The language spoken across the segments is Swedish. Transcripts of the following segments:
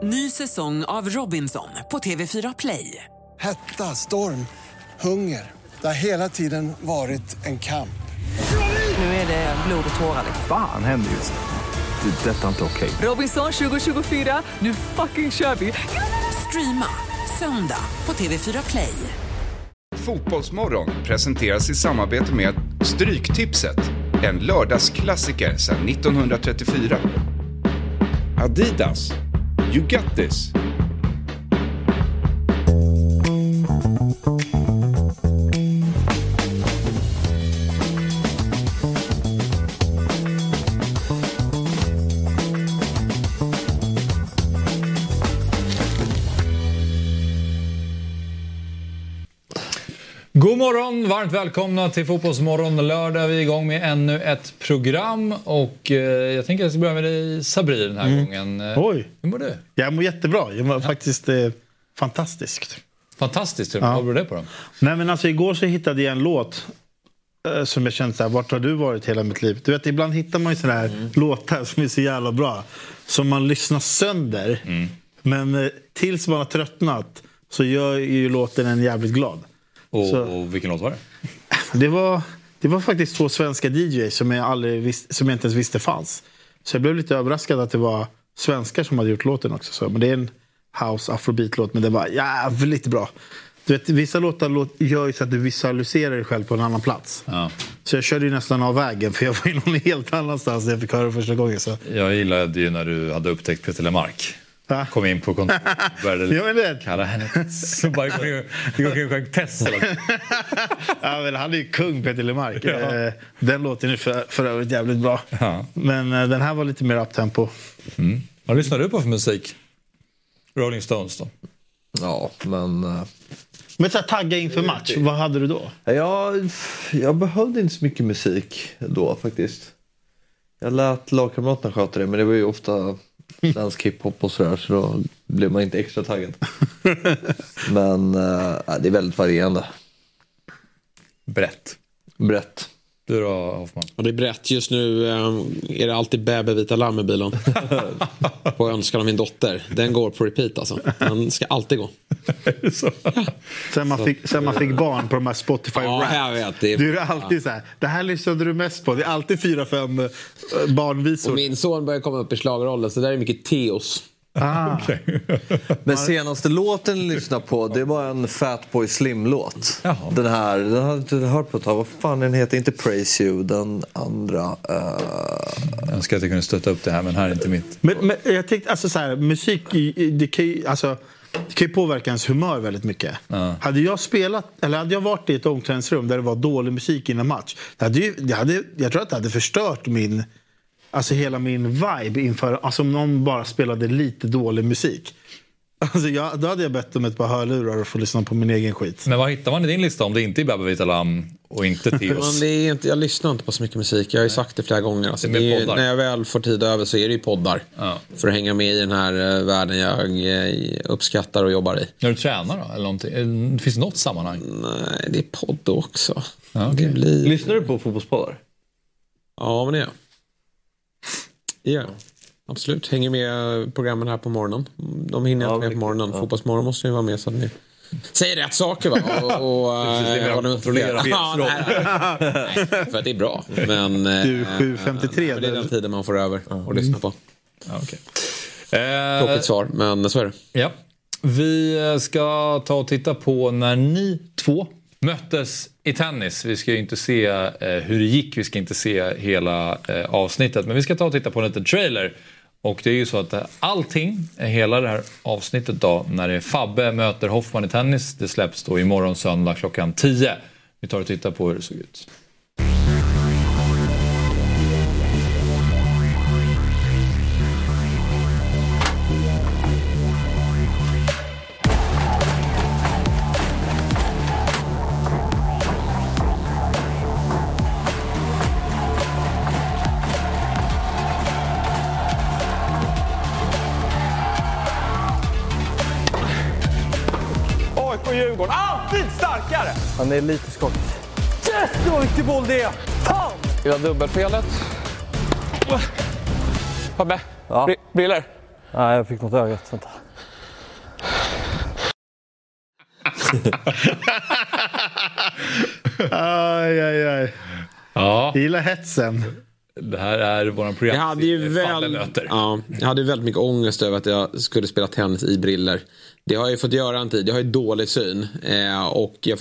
Ny säsong av Robinson på TV4 Play. Hetta, storm, hunger. Det har hela tiden varit en kamp. Nu är det blod och tårar. Fan händer just nu. Det. Detta är inte okej. Robinson 2024, nu fucking kör vi. Streama söndag på TV4 Play. Fotbollsmorgon presenteras i samarbete med Stryktipset, en lördagsklassiker sedan 1934. Adidas, you got this. God morgon, varmt välkomna till Fotbollsmorgon lördag. Vi är igång med ännu ett program och jag tänker att jag ska börja med dig, Sabri, den här gången. Oj. Hur mår du? Jag mår jättebra. Jag mår faktiskt fantastiskt. Fantastiskt, vad beror det på då? Nej, men alltså igår så hittade jag en låt som jag kände så här, vart har du varit hela mitt liv? Du vet, ibland hittar man ju sådana här låtar som är så jävla bra, som man lyssnar sönder. Men tills man har tröttnat så gör ju låten en jävligt glad. Och vilken låt var det? Det var faktiskt 2 svenska DJs som jag inte ens visste fanns. Så jag blev lite överraskad att det var svenskar som hade gjort låten också. Så, men det är en house afrobeat-låt, men det var jävligt bra. Du vet, vissa låtar gör ju så att du visualiserar dig själv på en annan plats. Ja. Så jag körde ju nästan av vägen, för jag var ju någon helt annanstans när jag fick höra det första gången. Så. Jag gillade ju när du hade upptäckt Peter Lemark. Kom in på kontoret och började kalla henne. Så bara går kring Tess. Ja, men han är ju kung, Peter Lemark. Ja. Den låten är för övrigt jävligt bra. Ja. Men den här var lite mer uptempo. Vad lyssnar du på för musik? Rolling Stones då? Ja, men... Men så här, tagga inför match, vad hade du då? Jag behövde inte så mycket musik då faktiskt. Jag lät lagkamraterna sköta det, men det var ju ofta svensk hiphop och sådär, så då blev man inte extra taggad. Men det är väldigt varierande. Brett. Du då, Hoffman? Och det är brett. Just nu är det alltid bäbevita lamm i bilen. På önskan av min dotter. Den går på repeat alltså. Den ska alltid gå. Sen man fick barn på de här Spotify Rap. Jag vet, det är alltid så här. Det här lyssnade du mest på. Det är alltid 4-5 barnvisor. Och min son börjar komma upp i slagrollen, så där är mycket Teos. Okay. Men senaste låten jag lyssnade på, det var en Fatboy Slim-låt. Den här, den hade inte hört på ett tag. Vad fan den heter? Inte Praise You, den andra. Jag önskar att jag kunde stötta upp det här, men här är inte mitt. Men jag tänkte, alltså så här, musik, det kan ju påverka ens humör väldigt mycket. Hade jag varit i ett omklädningsrum där det var dålig musik innan match, jag tror att det hade förstört hela min vibe inför, alltså om någon bara spelade lite dålig musik. Alltså då hade jag bett om ett par hörlurar och få lyssna på min egen skit. Men vad hittar man i din lista om det inte är Bäbevita lamm och inte Teos? Jag lyssnar inte på så mycket musik. Jag har ju sagt det flera gånger. Alltså, när jag väl får tid över så är det ju poddar. Ja. För att hänga med i den här världen jag uppskattar och jobbar i. När du tränar då? Eller någonting? Finns det något sammanhang? Nej, det är podd också. Ja, okay. Lyssnar du på fotbollspoddar? Ja, men det är jag. Ja, absolut. Hänger med programmen här på morgonen. De hinner inte med på morgonen. Ja. Fotbollsmorgon måste ju vara med så att ni säger rätt saker, va? Och kontrollera. För att det är bra. Men du 7:53. Det är den tiden man får över och lyssna på. Ja, okay. Tråkigt svar, men så är det. Ja. Vi ska ta och titta på när ni två möttes i tennis. Vi ska ju inte se hur det gick. Vi ska inte se hela avsnittet. Men vi ska ta och titta på en liten trailer. Och det är ju så att allting, hela det här avsnittet då, när det är Fabbe möter Hoffman i tennis, det släpps då imorgon söndag klockan 10. Vi tar och tittar på hur det såg ut. Djurgården. Alltid starkare! Han är lite skott. Yes, så viktig boll det är! Fan! Vi har dubbelfelet. Fabbe, ja. Briller. Nej, jag fick något ögat. Vänta. Aj. Ja. Gillar hetsen. Det här är våran program. Jag hade väldigt mycket ångest över att jag skulle spela tennis i briller. Det har jag fått göra en tid. Jag har ju dålig syn. Och jag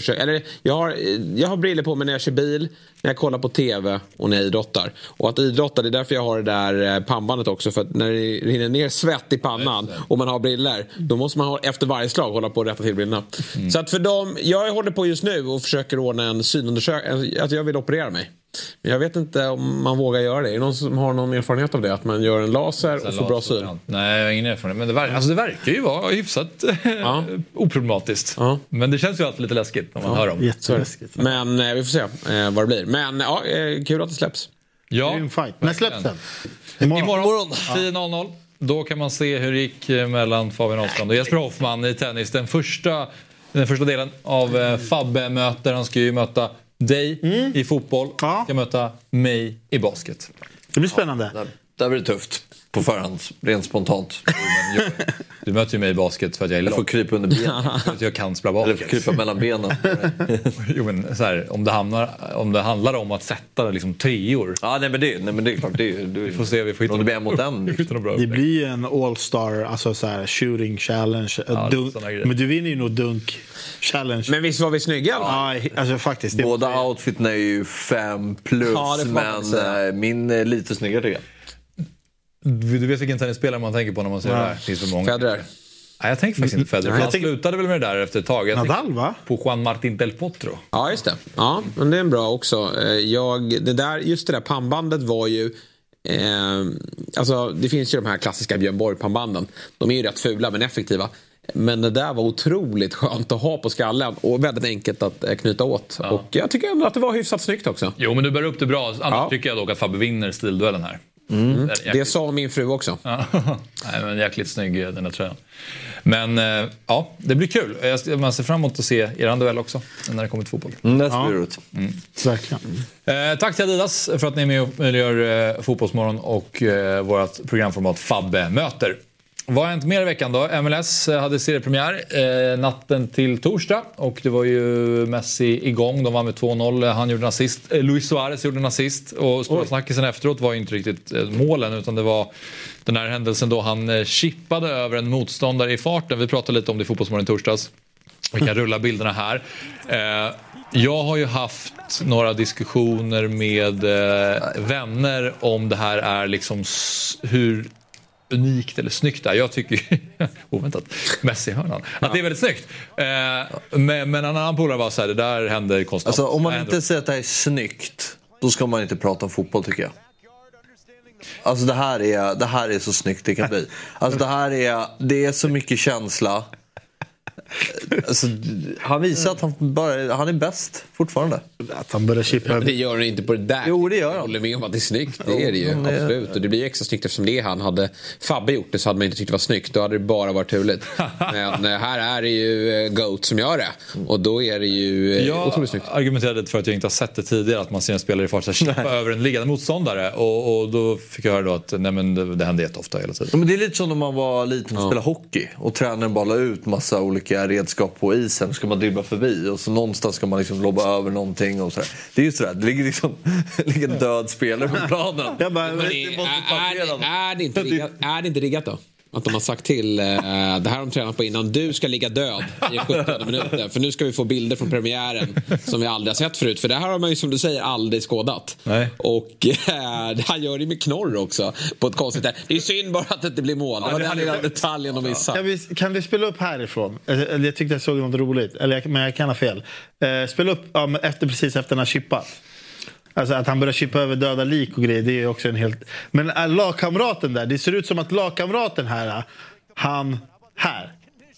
har briller på mig när jag kör bil, när jag kollar på tv och när jag idrottar. Och att idrotta, det är därför jag har det där pannbandet också. För att när det rinner ner svett i pannan och man har briller, då måste man efter varje slag hålla på att rätta till brillorna. Så att för dem, jag håller på just nu och försöker ordna en synundersökning. Att jag vill operera mig. Men jag vet inte om man vågar göra det. Är det någon som har någon erfarenhet av det? Att man gör en laser och får bra syn? Nej, jag har ingen erfarenhet. Men det verkar ju vara hyfsat oproblematiskt. Ja. Men det känns ju alltid lite läskigt när man hör om. Jätteläskigt. Men vi får se vad det blir. Men ja, kul att det släpps. Ja. Det är en fight. När släpps den? Imorgon 10:00. Då kan man se hur det gick mellan Fabian Ahlstrand och Jesper Hoffman i tennis. Den första delen av Fabbe möter. Han ska ju möta dig i fotboll. Ja. Ska möta mig i basket. Det blir spännande. Där blir det tufft. På förhand, rent spontant. Du möter ju mig i basket för att jag är lång. Jag får krypa under benen. För att jag kan spela basket. Eller krypa mellan benen. Jo, men så här, om det handlar om att sätta liksom 3-or. Ja, nej men det är klart. Vi får se, vi får hitta något bra mot den. Det blir ju en all-star, alltså så här, shooting challenge. Men du vinner ju nog dunk challenge. Men visst var vi snygga? Ja, alltså faktiskt. Båda outfiten är ju 5+. Ja, men min är lite snyggare tycker jag. Du vet vilken tennisspelare man tänker på när man ser det här? Finns för många. Federer. Nej, jag tänker faktiskt inte Federer. Han slutade väl med det där efter ett tag. Nadal, va? På Juan Martín del Potro. Ja, just det. Ja, men det är en bra också. Just det där pannbandet var ju... alltså, det finns ju de här klassiska Björn Borg-pannbanden. De är ju rätt fula men effektiva. Men det där var otroligt skönt att ha på skallen och väldigt enkelt att knyta åt. Ja. Och jag tycker ändå att det var hyfsat snyggt också. Jo, men du bär upp det bra. Annars tycker jag dock att Fabbe vinner stilduellen här. Det sa min fru också. Nej, men jäkligt snygg den här tröjan. Men ja, det blir kul. Man ser fram emot att se er duell också när det kommer till fotboll. Det ser ut. Verkligen. Tack till Adidas för att ni är med och gör Fotbollsmorgon och vårt programformat Fabbe möter. Vad har hänt mer i veckan då? MLS hade seriepremiär natten till torsdag och det var ju Messi igång. De vann med 2-0. Han gjorde en assist. Luis Suarez gjorde en assist. Och stora snackisen efteråt var ju inte riktigt målen utan det var den här händelsen då han chippade över en motståndare i farten. Vi pratade lite om det i Fotbollsmorgon i torsdags. Vi kan rulla bilderna här. Jag har ju haft några diskussioner med vänner om det här är liksom hur unikt eller snyggt där. Jag tycker oväntat Messi-hörnan. Att det är väldigt snyggt. Men en annan polare var så här, det där händer konstant. Alltså om man inte säger att det är snyggt, då ska man inte prata om fotboll tycker jag. Alltså det här är så snyggt det kan bli. Alltså det är så mycket känsla. Alltså, han visar att han är bäst fortfarande. Att han börjar chippa. Det gör han inte på det där. Jo, det gör han. Jag håller med om att det är snyggt. Det är det ju, absolut. Och det blir extra snyggt eftersom det han hade Fabbe gjort det så hade man inte tyckt det var snyggt. Då hade det bara varit turligt. Men här är det ju Goat som gör det. Och då är det ju otroligt snyggt. Jag argumenterade för att jag inte har sett det tidigare att man ser en spelare i fart så chippa över en liggande motståndare. Och då fick jag höra då att nej, men det hände jätteofta hela tiden. Men det är lite som när man var liten och spelade hockey. Och tränaren bara la ut massa olika redskap på isen. Ska man dribbla förbi. Och så någonstans ska man liksom lobba över någonting och sådär. Det är ju sådär. Det ligger liksom en död spelare på planen. Är det inte riggat då? Att de har sagt till det här har de tränat på innan. Du ska ligga död i 17 minuter. För nu ska vi få bilder från premiären som vi aldrig har sett förut. För det här har man ju som du säger aldrig skådat. Nej. Och han gör det med knorr också. På ett konstigt sätt. Det är synd bara att det inte blir mål. Det var den lilla detaljen de missade. Kan vi spela upp härifrån? Jag tyckte jag såg något roligt. Men jag kan ha fel. Spela upp precis efter den här chippat. Alltså att han börjar chippa över döda lik och grejer, det är också en helt... Men lagkamraten där, det ser ut som att lagkamraten här, han här.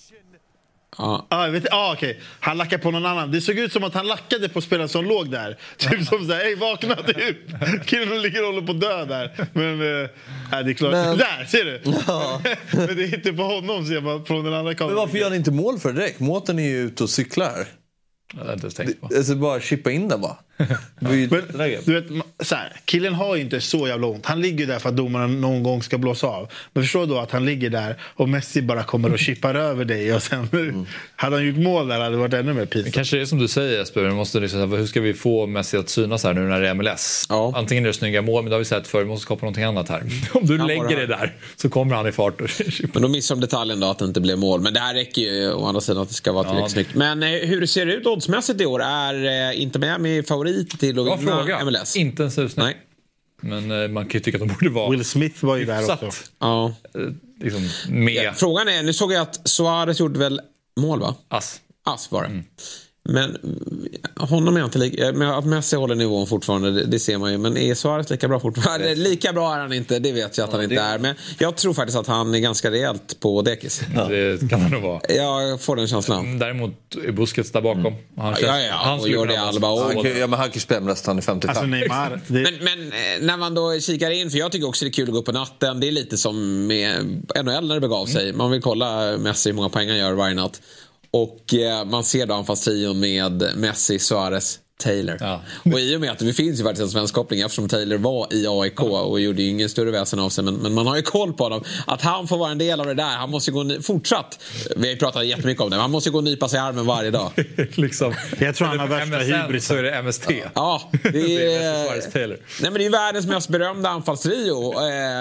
Okej. Han lackar på någon annan. Det såg ut som att han lackade på spelaren som låg där. Typ som såhär, hej vakna typ. Killen ligger och håller på död där. Men det är klart. Där, ser du? Ja. Men det är inte på honom ser man från den andra kameran. Men varför gör han inte mål för direkt? Måten är ju ute och cyklar. Jag hade inte tänkt på. Alltså bara chippa in den va? Men, du vet, så här, killen har ju inte så jävla ont. Han ligger där för att domaren någon gång ska blåsa av. Men förstår då att han ligger där och Messi bara kommer och chippar över dig. Och sen hade han gjort mål där hade det varit ännu mer pinsamt. Kanske det är som du säger, Jesper. Vi måste liksom, hur ska vi få Messi att synas här nu när det är MLS? Ja. Antingen är det snygga mål, men det har vi sett förr. Vi måste skapa någonting annat här. Om du lägger det där så kommer han i fart. Men då missar de detaljen då att det inte blev mål. Men det här räcker ju å andra sidan att det ska vara tillräckligt snyggt. Men hur ser det ut oddsmässigt i år? Är inte Miami favorit till att vinna MLS? Inte en susning. Nej. Men man kan ju tycka att de borde vara... Will Smith var ju där också. Ja. Liksom med... Frågan är, nu såg jag att Suarez gjorde väl mål, va? Ass var det. Men honom är inte lika... Men att Messi håller nivån fortfarande, det ser man ju. Men är Suarez lika bra fortfarande? Lika bra är han inte, det vet jag att han inte är. Men jag tror faktiskt att han är ganska rejält på dekis. Ja. Det kan han nog vara. Jag får den känslan. Däremot är Busquets där bakom. Han och Jordi Alba. Men han kan ju spela nästan i 55. Alltså Neymar. Men när man då kikar in, för jag tycker också det är kul att gå upp på natten. Det är lite som med NHL när det begav sig. Man vill kolla Messi hur många poäng han gör varje natt. Och man ser då anfallstrion med Messi, Suarez, Taylor. Ja. Och i och med att det finns ju faktiskt en svensk koppling eftersom Taylor var i AIK och gjorde ju ingen större väsen av sig. Men man har ju koll på honom. Att han får vara en del av det där. Han måste gå fortsatt. Vi har ju pratat jättemycket om det. Han måste gå och nypa sig i armen varje dag. Liksom. Jag tror han har värsta hybris. Så är det MST. Ja, det är... Nej, men det är ju världens mest berömda anfallstrio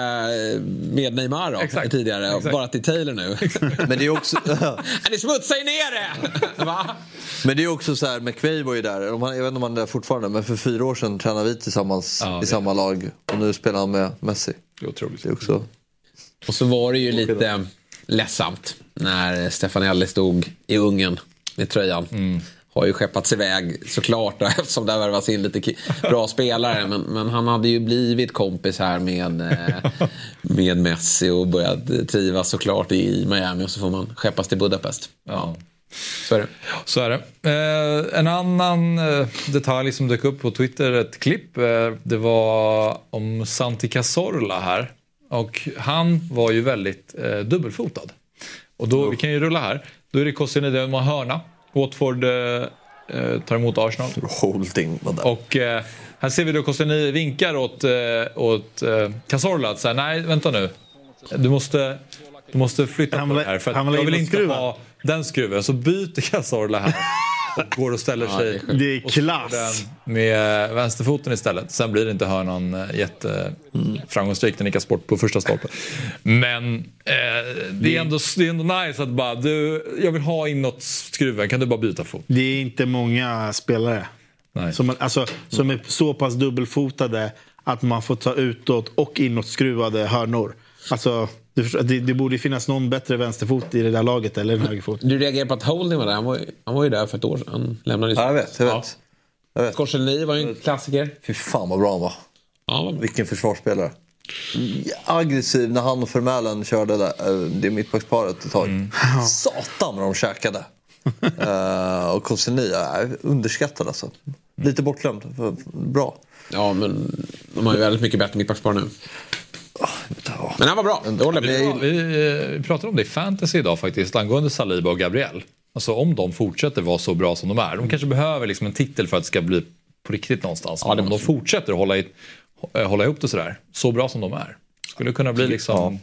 med Neymar då, exakt. Tidigare. Exakt. Bara till Taylor nu. Men det är också... det smutsar ju ner det! Va? Men det är också så här, McVay var ju där. Jag vet inte om han är där fortfarande, men för 4 år sedan tränade vi tillsammans i samma lag. Och nu spelar han med Messi. Det är otroligt. Det är också... Och så var det ju lite ledsamt när Stefanelli stod i Ungern med tröjan. Har ju skeppats iväg såklart då, eftersom det värvas in lite bra spelare. Men han hade ju blivit kompis här med Messi och börjat trivas såklart i Miami. Och så får man skeppas till Budapest. Ja. Så är det. En annan detalj som dök upp på Twitter, ett klipp. Det var om Santi Cazorla här. Och han var ju väldigt dubbelfotad. Och då, vi kan ju rulla här. Då är det Koscielny, det var hörna. Watford tar emot Arsenal. Holding var där. Och här ser vi då Koscielny vinkar åt Cazorla att säga, nej vänta nu. Du måste flytta på det här. För att jag vill inte ha den skruven. Så byter Cazorla här. Och går och ställer sig. Det är klass. Med vänsterfoten istället. Sen blir det inte hörnan jätteframgångsrik. Den nickar bort på första stolpen. Men det är ändå nice att bara jag vill ha inåt skruven. Kan du bara byta fot? Det är inte många spelare som är så pass dubbelfotade att man får ta utåt och inåt skruvade hörnor. Alltså det borde finnas någon bättre vänsterfot i det där laget eller en högerfot. Du reagerar på att Holding var där. Han var ju där för ett år sedan. Han lämnade jag vet. Koscielny var ju en klassiker. Fy fan vad bra han var. Ja, vilken försvarsspelare. Aggressiv när han och Vermaelen körde där, det mittbacksparet ett tag. Satan vad de käkade. Och Koscielny är underskattad alltså. Lite bortglömd. Bra. Ja, men de har ju väldigt mycket bättre mittbackspar nu. Men han var bra. Vi pratade om det i fantasy idag faktiskt angående Saliba och Gabriel. Alltså om de fortsätter vara så bra som de är. De kanske behöver liksom en titel för att det ska bli på riktigt någonstans. Ja, om de fortsätter hålla ihop det sådär. Så bra som de är. Skulle det kunna bli liksom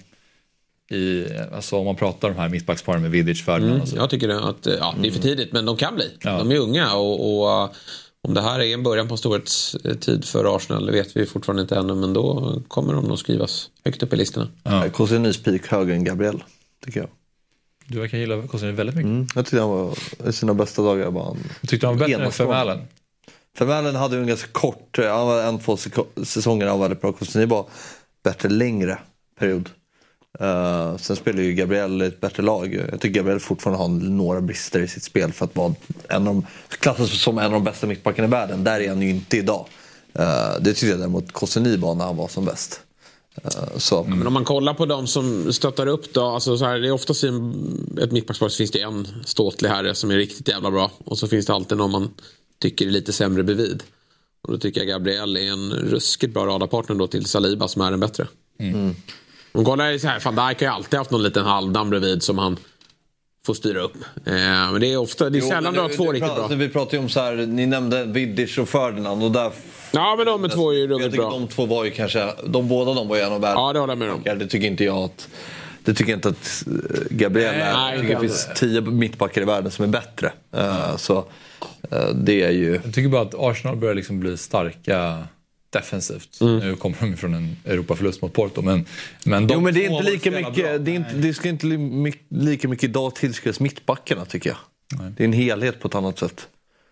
alltså om man pratar om de här mittbacksparen med Vidic, Ferdinand. Jag tycker att det är för tidigt, men de kan bli. Ja. De är unga och om det här är en början på storhetstid för Arsenal, det vet vi fortfarande inte ännu, men då kommer de nog skrivas högt upp i listorna. Koscielny spik högre än Gabriel, tycker jag. Du verkar gilla Koscielny väldigt mycket. Jag tyckte han var i sina bästa dagar. Jag tyckte han var bättre än Vermaelen. Vermaelen hade ju en ganska kort, han var 1-2 säsonger han var väldigt bra. Koscielny var bättre längre period. Sen spelar ju Gabriel ett bättre lag. Jag tycker Gabriel fortfarande har några brister i sitt spel för att vara klassas som en av de bästa mittbackarna i världen. Där är han ju inte idag. Det tycker jag däremot Koscielny var när han var som bäst. Men om man kollar på de som stöttar upp då, alltså så här, det är oftast i ett mittbackspar så finns det en ståtlig herre som är riktigt jävla bra, och så finns det alltid någon man tycker är lite sämre bredvid, och då tycker jag Gabriel är en ruskigt bra radarpartner då till Saliba som är en bättre. Om kollar så här, Van Dijk har ju alltid haft någon liten halvdamm bredvid som han får styra upp. Men det är sällan du har två riktigt bra. Vi pratade ju om så här, ni nämnde Vidic och Ferdinand och där... Ja, men de två är ju ruggigt bra. De två var ju kanske, båda de var ju en av världens. Ja, det håller jag med om. Det tycker inte jag att... Det tycker inte att Gabriel är. Nej, det finns 10 mittbackar i världen som är bättre. Så det är ju... Jag tycker bara att Arsenal börjar liksom bli starka defensivt. Nu kommer de från en Europaförlust mot Porto. Men men det är inte lika mycket. Det ska inte lika mycket idag tillskrivas mittbackarna, tycker jag. Nej. Det är en helhet på ett annat sätt.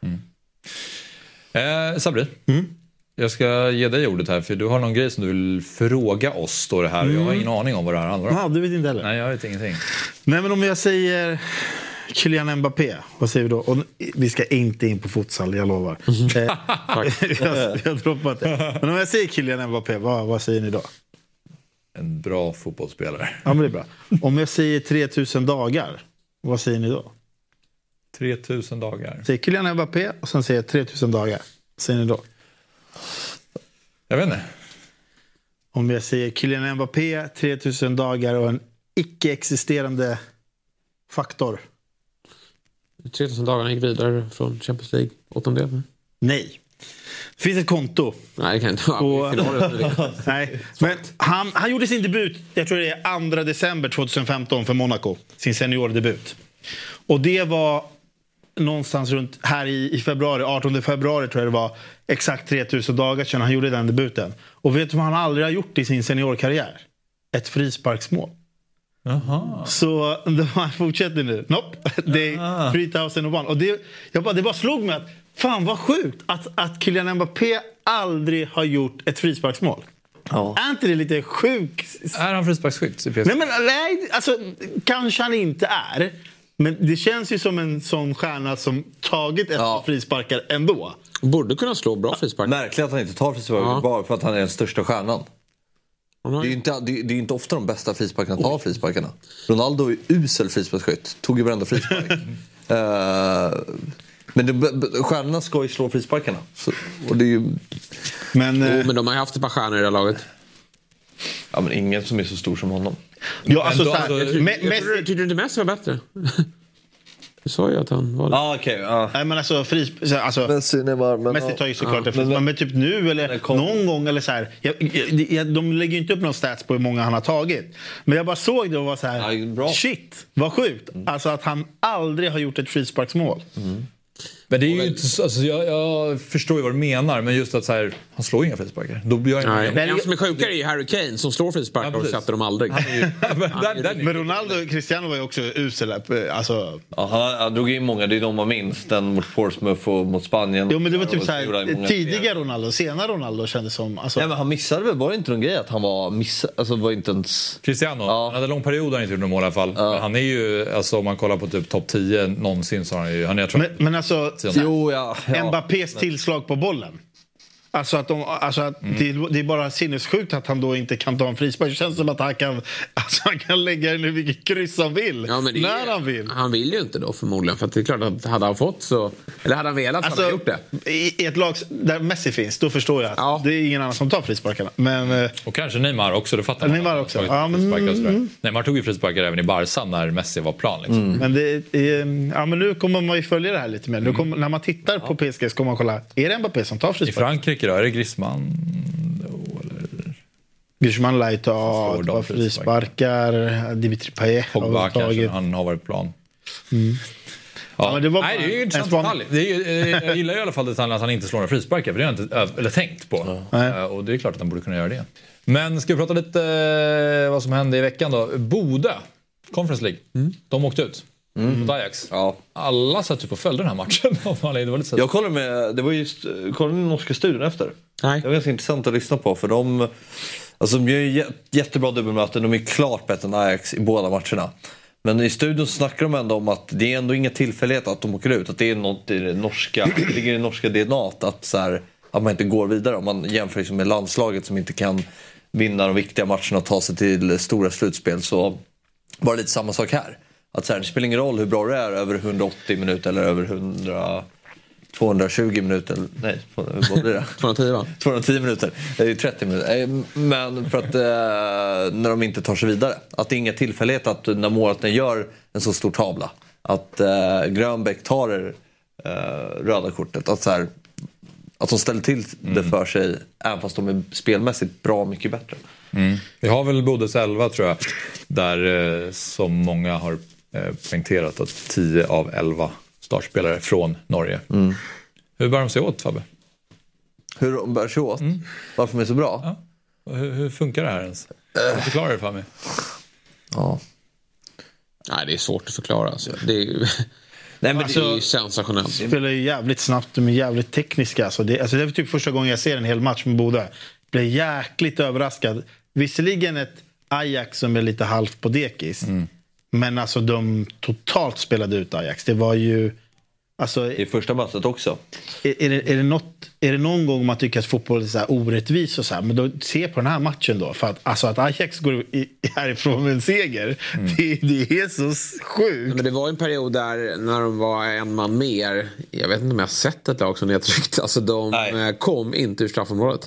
Sabri, jag ska ge dig ordet här, för du har någon grej som du vill fråga oss, står det här. Jag har ingen aning om vad det här handlar om. Ja, du vet inte heller. Nej, jag vet ingenting. Nej, men om jag säger Kylian Mbappé, vad säger vi då? Och vi ska inte in på futsal, jag lovar. Jag har droppat det. Men om jag säger Kylian Mbappé, vad säger ni då? En bra fotbollsspelare. Ja, men det är bra. Om jag säger 3000 dagar, vad säger ni då? 3000 dagar. Säger Kylian Mbappé och sen säger 3000 dagar. Vad säger ni då? Jag vet inte. Om jag säger Kylian Mbappé, 3000 dagar och en icke-existerande faktor. 3000 dagar gick vidare från Champions League 8-del. Nej. Det finns ett konto. Nej, det kan inte vara. Nej, men han gjorde sin debut, jag tror det är 2 december 2015 för Monaco. Sin seniordebut. Och det var någonstans runt här i februari, 18 februari tror jag det var, exakt 3000 dagar sedan han gjorde den debuten. Och vet du vad han aldrig har gjort i sin seniorkarriär? Ett frisparksmål. Jaha. Så han fortsätter nu. Nope. Det är 3001. Och det bara slog mig att fan vad sjukt att Kylian Mbappé aldrig har gjort ett frisparksmål. Ja. Är inte det lite sjukt? Är han frisparksskytt? Nej, alltså kanske han inte är. Men det känns ju som en sån stjärna som tagit ett frisparkar ändå. Borde kunna slå bra frisparkar. Märkligt att han inte tar frisparkar bara för att han är den största stjärnan. Det är inte ofta de bästa frisparkarna tar frisparkarna. Ronaldo är usel frisparksskytt. Tog ju varenda frispark. Men stjärnorna ska ju slå frisparkarna. Och det är ju... Men de har ju haft ett par stjärnor i det här laget. Ja, men ingen som är så stor som honom. Ja, alltså tycker du inte Messi var bättre? Du sa ju att han var det. Okej. Nej, men alltså Messi tar ju såklart det. Men typ nu eller någon gång eller så här. De lägger ju inte upp någon stats på hur många han har tagit. Men jag bara såg det och var så här, shit, vad sjukt. Alltså att han aldrig har gjort ett frisparksmål. Men det är ju inte så, alltså jag förstår ju vad du menar, men just att så här, han slår inga frisparkar. Då blir jag den som är sjukare är ju Harry Kane som slår frisparkar och sätter dem aldrig. Men Ronaldo och Cristiano var ju också usel. Alltså... Han drog in många, det är de man minns. Den mot Portsmouth och mot Spanien. Jo, men det var typ så här, tidiga Ronaldo, senare Ronaldo kändes som... Alltså... Ja, men han missade väl, var det inte någon grej att han var inte ens... Cristiano, han hade lång period han inte gjorde någon mål i alla fall. Men han är ju, alltså om man kollar på typ topp 10 någonsin så har han ju... Men alltså... Mbappés tillslag på bollen. Alltså att det är bara sinnessjukt att han då inte kan ta en frispark. Det känns som att han kan lägga in hur mycket kryss han vill. Ja, men när han vill. Han vill ju inte då förmodligen. För att det är klart att hade han fått så... Eller hade han velat så hade han gjort det. I ett lag där Messi finns, då förstår jag att det är ingen annan som tar frisparkarna. Men, och kanske Neymar också, det fattar man. Neymar också. Neymar tog ju frisparkar även i Barca när Messi var plan. Liksom. Men nu kommer man ju följa det här lite mer. När man tittar på PSG så kommer man kolla, är det Mbappé som tar frisparkar? I Frankrike då, är det Griezmann? Griezmann lär ta frisparkar. Dimitri Payet Pogba kanske, han har varit plan. Ja, men det var nej, det är ju intressant detalj. Jag gillar ju i alla fall detaljen att han inte slår några frisparkar, för det har jag inte tänkt på. Och det är klart att han borde kunna göra det. Men ska vi prata lite vad som hände i veckan då? Bodø, Conference League. De åkte ut. Mot Ajax. Ja. Alla satt ju på följden den här matchen. Det var lite jag kollade med, det var just kollade den norska studion efter. Nej. Det var ganska intressant att lyssna på, för de gör jättebra dubbelmöten. De är klart bättre än Ajax i båda matcherna. Men i studion snackar de ändå om att det är ändå inga tillfälligheter att de åker ut. Att det är något i det norska, det ligger i det norska DNA att man inte går vidare. Om man jämför liksom med landslaget som inte kan vinna de viktiga matcherna och ta sig till stora slutspel, så var det lite samma sak här. Att det spelar ingen roll hur bra det är över 180 minuter eller över 100 220 minuter. Nej, vad blir det? 210 va? 210 minuter. Det är 30 minuter. Men för att när de inte tar sig vidare. Att det är inga tillfällighet att när målvakten gör en så stor tavla. Att Grönbäck tar det röda kortet. Att, så här, att de ställer till det för sig även fast de är spelmässigt bra mycket bättre. Vi har väl Bodes 11 tror jag. Där som många har poängterat att 10 av 11 startspelare från Norge. Hur bär de sig åt, Fabbe? Hur de bär sig åt? Varför de är så bra? Ja. Hur funkar det här ens? Förklara det för mig. Ja. Nej, det är svårt att förklara. Alltså. Det är ju... Nej, men det är ju sensationellt. De spelar ju jävligt snabbt, de är jävligt tekniska. Alltså det är typ första gången jag ser en hel match med Bodø. Blev jäkligt överraskad. Visserligen ett Ajax som är lite halvt på dekis. Men alltså de totalt spelade ut Ajax. Det var ju... Alltså, i första matchen också. Är det någon gång man tycker att fotboll är så här orättvis och så här, men då se på den här matchen då, för att alltså att Ajax går härifrån med en seger, det är så sjukt. Men det var en period där när de var en man mer, jag vet inte om jag har sett ett lag som nedtryckt, alltså de kom inte ur straffområdet.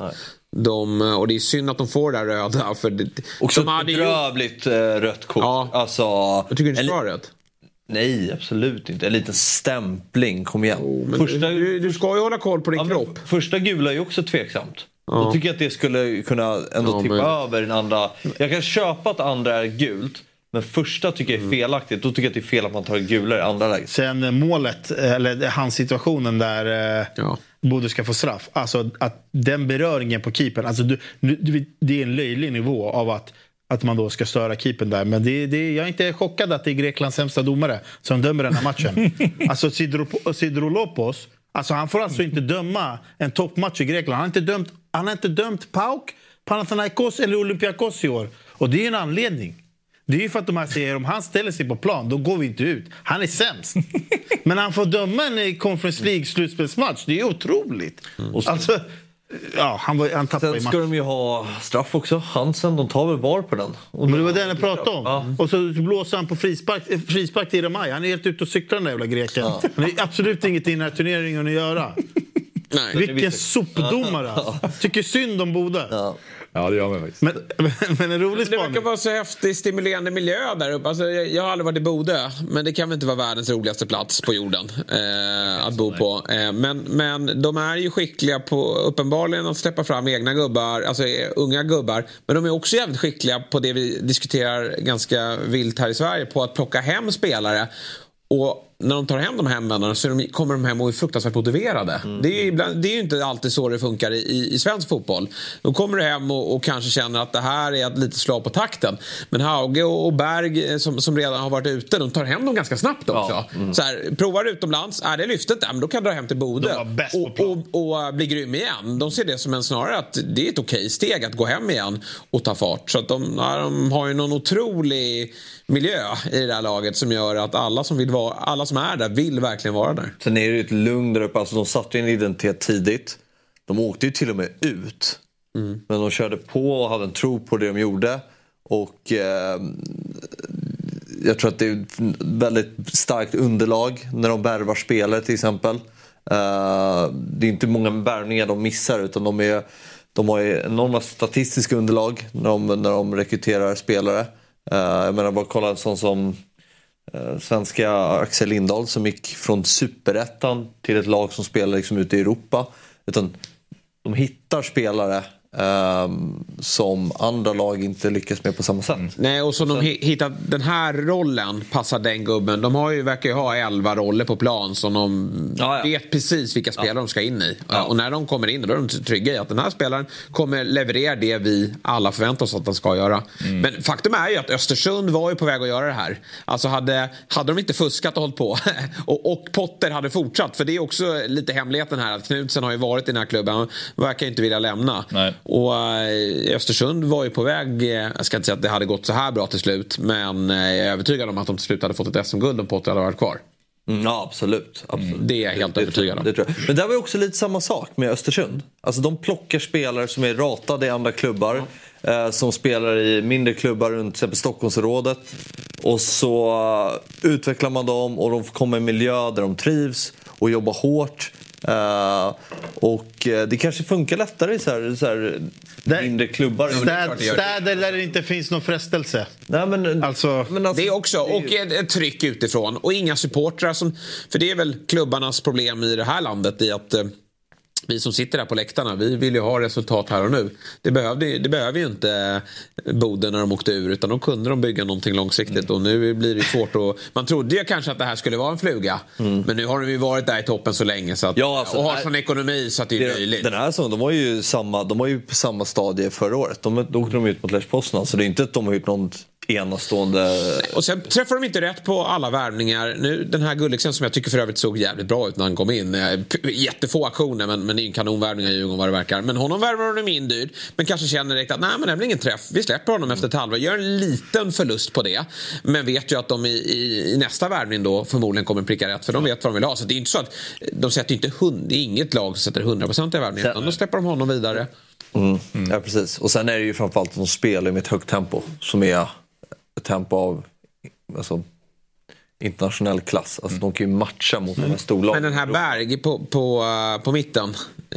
Och det är synd att de får det där röda, för det, också ett bedrövligt rött kort. Ja. Alltså, jag tycker inte det var rött. Nej, absolut inte. En liten stämpling, kom igen. Du ska ju hålla koll på din kropp. Första gula är ju också tveksamt. Då tycker jag att det skulle kunna ändå tippa över den andra. Jag kan köpa att andra är gult, men första tycker jag är felaktigt. Då tycker jag att det är fel att man tar gula i andra läget. Sen målet, eller hans situationen där Bodø ska få straff. Alltså att den beröringen på keepern, alltså det är en löjlig nivå av att man då ska störa keepern där. Men jag är inte chockad att det är Greklands sämsta domare som dömer den här matchen. Alltså Sidrolopos, alltså han får alltså inte döma en toppmatch i Grekland. Han har inte dömt PAOK, Panathinaikos eller Olympiakos i år. Och det är en anledning. Det är ju för att de här säger om han ställer sig på plan, då går vi inte ut. Han är sämst. Men han får döma en Conference League slutspelsmatch. Det är otroligt. Alltså... Ja, han tappade sen i match. Ska de ju ha straff också. Hansen, de tar väl var på den. Men det var den jag pratade om. Ja. Och så blåser han på frispark till Ramaj. Han är helt ute och cyklar den där jävla greken. Ja. Han är absolut inget i den här turneringen att göra. Nej, vilken sopdomare. Tycker synd om Bodø. Ja, det gör man faktiskt. Men en rolig spaning. Det verkar vara så häftig, stimulerande miljö där uppe. Alltså, jag har aldrig varit i Bodø, men det kan väl inte vara världens roligaste plats på jorden att bo på. Men de är ju skickliga på uppenbarligen att släppa fram egna gubbar, alltså unga gubbar. Men de är också jävligt skickliga på det vi diskuterar ganska vilt här i Sverige, på att plocka hem spelare. Och när de tar hem de hemvändarna så kommer de hem och är fruktansvärt motiverade. Det är ju inte alltid så det funkar i svensk fotboll. Då kommer du hem och kanske känner att det här är ett litet slag på takten. Men Hauge och Berg som redan har varit ute, de tar hem dem ganska snabbt också. Så här, provar utomlands, det lyfter inte, men då kan du dra hem till Bodø och bli grym igen. De ser det som en snarare att det är ett okej steg att gå hem igen och ta fart. Så att de har ju någon otrolig miljö i det här laget som gör att alla som är där vill verkligen vara där. Sen är det ju ett lugn där uppe. Alltså de satte en identitet tidigt. De åkte ju till och med ut. Men de körde på och hade en tro på det de gjorde. Och jag tror att det är ett väldigt starkt underlag när de värvar spelare till exempel. Det är inte många värvningar de missar, utan de har ju enorma statistiska underlag när de rekryterar spelare. Jag menar, bara kolla en sån som svenska Axel Lindahl som gick från superettan till ett lag som spelar liksom ute i Europa. Utan de hittar spelare som andra lag inte lyckas med på samma sätt. Nej, och så de hittar den här rollen, passar den gubben. De verkar ju ha 11 roller på plan som de vet precis vilka spelare de ska in i. Och när de kommer in, då är de trygga i att den här spelaren kommer leverera det vi alla förväntar oss att den ska göra. Men faktum är ju att Östersund var ju på väg att göra det här. Alltså hade de inte fuskat och hållit på och Potter hade fortsatt, för det är också lite hemligheten här att Knudsen har ju varit i den här klubben, han verkar inte vilja lämna. Nej. Och Östersund var ju på väg, jag ska inte säga att det hade gått så här bra till slut, men jag är övertygad om att de till slut hade fått ett SM-guld om Potter hade varit kvar. Ja, absolut. Det är jag helt övertygad om. Det tror jag. Men det var ju också lite samma sak med Östersund. Alltså de plockar spelare som är ratade i andra klubbar, som spelar i mindre klubbar runt till exempel Stockholmsområdet, och så utvecklar man dem och de kommer i en miljö där de trivs och jobbar hårt. Och det kanske funkar lättare i så här mindre klubbar. Städer där det inte finns någon frestelse. Nej, men alltså, det är också, och ett tryck utifrån. Och inga supportrar för det är väl klubbarnas problem i det här landet, i att vi som sitter där på läktarna, vi vill ju ha resultat här och nu. Det behöver ju inte Boden när de åkte ur, utan då kunde de bygga någonting långsiktigt. Och nu blir det svårt man trodde ju kanske att det här skulle vara en fluga. Men nu har de ju varit där i toppen så länge så att, och har sån ekonomi så att det är möjligt. Den här säsongen, de var ju på samma stadie förra året. Då åkte de ut mot Lech Poznan, så det är inte att de har gjort något enastående. Och sen träffar de inte rätt på alla värvningar. Nu den här Gulliksen som jag tycker för övrigt såg jävligt bra ut när han kom in. Jättefå aktioner, men det är en kanonvärvning av Djurgården vad det verkar. Men honom värvar de in dyrt, men kanske känner direkt att nej, men det blir ingen träff. Vi släpper honom efter ett halvår. Gör en liten förlust på det. Men vet ju att de i nästa värvning då förmodligen kommer pricka rätt, för de vet vad de vill ha. Så det är inte så att de sätter inte det är inget lag som sätter 100% i värvningen, utan då släpper de honom vidare. Ja, precis. Och sen är det ju framförallt att de spelar med ett högt tempo som är ett tempo av internationell klass. Alltså de kan ju matcha mot de här storlagen. Men den här Berg på mitten,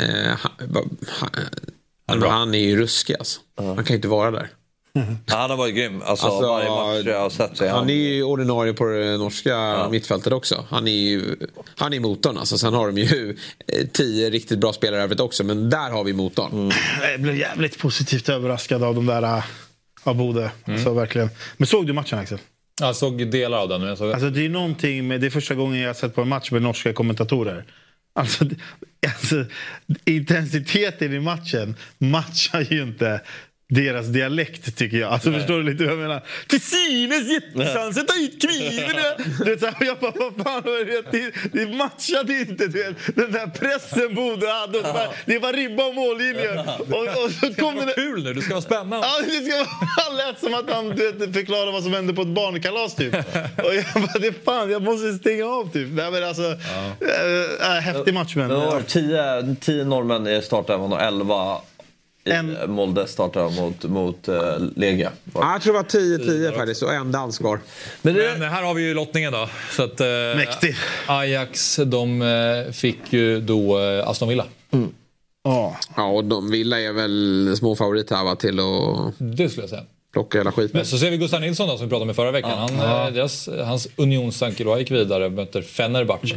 han är ju ruskig alltså. Han kan ju inte vara där. Ja, han har varit grym. Alltså varje match jag har sett sig. Han är ju ordinarie på det norska mittfältet också. Han är motorn. Alltså, sen har de ju 10 riktigt bra spelare övrigt också. Men där har vi motorn. Jag blev jävligt positivt överraskad av de där av Bode. Så verkligen. Men såg du matchen, Axel? Jag såg delar av den. Alltså det är någonting med, det är första gången jag har sett på en match med norska kommentatorer. Alltså intensiteten i matchen matchar ju inte deras dialekt, tycker jag. Alltså förstår du lite hur jag menar? Till synes jättesansen, ta ut kniven. Jag bara, vad fan, det matchade inte, du vet. Den där pressen Bode hade. Det var ribba och mållinjen. Och så kom det kul nu, det ska vara spännande. Ja, det ska vara lätt som att han förklarar vad som hände på ett barnkalas typ. Och jag bara, det fan, jag måste stänga av typ. Nej, men alltså, häftig match. Men, det var 10 norrmän i starten och 11 Molde startar mot Legia. Jag tror det var 10 faktiskt, och en dansk var. Men här har vi ju lottningen då. Så att, mäktig. Ajax, de fick ju då Aston Villa. Ja, och Villa är väl små favorit här till att... Det skulle jag säga. Plocka hela skiten. Men så ser vi Gustav Nilsson då, som vi pratade med förra veckan. Hans Union Sankilwa gick vidare, möter Fenerbahce.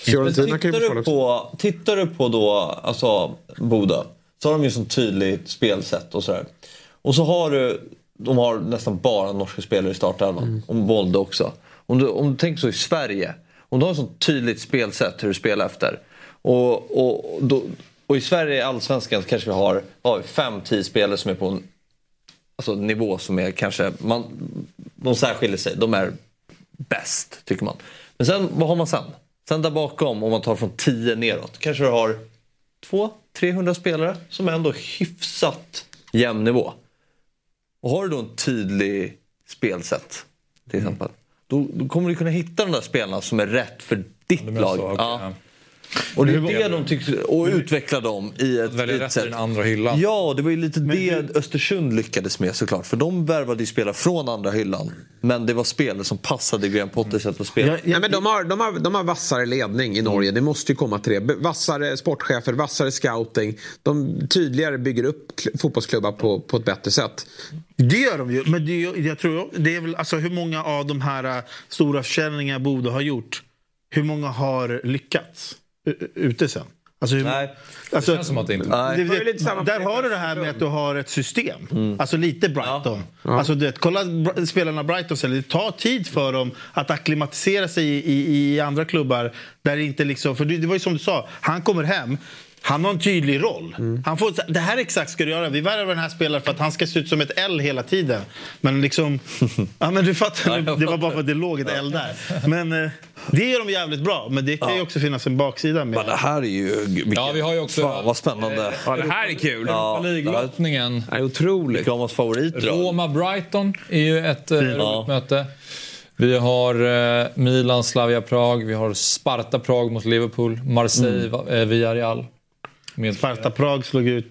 Tittar du på då, alltså Boda, så har de ju sån tydligt spelsätt och sådär. Och så har de har nästan bara norska spelare i startelvan. Om Molde också. Om du tänker så i Sverige, om du har sånt tydligt spelsätt hur du spelar efter. Och i Sverige i allsvenskan så kanske vi har 5-10 spelare som är på en nivå som är kanske de särskiljer sig. De är bäst, tycker man. Men sen, vad har man sen? Sen där bakom, om man tar från 10 neråt, kanske du har 200-300 spelare som är ändå hyfsat jämn nivå. Och har du då en tydlig spelsätt till exempel, då kommer du kunna hitta de där spelarna som är rätt för ditt lag. Så, okay. Och det är det de tycker, och utveckla dem i ett rätt i den andra hyllan. Ja, det var ju lite det Östersund lyckades med såklart. För de värvade ju spelare från andra hyllan. Men det var spelare som passade Graham Potters sätt att spela. Ja, men de har vassare ledning i Norge. Det måste ju komma till det. Vassare sportchefer, vassare scouting. De tydligare bygger upp fotbollsklubbar på ett bättre sätt. Det gör de ju. Men jag tror det är väl, alltså, hur många av de här stora försäljningar Bode har gjort, hur många har lyckats ute sen? Alltså, nej. Alltså, det känns som att det inte... Där har du det här med att du har ett system. Alltså lite Brighton. Ja. Alltså, kolla spelarna Brighton. Det tar tid för dem att akklimatisera sig i andra klubbar. Där det inte liksom... För det var ju som du sa. Han kommer hem. Han har en tydlig roll. Han får, det här exakt ska du göra. Vi värvar den här spelaren för att han ska se ut som ett L hela tiden. Men liksom... ja, men du fattar. Det var bara för att det låg ett L där. Men det gör de jävligt bra. Men det kan ju också finnas en baksida med. Men det här är ju... Ja, vi har ju också... Fan, vad spännande. Ja, det här är kul. Ja, Liga-lottningen är otroligt. Ramas favorit. Roma-Brighton är ju ett roligt möte. Vi har Milan, Slavia, Prag. Vi har Sparta, Prag mot Liverpool. Marseille, Villarreal. Sparta Prag slog ut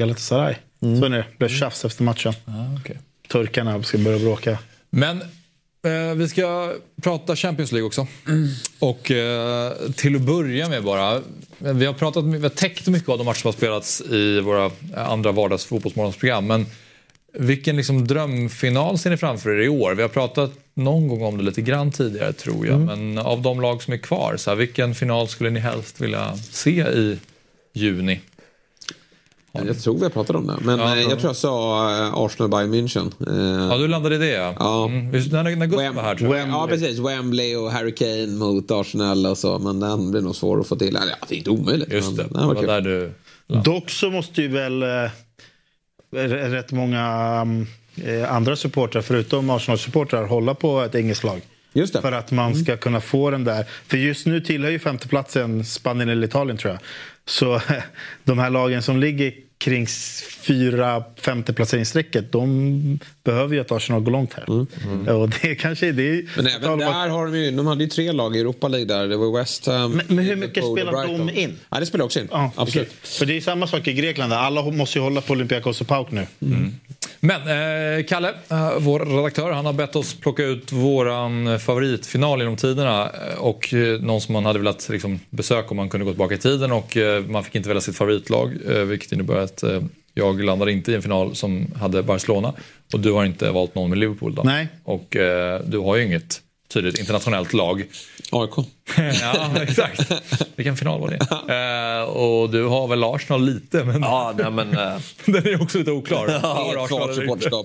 Galatasaray. Så det blev tjafs efter matchen. Okay. Turkarna ska börja bråka. Men Vi ska prata Champions League också. Och till att börja med bara. Vi har täckt mycket av de matcher som har spelats i våra andra vardags fotbollsmorgonsprogram. Men vilken liksom drömfinal ser ni framför er i år? Vi har pratat någon gång om det lite grann tidigare tror jag. Men av de lag som är kvar, så här, vilken final skulle ni helst vilja se i juni? Jag tror vi har pratat om det. Men jag tror jag sa Arsenal Bayern München. Ja, du landade i det, ja. När Gustav var här, tror jag. Ja, precis. Wembley och Harry Kane mot Arsenal och så. Men den blir nog svår att få till. Ja, det är inte omöjligt. Just det. Men, var där du... Dock så måste ju väl rätt många andra supportrar förutom Arsenal-supportrar hålla på ett engelskt lag. Just det. För att man ska kunna få den där. För just nu tillhör ju femteplatsen Spanien eller Italien tror jag. Så de här lagen som ligger kring 4-5 placeringsstrecket, de behöver ju att Arsenal går långt här. Och det kanske är det. Men även där har de hade ju 3 lag i Europa League där. Det var West Ham. Men hur mycket spelar de in? Ja, det spelar också in. Ja, absolut. Okay. För det är samma sak i Grekland. Alla måste ju hålla på Olympiakos och PAOK nu. Men Kalle, vår redaktör, han har bett oss plocka ut våran favoritfinal genom tiderna och någon som man hade velat liksom besöka om man kunde gå tillbaka i tiden, och man fick inte välja sitt favoritlag, vilket innebär att jag landade inte i en final som hade Barcelona, och du har inte valt någon med Liverpool då. Nej. Och du har ju inget tydligt internationellt lag. AIK. Ja, exakt. Vilken final var det? Och du har väl Arsenal lite, men... Ja, nej, men... Den är också lite oklar. Helt klart supporterskap.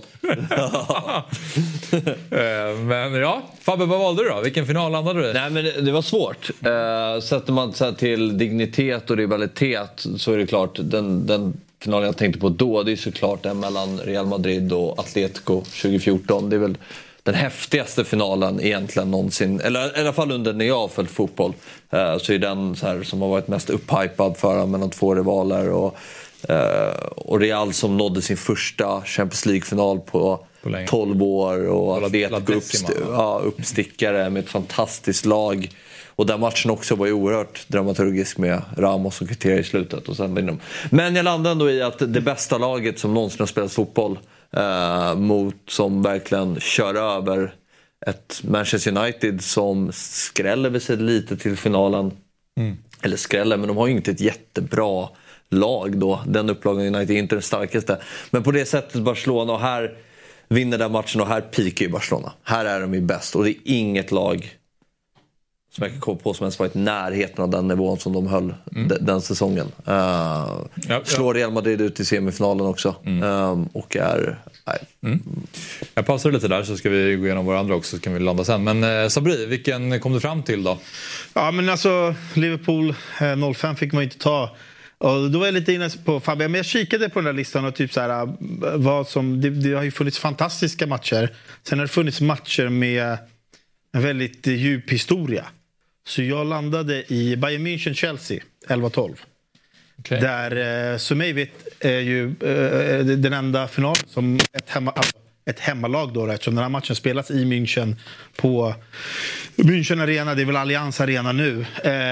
Men ja, Fabbe, vad valde du då? Vilken final landade du i? Nej, men det var svårt. Sätter man så här till dignitet och rivalitet, så är det klart, den finalen jag tänkte på då, det är såklart den mellan Real Madrid och Atletico 2014. Det är väl den häftigaste finalen egentligen någonsin, eller i alla fall under när jag har följt fotboll, så är den så här som har varit mest upphypad för mellan 2 rivaler, och Real som nådde sin första Champions League-final på 12 år, och Atletico uppstickare med ett fantastiskt lag. Och där matchen också var ju oerhört dramaturgisk med Ramos och kriterier i slutet. Och sen vinner de. Men jag landade ändå i att det bästa laget som någonsin har spelat fotboll mot, som verkligen kör över ett Manchester United som skräller vid sig lite till finalen. Eller skräller, men de har ju inte ett jättebra lag då. Den upplagan United är inte den starkaste. Men på det sättet Barcelona, och här vinner den matchen, och här pikar ju Barcelona. Här är de ju bäst, och det är inget lag som jag kan komma på som ens varit i närheten av den nivån som de höll den säsongen. Slår Real Madrid ut i semifinalen också. Och är... Jag pausar lite där, så ska vi gå igenom våra andra också, så kan vi landa sen. Men Sabri, vilken kom du fram till då? Ja, men alltså Liverpool 05 fick man inte ta. Och då var jag lite inne på Fabian, men jag kikade på den där listan och typ så här, vad som, det har ju funnits fantastiska matcher. Sen har det funnits matcher med en väldigt djup historia. Så jag landade i Bayern München-Chelsea 11-12. Okay. Där som jag vet är ju den enda final som ett hemmalag då, eftersom den här matchen spelas i München på München Arena, det är väl Allianz Arena nu.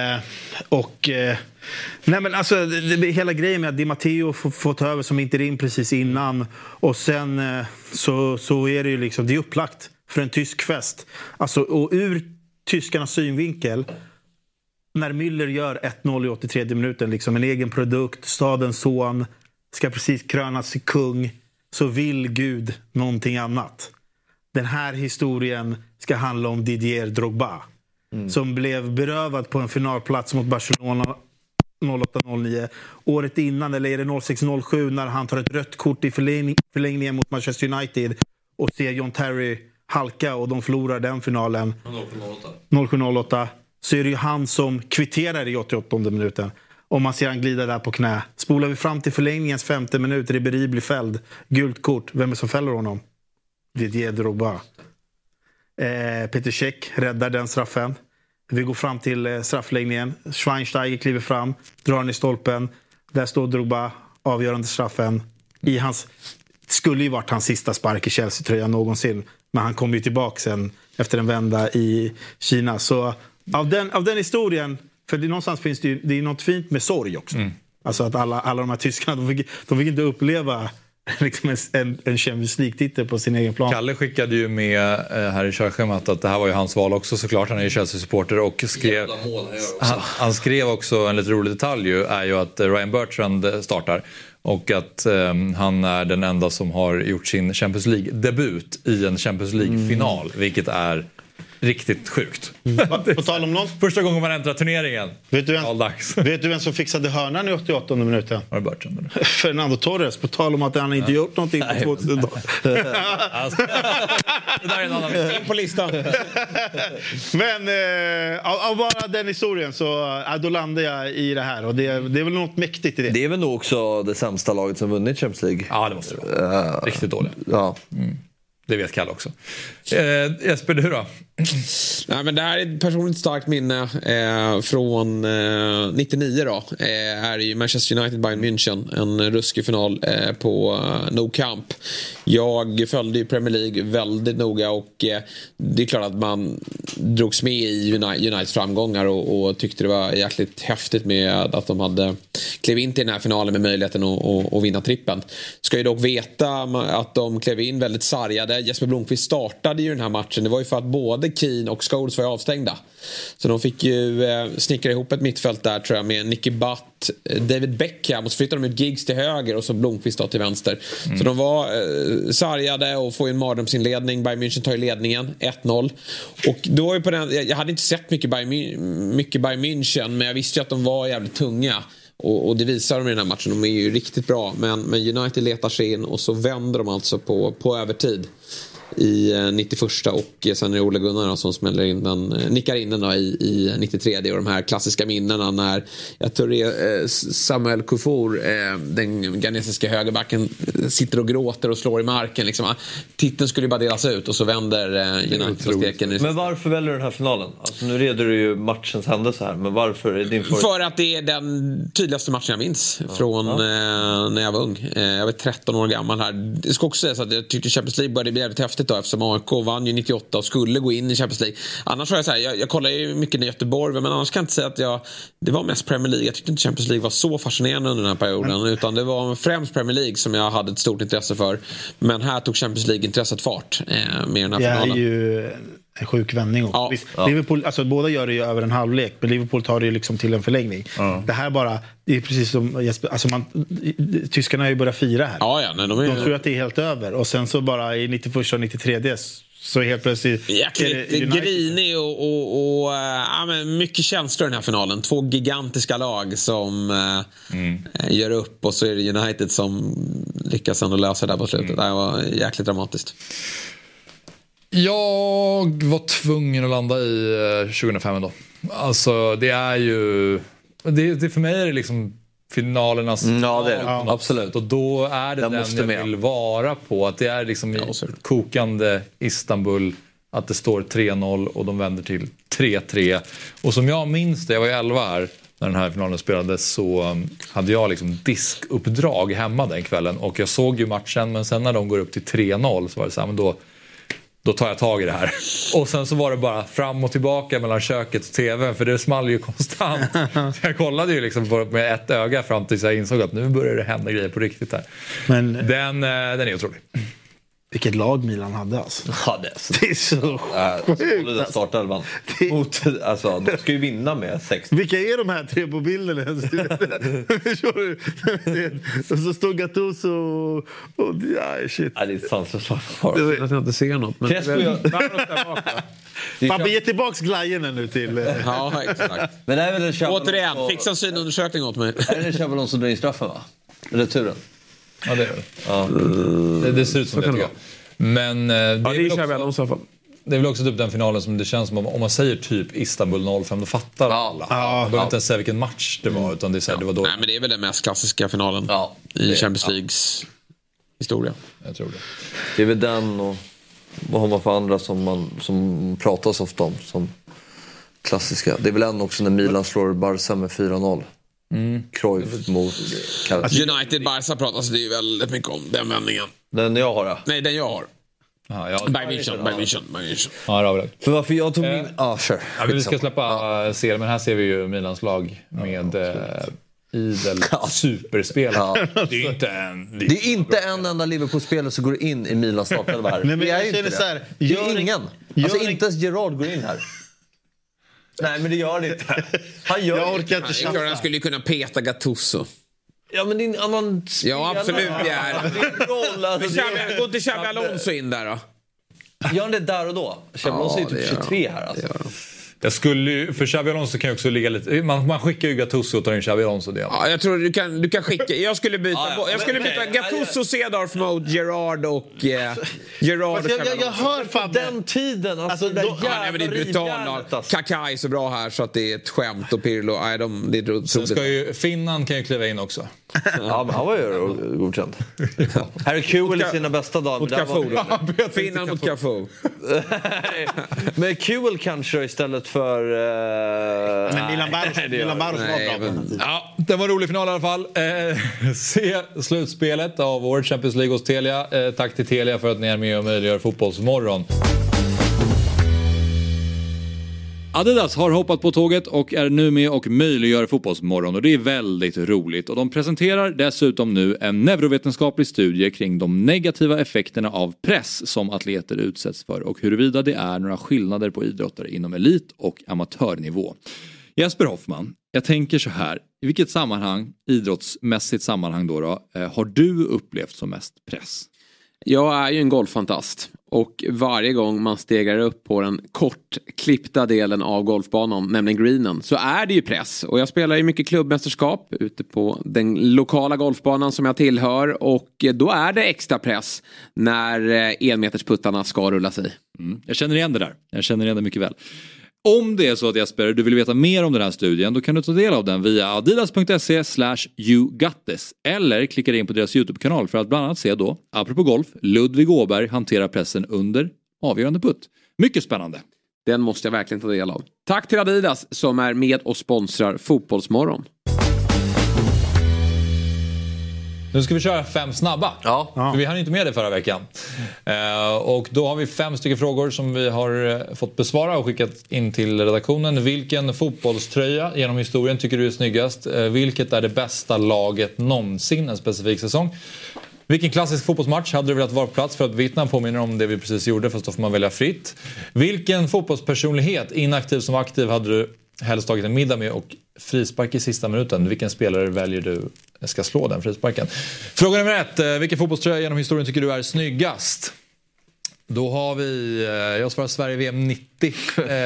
Nej, men alltså hela grejen med att Di Matteo får ta över som interim precis innan, och sen så är det ju liksom, det är upplagt för en tysk fest. Alltså, och ur tyskarnas synvinkel, när Müller gör 1-0 i 83 minuten, liksom en egen produkt, stadens son, ska precis krönas till kung, så vill Gud någonting annat. Den här historien ska handla om Didier Drogba, som blev berövad på en finalplats mot Barcelona 08-09. Året innan, eller är det 06-07, när han tar ett rött kort i förlängningen mot Manchester United och ser John Terry halka och de förlorar den finalen 07-08, så är det ju han som kvitterar i 88 minuten. Och man ser han glida där på knä. Spolar vi fram till förlängningens 5:e minut, Ribéry blir fälld. Gult kort. Vem är som fäller honom? Didier Drogba. Peter Cech räddar den straffen. Vi går fram till straffläggningen. Schweinsteiger kliver fram, drar den i stolpen. Där står Drogba, avgörande straffen. I hans, skulle ju varit hans sista spark i Chelsea-tröjan någonsin. Men han kom ju tillbaka sen efter en vända i Kina. Så av den historien, för det, någonstans finns det ju, det är något fint med sorg också. Alltså att alla de här tyskarna, de fick inte uppleva liksom en Champions League-titel på sin egen plan. Kalle skickade ju med här i körschemat att det här var ju hans val också såklart. Han är ju Chelsea-supporter och skrev, han skrev också en lite rolig detalj ju, är ju att Ryan Bertrand startar. Och att han är den enda som har gjort sin Champions League-debut i en Champions League-final. Vilket är riktigt sjukt. På tal om någon... Första gången man äntrar turneringen. Vet du vem som fixade hörnan i 88 minuten? Var det Bertrand? Fernando Torres. På tal om att han inte gjort någonting på 2000 dagar. Alltså, det där är en annan in på listan. Men av bara den historien så då landar jag i det här. Och det är väl något mäktigt i det. Det är väl nog också det sämsta laget som vunnit Champions League. Ja, det måste det vara. Riktigt dåligt. Ja. Det vet Kalle också. Jesper, du då? Nej, men det här är ett personligt starkt minne från 99 då. Är ju Manchester United Bayern München, en ruskig final på Nou Camp. Jag följde ju Premier League väldigt noga och det är klart att man drogs med i Uniteds framgångar och tyckte det var jäkligt häftigt med att de hade klev in till den här finalen med möjligheten att vinna trippen. Ska ju dock veta att de klev in väldigt sargade. Jesper Blomqvist startade ju den här matchen. Det var ju för att både Keane och Scholes var avstängda. Så de fick ju snickra ihop ett mittfält där tror jag med Nicky Butt, David Beckham och så flyttade de ut Giggs till höger och så Blomqvist då till vänster. Så de var sargade och får ju en mardrömsinledning. Bayern München tar ju ledningen 1-0. Och då är på den, jag hade inte sett mycket Bayern München, men jag visste ju att de var jävligt tunga. Och det visar de i den här matchen. De är ju riktigt bra. Men United letar sig in och så vänder de alltså på övertid i 91 och sen är det Ole Gunnar som smäller in den, nickar in den då i 93 och de här klassiska minnena när jag tror det är Samuel Kufur, den ghanesiska högerbacken, sitter och gråter och slår i marken liksom. Titeln skulle ju bara delas ut och så vänder United. Men varför väljer du den här finalen? Alltså, nu reder du ju matchens händelse här, men varför är din för att det är den tydligaste matchen jag minns från när jag var ung. Jag var 13 år gammal här. Det ska också säga så att jag tyckte Champions League började bli jävligt häftigt då, eftersom AIK vann ju 98 och skulle gå in i Champions League. Annars var jag så här, jag kollar ju mycket i Göteborg, men annars kan jag inte säga att det var mest Premier League. Jag tyckte inte Champions League var så fascinerande under den här perioden, utan det var främst Premier League som jag hade ett stort intresse för. Men här tog Champions League-intresset fart med den här finalen. Det är ju en sjuk vändning också. Ja. Liverpool, alltså båda gör det ju över en halvlek, men Liverpool tar det ju liksom till en förlängning. Det här bara, det är precis som Jesper, alltså tyskarna har ju börjat fira här. Nej, de tror att det är helt över och sen så bara i 91 och 93 så helt plötsligt jäkligt grinig och men mycket känslor i den här finalen. 2 gigantiska lag som gör upp och så är det United som lyckas ändå lösa där på slutet. Det var jäkligt dramatiskt. Jag var tvungen att landa i 2005 då. Alltså det är ju det för mig är det liksom finalernas absolut. och då är det den jag vill vara på, att det är liksom i kokande Istanbul, att det står 3-0 och de vänder till 3-3. Och som jag minns det, jag var ju 11 här när den här finalen spelades, så hade jag liksom diskuppdrag hemma den kvällen och jag såg ju matchen, men sen när de går upp till 3-0 så var det så här, men då tar jag tag i det här. Och sen så var det bara fram och tillbaka mellan köket och tv, för det small ju konstant. Så jag kollade ju liksom med ett öga fram tills jag insåg att nu börjar det hända grejer på riktigt här. Men den är otrolig. Vilket lag Milan hade alltså. Ja, det är så sjukt. Startelvan. Alltså, de ska ju vinna med 6. Vilka är de här 3 på bilden? Och så står Gattuso och shit. Ja, det är sanslöst. Jag inte ser något. Fabbe, ge tillbaks glajerna nu till... Ja, exakt. Men det är väl en återigen, fixa en synundersökning åt mig. Är det Chabalon som drar in straffen, va? Returen. Ja, det är det. Ja. Det ser ut som det, tycker jag. Men det är väl också typ den finalen som det känns som om man säger typ Istanbul 05, då fattar alla. Man behöver inte ens säga vilken match det var, utan det är så här, det var då. Nej, men det är väl den mest klassiska finalen i Champions Leagues historia. Jag tror det. Det är väl den, och vad har man för andra som pratas ofta om som klassiska. Det är väl en också när Milan slår Barca med 4-0. Cruyff mot United Barca pratas det ju väldigt mycket om den vändningen. Den jag har, Nej, den jag har. Bayern München. Ja, det har vi det. För varför jag tog min... Sure. Ja, vi ska släppa serien, men här ser vi ju Milans lag med idel superspelare. Det är inte en enda Liverpool-spelare som går in i Milans startelva här. Nej, men jag känner så här, det är ingen. Alltså inte ens Gerard går in här. Nej, men det gör det inte. Jag orkar inte köpa. Han skulle kunna peta Gattuso. Ja, men det är en annan spelare. Ja, absolut. Gå inte Xabi Alonso in där då. Gör han det där och då? Xabi Alonso är typ 23 här alltså. Jag skulle, för Xabi Alonso kan ju också ligga lite... Man skickar ju Gattuso och tar in Xabi Alonso. Det. Ja, jag tror du kan skicka... Jag skulle byta Gattuso, Cedorf mot Gerard och... Gerard och jag hör fan den tiden. Alltså det är brutalt. Kaká är så bra här så att det är ett skämt. Och Pirlo, det är troligt. Sen ska ju... Finland kan ju kliva in också. Ja, men han var ju godkänd. Harry Kewell i sina bästa dagar. Mot Cafu. Finland mot Cafu. Men Kewell kanske istället för... Men Milan Baros var bra. Ja, det var en rolig final i alla fall. Se slutspelet av World Champions League hos Telia. Tack till Telia för att ni är med och möjliggör Fotbollsmorgon. Adidas har hoppat på tåget och är nu med och möjliggör Fotbollsmorgon och det är väldigt roligt. Och de presenterar dessutom nu en neurovetenskaplig studie kring de negativa effekterna av press som atleter utsätts för och huruvida det är några skillnader på idrottare inom elit- och amatörnivå. Jesper Hoffman, jag tänker så här, i vilket sammanhang, idrottsmässigt sammanhang då, har du upplevt som mest press? Jag är ju en golffantast och varje gång man stegar upp på den kortklippta delen av golfbanan, nämligen greenen, så är det ju press. Och jag spelar ju mycket klubbmästerskap ute på den lokala golfbanan som jag tillhör och då är det extra press när enmetersputtarna ska rullas i. Jag känner igen det där, jag känner igen det mycket väl. Om det är så att Jesper, du vill veta mer om den här studien, då kan du ta del av den via adidas.se/yougottes eller klicka in på deras YouTube-kanal för att bland annat se då, apropå golf, Ludvig Åberg hanterar pressen under avgörande putt. Mycket spännande. Den måste jag verkligen ta del av. Tack till Adidas som är med och sponsrar Fotbollsmorgon. Nu ska vi köra 5 snabba. Ja. För vi hann inte med det förra veckan. Och då har vi 5 stycken frågor som vi har fått besvara och skickat in till redaktionen. Vilken fotbollströja genom historien tycker du är snyggast? Vilket är det bästa laget någonsin en specifik säsong? Vilken klassisk fotbollsmatch hade du velat vara på plats för att vittna? Påminner om det vi precis gjorde, fast då får man välja fritt. Vilken fotbollspersonlighet, inaktiv som aktiv, hade du helst tagit en middag med och frispark i sista minuten? Vilken spelare väljer du ska slå den frisparken? Fråga nummer 1. Vilken fotbollströja genom historien tycker du är snyggast? Då har vi, jag svarar Sverige VM 90.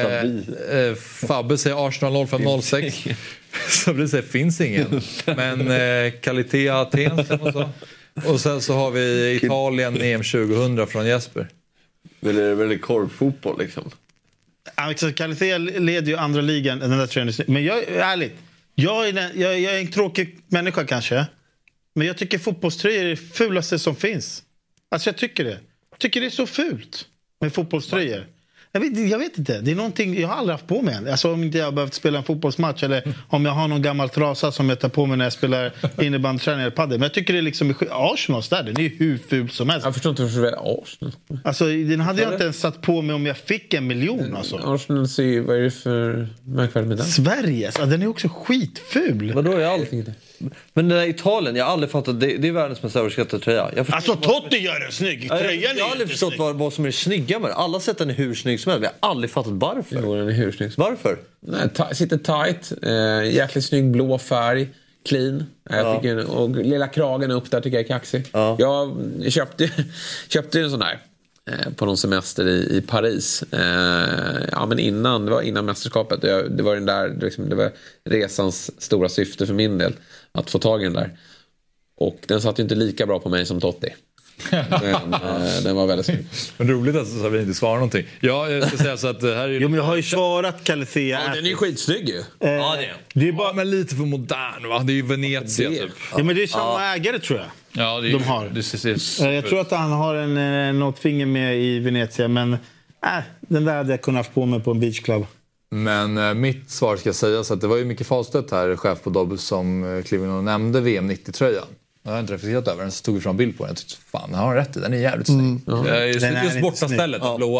Fabbe säger Arsenal 05-06. Sabri säger finns ingen. Men kvalitet Aten och så. Och sen så har vi Italien EM 2000 från Jesper. Väldigt korvfotboll liksom. Kvalitet leder ju andra ligan. Den där trenden. Men jag är ärligt. Jag är en tråkig människa kanske. Men jag tycker fotbollströjor är det fulaste som finns. Alltså jag tycker det. Jag tycker det är så fult med fotbollströjor. Jag vet inte. Det är någonting jag har aldrig haft på mig än. Alltså om inte jag har behövt spela en fotbollsmatch eller om jag har någon gammal trasa som jag tar på mig när jag spelar innebandträning eller padel. Men jag tycker det är liksom Arsenals där. Den är ju hur ful som helst. Jag förstår inte varför du väljer Arsenal. Alltså den hade jag inte ens satt på mig om jag fick 1 miljon alltså. Arsenal ser ju, vad är det för märkvärdigt med den? Sveriges, den är också skitful. Vadå är allt? Men den där Italien, jag har aldrig fattat, det är världens mest överskattade tröja. Alltså Totti gör en snygg tröja. Jag har aldrig förstått vad som är snygga med det. Alla sätter den är hur snygg som helst, men jag har aldrig fattat varför. Jo, den är hur snygg. Varför? Nej, sitter tight, jäkligt snygg blå färg, clean. Jag tycker, och lilla kragen upp där tycker jag är kaxig. Ja. Jag köpte en sån där på någon semester i Paris. Men det var innan mästerskapet. Det var den där, liksom, det var resans stora syfte för min del att få tag i den där. Och den satt ju inte lika bra på mig som Totti. Men den var väldigt snygg. Men roligt att vi inte svarar någonting. Jag ska säga så att det här är... Jo, men jag har ju svarat Calcea. Ja, den är ju skitsnygg ju. Ja, det är bara men lite för modern, va? Det är ju Venezia typ. Ja, men det är samma ägare tror jag. Ja, det är, de har. Jag tror att han har något finger med i Venezia, men den där hade jag kunnat få på mig på en beachclub. Men mitt svar ska sägas att det var ju Micke Fahlstedt här, chef på Dobbs, som klev in och nämnde VM 90-tröjan. Jag har inte reflekterat över den, så tog vi fram bild på den. Jag tyckte, fan, han har rätt i, den är jävligt snygg. Jag just borta stället, blåa.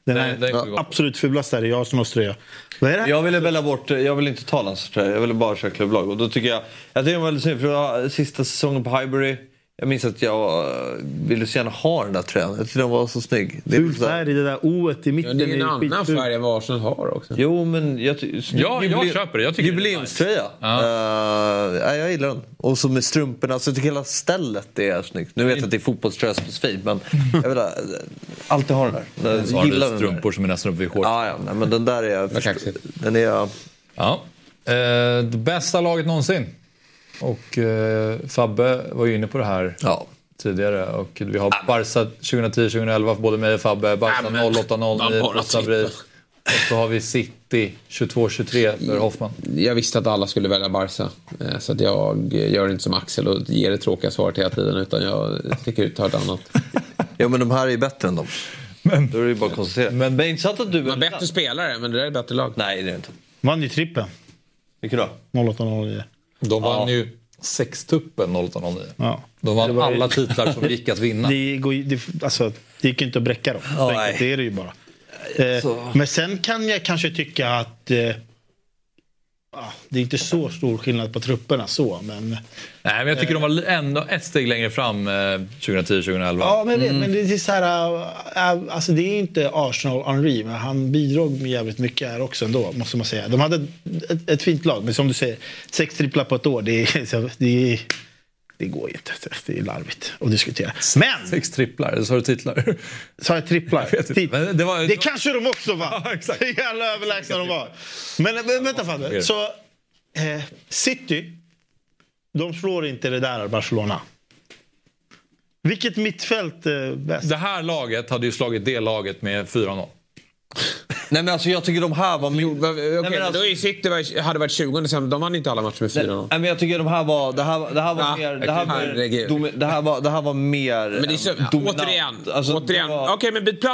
Den är absolut fulast där i Arsenals tröja. Vad är det? Jag ville välja bort, jag vill inte ta landslagströja, jag ville bara köra klubblag. Och då tycker jag det är väldigt synd, för sista säsongen på Highbury, jag minns att jag ville så gärna ha den där tröjan. Jag tyckte den var så snygg. Ful färg, det där oet i mitten. Det är en annan färg än vad Arsenal har också. Jo, men jag köper det. Jag tycker jubileumströja. Jag gillar den. Och så med strumporna, så jag tycker hela stället det är snyggt. Nu vet jag att det är fotbollströja specifikt, men jag vill alltid ha den där. Jag gillar den strumpor som är nästan uppe vid shorts. Ja, men den där är... Den är... Ja. Det bästa laget någonsin. Och Fabbe var ju inne på det här tidigare. Och vi har Barca 2010-2011 för både mig och Fabbe. Barca 08-09 för Sabri. Och så har vi City 22-23 för Hoffman. Jag visste att alla skulle välja Barca. Så att jag gör inte som Axel och ger det tråkiga svaret hela tiden. Utan jag sticker ut ett annat. Ja, men de här är ju bättre än dem. Men, då är det ju bara att konstatera. Men inte så att du... Man är bättre spelare, men det där är bättre lag. Nej, det är inte. Vann ju trippen. Vilket då? 08-09. De vann ju 6-tuppen 08-09. Ja. De vann alla titlar som gick att vinna. Det gick inte att bräcka dem. Det är det ju bara. Men sen kan jag kanske tycka att det är inte så stor skillnad på trupperna så, men... Nej, men jag tycker de var ändå ett steg längre fram 2010-2011. Ja, men det är så här... alltså det är inte Arsenal Henry, men han bidrog med jävligt mycket här också ändå, måste man säga. De hade ett fint lag, men som du säger, 6 tripplar på ett år, det går inte. Det är larvigt att diskutera. Men 6 tripplar, så har du titlar. Så har jag tripplar. Det kanske de också var. Ja, exakt. Det är jävla överlägsna de var. Men vänta fan. Så City, de slår inte det där Barcelona. Vilket mittfält bäst? Det här laget hade ju slagit det laget med 4-0. Nej, men alltså jag tycker de här var... Då är City hade varit 20, sen de vann inte alla matcher med 4-0. Nej, men jag tycker de här var... Det här var mer... Det här var mer... Men det är så, återigen. Okej, men byt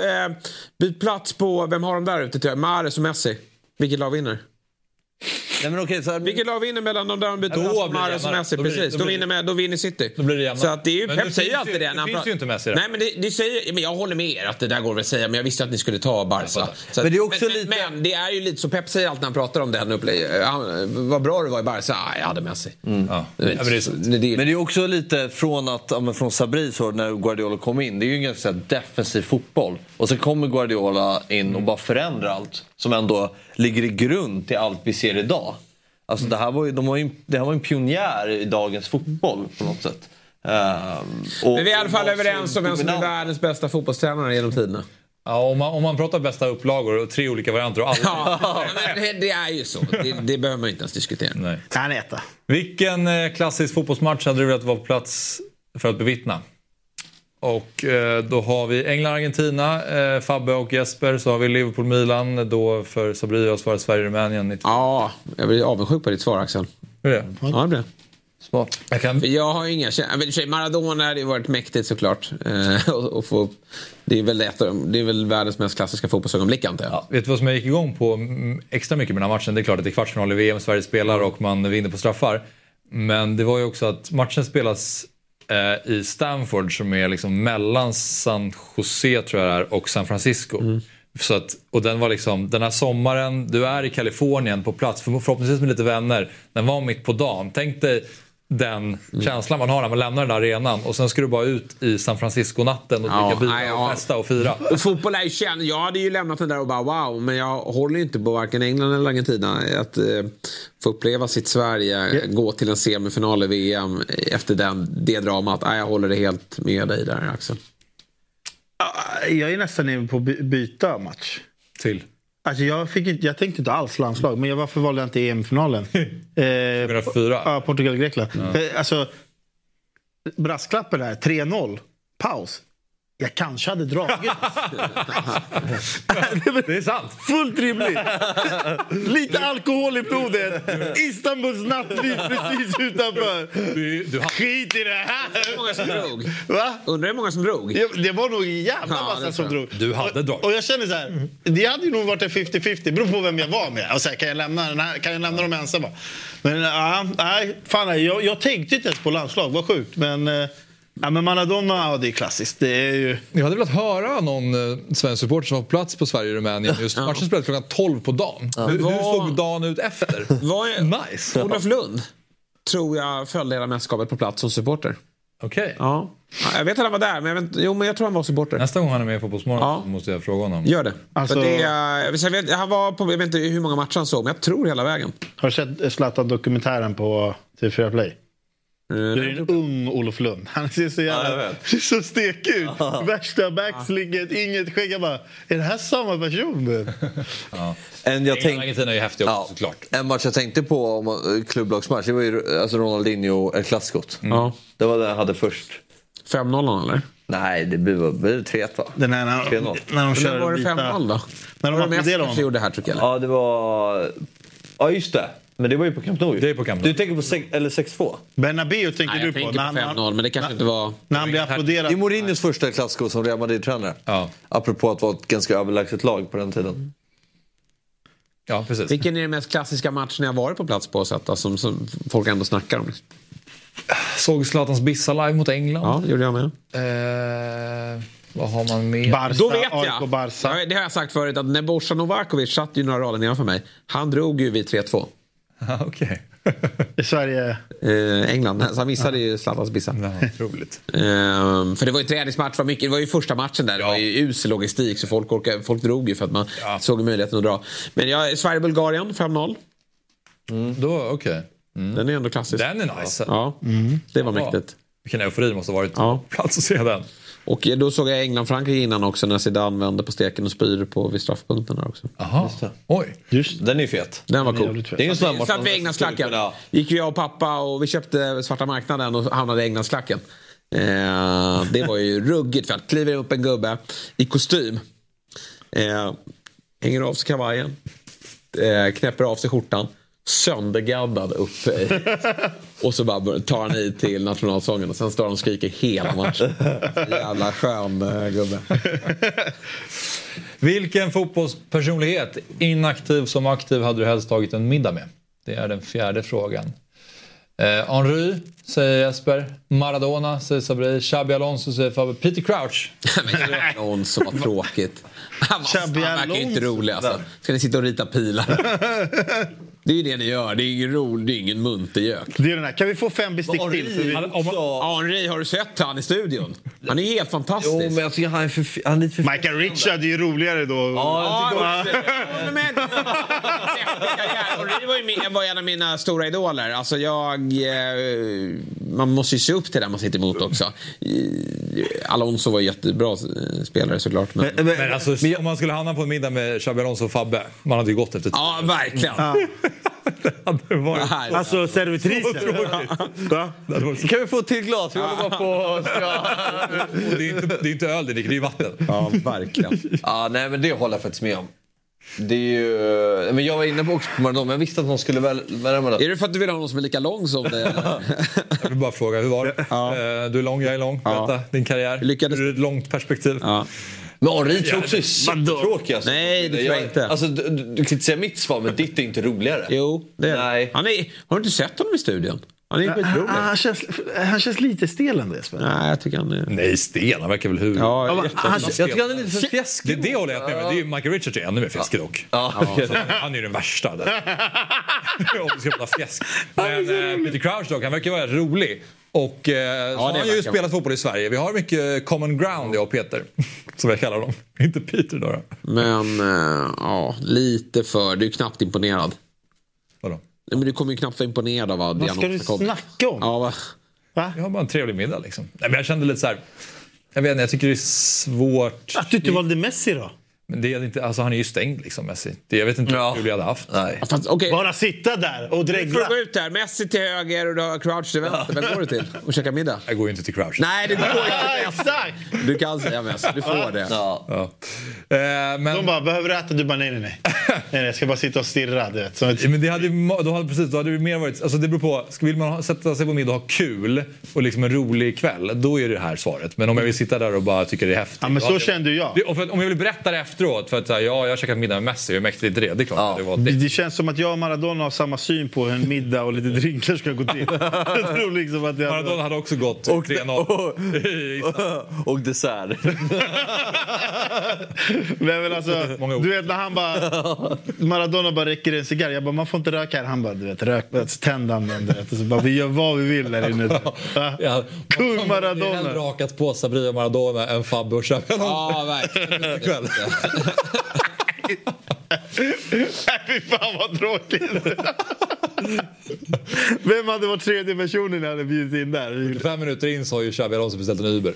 plats på... Vem har de där ute? Mahrez och Messi. Vilket lag vinner? Nej, men okej, så här... Vilket lag vinner mellan de där byter plats Mahrez och Messi? Precis, då vinner City. Då blir det jämna. Så att det är ju, Pep säger alltid det. Det finns ju inte Messi där. Nej, men det säger, men jag håller med er att det där går väl att säga, men jag visste att ni skulle ta Barca. Så men det är också men det är ju lite så Pep säger alltid när han pratar om den vad bra det var i Barca. Jag hade Messi. Ja. Men det är också lite från Sabri så när Guardiola kom in. Det är ju en ganska defensiv fotboll. Och så kommer Guardiola in och bara förändrar allt som ändå ligger i grund till allt vi ser idag. Alltså det här var en pionjär i dagens fotboll på något sätt. Men vi är i alla fall överens om vem som är världens bästa fotbollstränare genom tiderna. Ja, om man pratar bästa upplagor och 3 olika varianter och alla. Men det är ju så. Det behöver man inte ens diskutera. Nej. Kan äta. Vilken klassisk fotbollsmatch hade du velat vara på plats för att bevittna? Och då har vi England-Argentina, Fabbe och Jesper. Så har vi Liverpool-Milan. Då för Sabri och svarar Sverige-Rumänien. Ja, jag blir avundsjuk på ditt svar, Axel. Är det? Ja, det blir smart. Jag har inga... Maradona hade ju varit mäktigt såklart. Och få, det är väl världens mest klassiska fotbollsögonblick, antar jag. Ja, vet du vad som jag gick igång på extra mycket med den här matchen? Det är klart att det är kvartsfinal i VM, Sverige spelar och man vinner på straffar. Men det var ju också att matchen spelas i Stamford som är liksom mellan San Jose tror jag är, och San Francisco. Så att, och den var liksom, den här sommaren, du är i Kalifornien på plats, förhoppningsvis med lite vänner, den var mitt på dagen. Tänk dig den känslan man har när man lämnar den där arenan och sen ska du bara ut i San Francisco-natten och dricka bilar och festa och fira. Och fotboll är ju känd. Jag hade ju lämnat den där och bara wow, men jag håller ju inte på varken England eller Argentina att få uppleva sitt Sverige, gå till en semifinal i VM efter det dramat. Jag håller det helt med dig där, Axel. Jag är nästan inne på att byta match. Till? Alltså jag tänkte inte alls landslag, men varför valde jag inte EM-finalen? 2004? Ja, Portugal-Grekland. Alltså, brasklappen där, 3-0, paus. Jag kanske hade dragit. Det är sant. Fullt rimligt. Lite alkohol i blodet. Istanbuls nattliv precis utanför. Skit i det här. Hur många som drog? Va? Undrar hur många som drog? Det var nog en jävla massa som drog. Du hade dragit. Och jag känner så här, det hade ju nog varit en 50-50. Det beror på vem jag var med. Och så här, kan jag lämna dem ensamma? Men nej, fan, jag tänkte inte ens på landslag. Vad sjukt, men Ja, men Maradona, det är klassiskt. Det är ju... Jag hade velat höra någon svensk supporter som var på plats på Sverige-Rumänien. Just matchen spelades klockan 12 på dagen. Hur såg dagen ut efter? Nice. Olof Lund tror jag följde hela mästerskapet på plats som supporter. Okej. Ja. Jag vet att han var där, men jag tror han var supporter. Nästa gång han är med på Fotbollsmorgon så måste jag fråga honom. Gör det. Alltså... han var på, jag vet inte hur många matcher han såg, men jag tror hela vägen. Har du sett Zlatan-dokumentären på TV4 Play? Det är en ung Olof Lund. Han ser så jävla så stek ut. Värsta backslinget, inget skägg. Jag bara, är det här samma person? Argentina är ju häftig också, såklart. En match jag tänkte på om klubblagsmatch, det var ju alltså Ronaldinho El Clasicot. Det var det jag hade först. 5-0 eller? Nej, det blev 3-1 va? Den här när de kör var det 5-0 då? När de applåderade honom. Gjorde här, tycker jag. Ja, det var... Ja, just det. Men det var ju på Camp Nou. Det är på Camp Nou. Du tänker på 6-2? Bernabéu tänker du på. Jag tänker på 5-0, men det kanske inte var... När han blir applåderad. Det är Mourinhos första klassiko som Real Madrid-tränare. Ja. Apropå att vara ett ganska överlägset lag på den tiden. Ja, precis. Vilken är den mest klassiska matchen jag varit på plats på sätt, som folk ändå snackar om? Såg Zlatans Bissa live mot England. Ja, det gjorde jag med. Vad har man med? Barca, Då vet jag. Barca. Det har jag sagt förut, att när Bojan Novakovic satt ju några rader nedanför mig. Han drog ju vid 3-2. Okej. I Sverige... England, så han missade ju Zlatans Bissa. Otroligt. För det var ju träningsmatch, det var ju första matchen där. Det var ju usel logistik, så folk drog ju för att man såg möjligheten att dra. Men Sverige-Bulgarien 5-0. Då, okej. Den är ändå klassisk. Den är nice. Ja, det var mäktigt. Vilken eufori måste ha varit på plats att se den. Och då såg jag England-Frankrike innan också, när Zidane vände på steken och spyr på vid straffpunkten där också. Aha. Oj. Just, den är fet. Den var cool. Det är ingen sån så att vi Englandsklacken. Gick jag och pappa och vi köpte svarta marknaden och hamnade i Englandsklacken. Det var ju ruggigt, för att kliver upp en gubbe i kostym. Hänger av sig kavajen. Knäpper av sig skjortan. Söndergaddad uppe och så bara tar han i till nationalsången och sen står han och skriker hela matchen. Jävla skön gubbe. Vilken fotbollspersonlighet, inaktiv som aktiv, hade du helst tagit en middag med? Det är den 4:e frågan. Henry, säger Jesper. Maradona, säger Sabri. Xabi Alonso, säger Fabio. Peter Crouch. Men Alonso var tråkigt. Han verkar ju inte rolig alltså. Ska ni sitta och rita pilar? Det är ju det ni gör. Det är ingen rolig, det är ingen muntergök. Det är den här. Kan vi få 5 bestick till? Henry, har du sett han i studion? Han är helt fantastisk. Jo, men jag tycker han är lite för... Michael Richard är ju roligare då. Henry var en av mina stora idoler. Alltså man måste ju se upp till det man sitter emot också. Alonso var jättebra spelare såklart. Men alltså, om man skulle hamna på en middag med Xabi Alonso och Fabbe, man hade ju gått efter 10. Ja, verkligen. Det varit... Alltså servitrisen. Kan vi få till glas? Vi håller bara på... Det är inte öl, det är vatten. Ja, verkligen. Nej, men det håller jag faktiskt med om. Det är ju... Men jag var inne på också på Maradona, men jag visste att någon skulle värma det. Är det för att du vill ha någon som är lika lång som det? Jag vill bara fråga, hur var det? Du är lång, jag är lång. Berätta, din karriär. Lyckades... Ur ett långt perspektiv. Ja. Men Henry tror också är supertråkig alltså. Nej, det tror jag inte. Alltså, du kan inte säga mitt svar, men ditt är inte roligare. Jo, det är nej. Har du inte sett honom i studion? Han är skitrolig. Han känns lite stel ändå, Jesper. Nej, jag tycker han är... Nej, stel. Han verkar väl hur... Ja, jag tycker han är lite för fjäskig. Det håller jag med. Det är ju Michael Richards är ännu mer fjäskig dock. Han är ju den värsta där. Om vi ska prata fjäsk. Men Peter Crouch dock, han verkar vara rolig. Och så har han ju spelat fotboll i Sverige. Vi har mycket common ground, jag och Peter. Som jag kallar dem. Inte Peter då. Men lite för... Du är knappt imponerad. Vadå? Men du kommer ju knappt vara imponerad av vad ska du snacka om? Ja, va? Jag har bara en trevlig middag liksom. Nej, men jag kände lite så här... Jag vet inte, jag tycker det är svårt... Att du inte valde Messi då? Men det är inte, alltså han är ju stängd liksom, Messi. Jag vet inte hur vi hade haft. Nej. Fast, okay. Bara sitta där och dregla. Du får gå ut där, Messi till höger och du har Crouch till vänster. Vem går du till? Och käka middag? Jag går ju inte till Crouch. Nej, det går inte. Du kan säga Messi, du får det. Ja. Men... De bara, behöver du äta? Du bara, nej. Nej, jag ska bara sitta och stirra, du vet. Men det hade då hade det mer varit... Alltså det beror på, vill man sätta sig på middag och ha kul och liksom en rolig kväll, då är det här svaret. Men om jag vill sitta där och bara tycker det är häftigt... Ja, men så kände jag. Om jag vill berätta det efteråt efteråt. För att jag har käkat middag med Messi. Hur mäktigt är det? Det är klart det var det känns som att jag och Maradona har samma syn på hur en middag och lite drinkar ska gå till. Jag tror liksom att Maradona hade också gått 3-0. Och dessert. Men alltså, du vet när han bara Maradona bara räcker en cigarr. Jag bara, man får inte röka här. Han bara, du vet, rök, tändan. Så bara, vi gör vad vi vill här inne. Ja, Kung Maradona. Det är hellre rakat på Sabri och Maradona än Fabbe och Xabi. Ja, verkligen. Fy fan vad tråkigt. Vem hade varit tredje personen när hade bjudit in där? 5 minuter in så har ju Xabi Alonso beställt en Uber.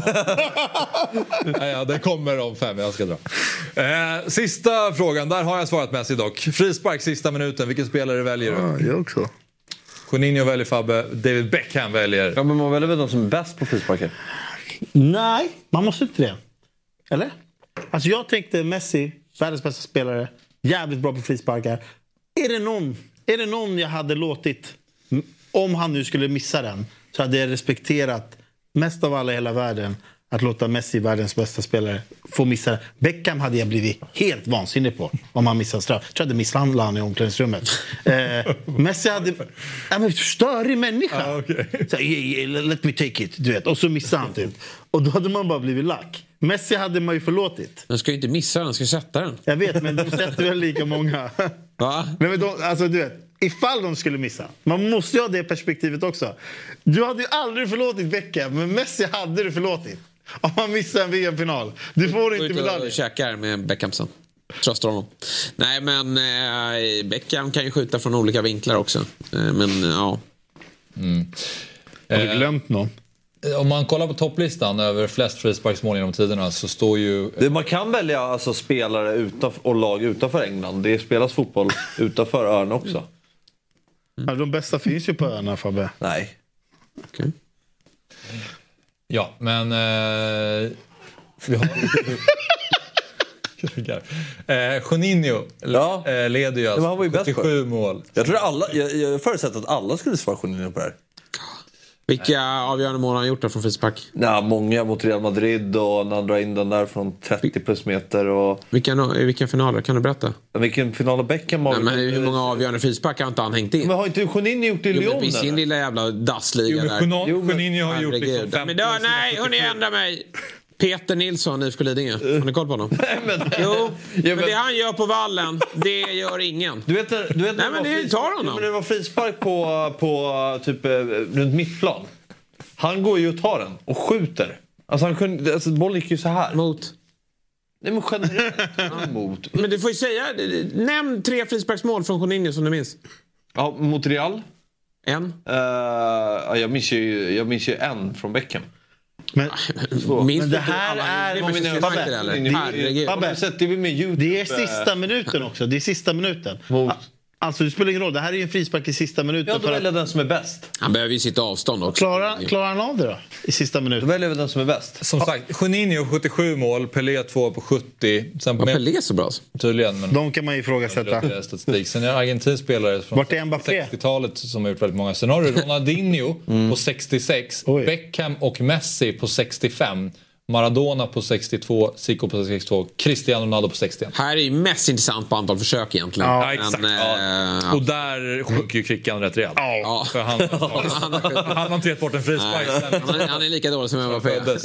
Ja, den kommer om 5, jag ska dra. Sista frågan, där har jag svarat Messi dock. Frispark sista minuten, vilken spelare väljer du? Ja, jag också. Juninho väljer Fabbe, David Beckham väljer... Ja, men man väljer väl de som är bäst på frisparken? Nej, man måste inte det. Eller? Alltså jag tänkte Messi, världens bästa spelare, jävligt bra på frisparkar. Är det någon jag hade låtit, om han nu skulle missa den, så hade jag respekterat mest av alla i hela världen att låta Messi, världens bästa spelare, få missa. Beckham hade jag blivit helt vansinnig på om han missade straff. Jag tror att det misshandlade han i omklädningsrummet. Messi hade... störig människa. Okay. Så, let me take it, du vet. Och så missade han typ. Och då hade man bara blivit lack. Messi hade man ju förlåtit. Den ska ju inte missa den, ska sätta den. Jag vet, men de sätter väl lika många. Va? Men alltså du vet, ifall de skulle missa. Man måste ju ha det perspektivet också. Du hade ju aldrig förlåtit Beckham, men Messi hade du förlåtit. Om man missar en VM-final. Du får inte medalj. Käkar med Beckham sen. Tröstar honom. Nej, men Beckham kan ju skjuta från olika vinklar också. Men ja. Har du glömt någon? Om man kollar på topplistan över flest frisparksmål genom tiderna så står ju... Man kan välja alltså spelare och lag utanför England. Det spelas fotboll utanför öarna också. Ja, de bästa finns ju på öarna, Fabbe. Nej. Okay. Ja, men... vi har... Juninho leder ju alltså 77 mål. Jag tror jag förutsätter att alla skulle svara Juninho på det här. Vilka avgörande mål har han gjort då från frispark? Ja, många mot Real Madrid och när han drar in den där från 30 plus meter. Och... Vilken finaler kan du berätta? Vilken final av Beckham har... Nej, men hur många avgörande frispark har inte han hängt in? Men har inte Juninho gjort det i Lyon? I sin lilla jävla dassliga där. Juninho har gjort liksom 50. Nej, hörni, ändra mig. Peter Nilsson, IFK Lidingö. Har ni koll på honom? Nej, men... men det han gör på vallen, det gör ingen. Du vet nej, men det tar honom. Men det var frispark på typ runt mittplan. Han går ju och tar den och skjuter. Alltså bollen gick ju så här. Mot? Nej, men generellt mot. Men du får ju säga, nämn 3 frisparksmål från Juninho som du minns. Ja, mot Real. En? Jag minns ju en från Beckham. Men det här är... Det är sista minuten också. Det är sista minuten. Alltså det spelar ingen roll. Det här är ju en frispark i sista minuten. Ja, då väljer den som är bäst. Han behöver ju sitt avstånd också. Klarar han av det då? I sista minuten. Då väljer vi den som är bäst. Som sagt, Juninho 77 mål, Pelé 2 på 70. Sen på Pelé så bra. Tydligen. Men de kan man ju ifrågasätta. Sen är det Argentin spelare från 60-talet som har gjort väldigt många scenarier. Ronaldinho på 66. Oj. Beckham och Messi på 65. Maradona på 62, Zico på 62, Cristiano Ronaldo på 61. Här är ju mest intressant på antal försök egentligen. Ja, exakt. Och där sjunker ju Krickan rätt rejält. Ja. För han har inte gett bort en frispark. Han är lika dålig som jag var föddes.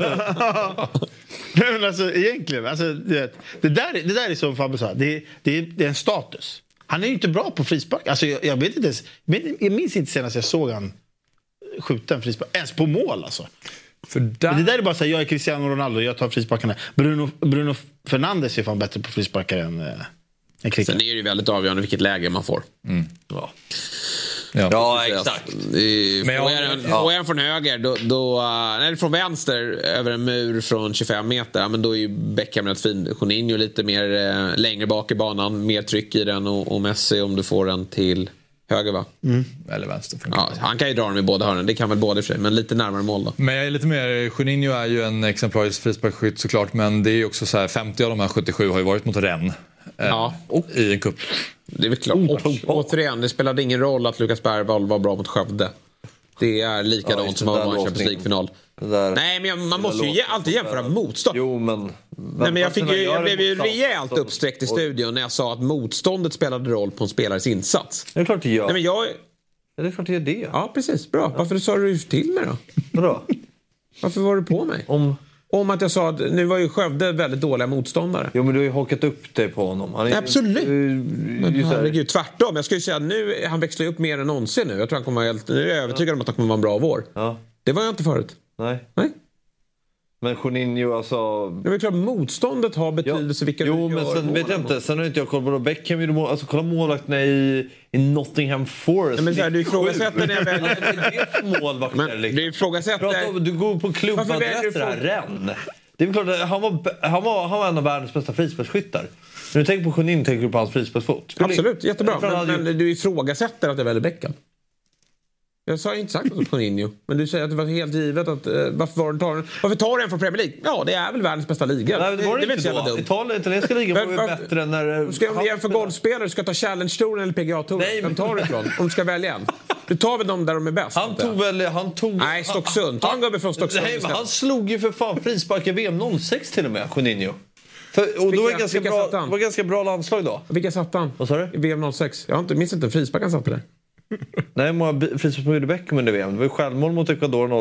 Men alltså egentligen, alltså, det där är som Fabbe sa, det är en status. Han är ju inte bra på frispark. Alltså jag vet inte ens, jag minns inte senast jag såg han skjuta en frispark. Ens på mål alltså. Men det där är bara så här, jag är Cristiano Ronaldo, jag tar frisparkarna. Bruno Fernandes är fan bättre på frisparkar än Krickan. Sen är det ju väldigt avgörande vilket läge man får. Ja, exakt. Får jag från höger eller från vänster över en mur från 25 meter, men då är ju Beckham rätt fin. Juninho lite mer längre bak i banan, mer tryck i den, och Messi om du får den till höger, va? Eller vänster. Ja, han kan ju dra dem i båda hörnen. Det kan väl båda för sig, men lite närmare mål då. Men jag är lite mer... Juninho är ju en exemplarisk frisparksskytt såklart, men det är ju också så här, 50 av de här 77 har ju varit mot Rennes i en cup. Det är väl klart. Återigen, det spelade ingen roll att Lukas Bergvall var bra mot Skövde. Det är likadant som att vara en Champions League-final. Nej, men man måste ju alltid jämföra motstånd. Jo, men jag blev ju rejält uppsträckt i studion när jag sa att motståndet spelade roll på en spelares insats. Det är klart det gör. Nej, men det är klart det gör det. Ja, precis. Bra. Varför sa du till mig då? Vadå? Varför var du på mig? Om att jag sa att nu var ju Skövde väldigt dåliga motståndare. Jo, men du har ju hakat upp dig på honom. Absolut. Men herregud, tvärtom. Jag skulle säga att nu, han växlar upp mer än någonsin nu. Jag tror han kommer helt, nu är jag övertygad om att han kommer vara en bra vår. Ja. Det var jag inte förut. Nej. Men Juninho, alltså... Det är klart, motståndet har betydelse vilka du gör. Jo, men sen vet jag inte. Sen har inte jag koll på Beckham. Alltså kolla målvakterna i Nottingham Forest. Men så här, du ifrågasätter när jag väljer... Det är för målvakter. Men du ifrågasätter... Du går på klubbadresser här, Rennes. Det är klart att han var en av världens bästa frisparksskyttar. När du tänker på Juninho tänker du på hans frisparksfot. Absolut, jättebra. Men du ifrågasätter att det är väldigt Beckham. Jag sa inte sagt något på Juninho. Men du säger att det var helt givet att varför tar du en från Premier League? Ja, det är väl världens bästa liga. Nej, det var det inte då. Italienska ligan var ju bättre än när... Ska jag jämföra golfspelare? Du ska ta Challenge-touren eller PGA-touren? Nej, vem tar du ifrån? Om du ska välja en. Du tar väl dem där de är bäst? Han tog... Nej, Stocksund. Ta en gubbe från Stocksund. Nej, men han slog ju för fan frispark i VM 06 till och med, Juninho. Och då var ganska bra landslag då. Vilka satt han? Vad sa du? I VM 06. Jag minns inte en frispark han satte där. Nej, frispark på gjorde Beckham under VM. Det var ju självmål mot Ecuador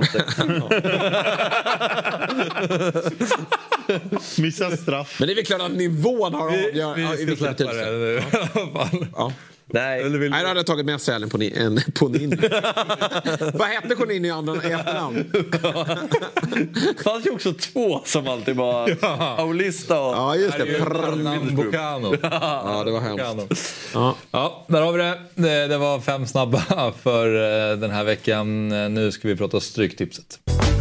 06. Missar straff. Men det är väl klart att nivån har avgör i vilken betydelse. I alla fall. Ja. Nej, då hade jag tagit med Sälen på Ninni. Vad hette Juninho i andra efternamn? Det fanns ju också två som alltid var Paulista och... Ja, just det. Pernambucano. Ja, det var hemskt. Ja, där har vi det. Det var 5 snabba för den här veckan. Nu ska vi prata stryktipset.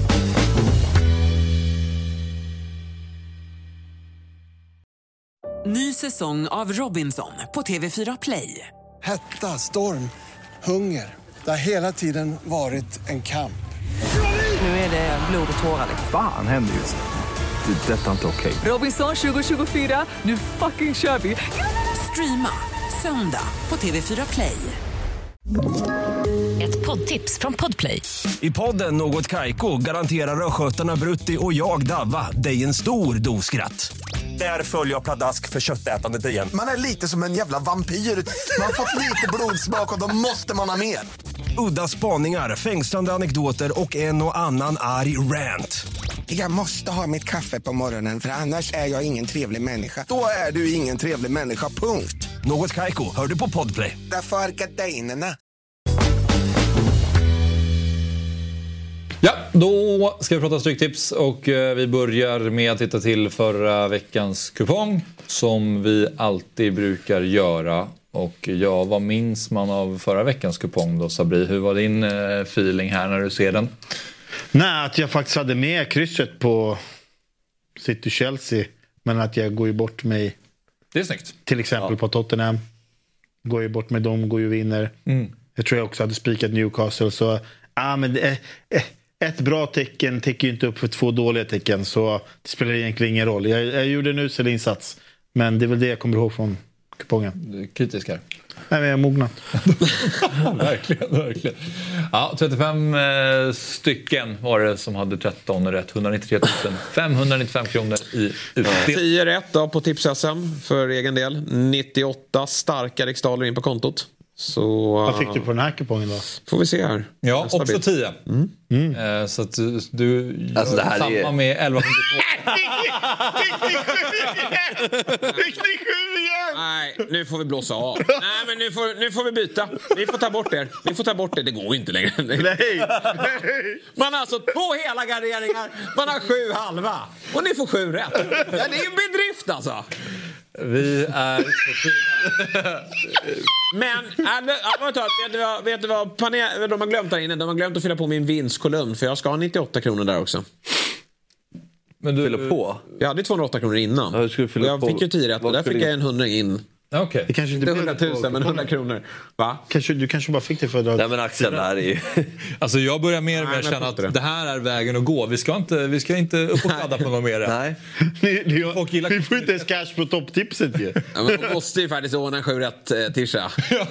Ny säsong av Robinson på TV4 Play. Hetta, storm, hunger. Det har hela tiden varit en kamp. Nu är det blod och tårar. Fan händer just det. Detta är inte okej. Robinson 2024, nu fucking kör vi. Streama söndag på TV4 Play. Ett poddtips från Podplay. I podden Något Kaiko garanterar röskötarna Brutti och jag Davva dig en stor doskratt. Där följer jag pladask för köttätandet igen. Man är lite som en jävla vampyr. Man har fått lite blodsmak och då måste man ha mer. Udda spaningar, fängslande anekdoter och en och annan arg rant. Jag måste ha mitt kaffe på morgonen för annars är jag ingen trevlig människa. Då är du ingen trevlig människa, punkt. Något Kaiko, hör du på Podplay. Därför är gardinerna. Ja, då ska vi prata stryktips och vi börjar med att titta till förra veckans kupong som vi alltid brukar göra. Och ja, vad minns man av förra veckans kupong då, Sabri? Hur var din feeling här när du ser den? Nej, att jag faktiskt hade med krysset på City-Chelsea, men att jag går ju bort mig. Det är snyggt. Till exempel på Tottenham. Går ju bort med dem, går ju vinner. Jag tror jag också hade spikat Newcastle, så men ett bra tecken täcker ju inte upp för 2 dåliga tecken, så det spelar egentligen ingen roll. Jag gjorde en usel insats, men det är väl det jag kommer ihåg från kupongen. Du är kritisk här. Nej, men jag är mognat. verkligen. Ja, 35 stycken var det som hade 13 rätt. 193 595 kronor i utdelning. 10 rätt då på Tips-SM för egen del. 98 starka riksdaler in på kontot. Så, vad fick du på den här kupongen då? Får vi se här. Ja, också 10. Så att du alltså, det här samma är... med 11,52. Nej, nu får vi blåsa av. Nej, men nu får vi byta. Vi får ta bort det. Vi får ta bort det. Det går inte längre. Nej. Man har alltså 2 hela garderingar. Man har 7 halva. Och ni får 7 rätt. Ja, det är ju en bedrift alltså. Vi är så fina. Men vet du vad de har glömt där inne? De har glömt att fylla på min vinstkolumn, för jag ska ha 98 kronor där också. Men du fyller på? Jag hade 208 kronor innan. Ja, jag fick ju 10 rätt. Där fick jag en 100 in. Okay. Det kanske inte 100 000 men 100 kronor. Va? Du kanske bara fick det för att... Nej men Axel, det här är ju... Alltså jag börjar mer och mer känna att det här är vägen att gå. Vi ska inte upp och kladda på något mer. Nej. Vi får inte ens cash på topptipset ju. Ja, men de måste ju faktiskt ordna 7-rätt Tisha.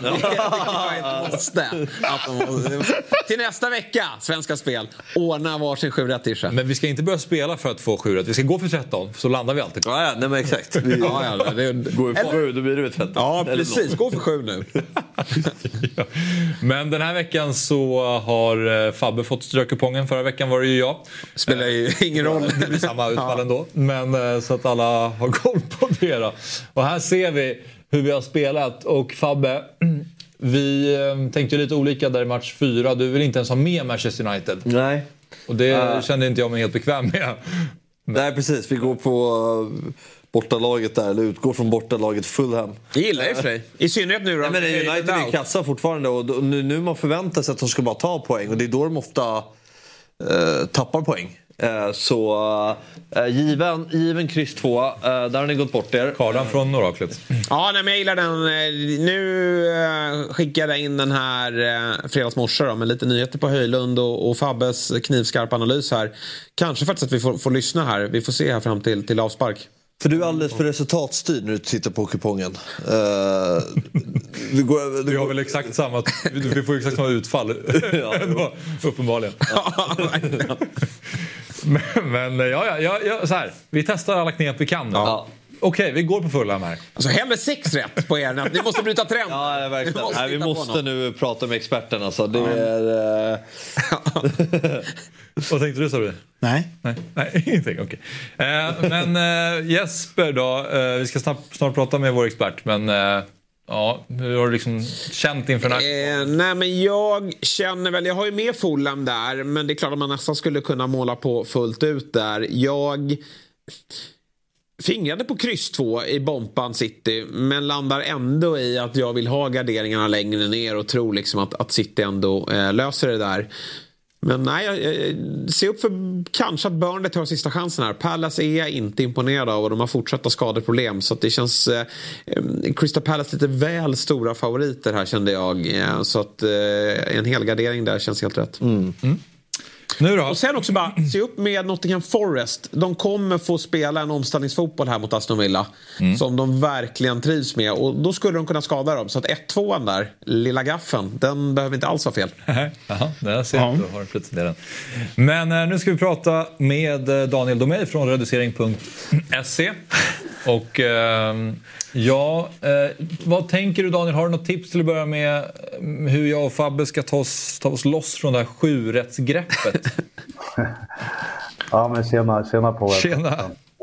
Till nästa vecka, Svenska Spel. Ordna varsin 7-rätt Tisha. Men vi ska inte börja spela för att få 7-rätt. Vi ska gå för 13, så landar vi alltid. Ja, nej men exakt. Det går för 7, då blir det 13. Ja, precis. Gå för 7 nu. Ja. Men den här veckan så har Fabbe fått strökupongen. Förra veckan var det ju jag. Spelar ju ingen roll. Det blir samma utfall ändå. Men så att alla har koll på det då. Och här ser vi hur vi har spelat. Och Fabbe, vi tänkte lite olika där i match 4. Du vill inte ens ha med Manchester United. Nej. Och det kände inte jag mig helt bekväm med. Nej, precis. Vi går på bortalaget där, eller utgår från bortalaget Fulham. Det gillar jag för sig. I synnerhet nu då. Nej, men United är kassa fortfarande och nu man förväntar sig att de ska bara ta poäng. Och det är då de ofta tappar poäng. Given kryss 2, där har ni gått bort er. Kardan från Oraklet. Ja, nej, men jag gillar den. Nu skickade jag in den här fredagsmorse då, med lite nyheter på Höjlund och Fabbes knivskarp analys här. Kanske faktiskt att vi får lyssna här. Vi får se här fram till avspark. För du är alldeles för resultatstyrd när du tittar på kupongen. Vi har väl exakt samma... Vi får exakt samma utfall. Ja. Uppenbarligen. Men så här. Vi testar alla knep vi kan då. Ja. Okej, vi går på Fulham här. Alltså hellre 6 rätt på er. Ni måste bryta trend. Ja, verkligen. Vi måste nu prata med experterna. Så det är... Vad tänkte du, sa du? Nej, ingenting. Okej. Men Jesper då. Vi ska snart prata med vår expert. Men hur har du liksom känt inför den här? Nej, men jag känner väl... Jag har ju med Fulham där. Men det är klart att man nästan skulle kunna måla på fullt ut där. Jag fingrade på kryss 2 i Bompan City, men landar ändå i att jag vill ha garderingarna längre ner och tror liksom att City ändå löser det där. Men nej, jag ser upp för kanske att Burnley tar sista chansen här. Palace är jag inte imponerad av och de har fortsatta skadeproblem, så att det känns Crystal Palace lite väl stora favoriter här, kände jag. Så att en helgardering där känns helt rätt. Nu då? Och sen också bara se upp med Nottingham Forest. De kommer få spela en omställningsfotboll här mot Aston Villa som de verkligen trivs med, och då skulle de kunna skada dem. Så att 1-2 där, lilla gaffen, den behöver inte alls vara fel. Jaha, det ser jag inte. Har plötsligt den. Men nu ska vi prata med Daniel Domey från reducering.se. Och vad tänker du, Daniel? Har du något tips till att börja med hur jag och Fabbe ska ta oss loss från det här 7-rättsgreppet? Ja, men tjena på er. Tjena.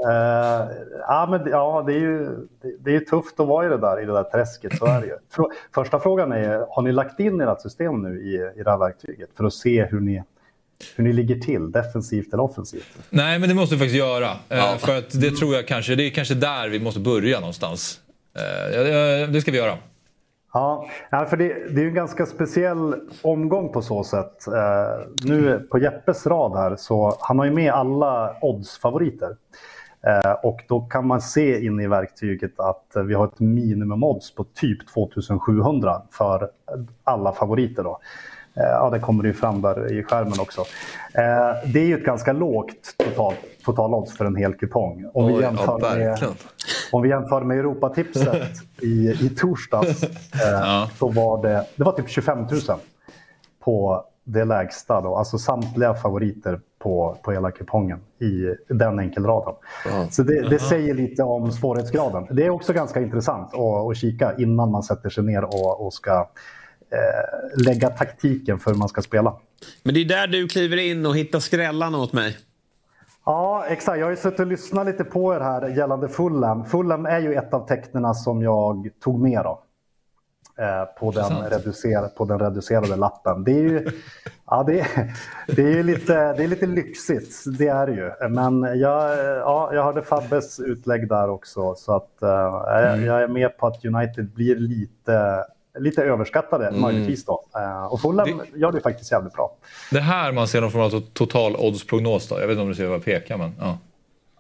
Det är ju tufft att vara i det där träsket, så är det ju. Första frågan är, har ni lagt in ert system nu i det här verktyget för att se hur ni ligger till, defensivt eller offensivt? Nej, men det måste vi faktiskt göra. För att det tror jag kanske, det är kanske där vi måste börja någonstans. Det ska vi göra. Ja, för det är ju en ganska speciell omgång på så sätt. Nu på Jeppes rad här, så han har ju med alla oddsfavoriter. Och då kan man se in i verktyget att vi har ett minimum odds på typ 2700 för alla favoriter då. Ja, det kommer ju fram där i skärmen också. Det är ju ett ganska lågt total odds för en hel kupong. Om vi jämför med Europatipset i torsdags, så var det var typ 25 000 på det lägsta då. Alltså samtliga favoriter på hela kupongen i den enkelraden. Så det säger lite om svårighetsgraden. Det är också ganska intressant att kika innan man sätter sig ner och ska lägga taktiken för hur man ska spela. Men det är där du kliver in och hittar skrällarna åt mig. Ja, exakt. Jag har ju suttit och lyssnat lite på er här gällande Fulham. Fulham är ju ett av tecknena som jag tog med då. På den reducerade lappen. Det är ju det är lite lyxigt, det är det ju. Men jag hörde Fabbes utlägg där också, så att jag är med på att United blir lite överskattade möjligtvis då. Och Fulham gör det faktiskt jävligt bra. Det här man ser någon form av total oddsprognos då. Jag vet inte om du ser vad jag pekar, men ja.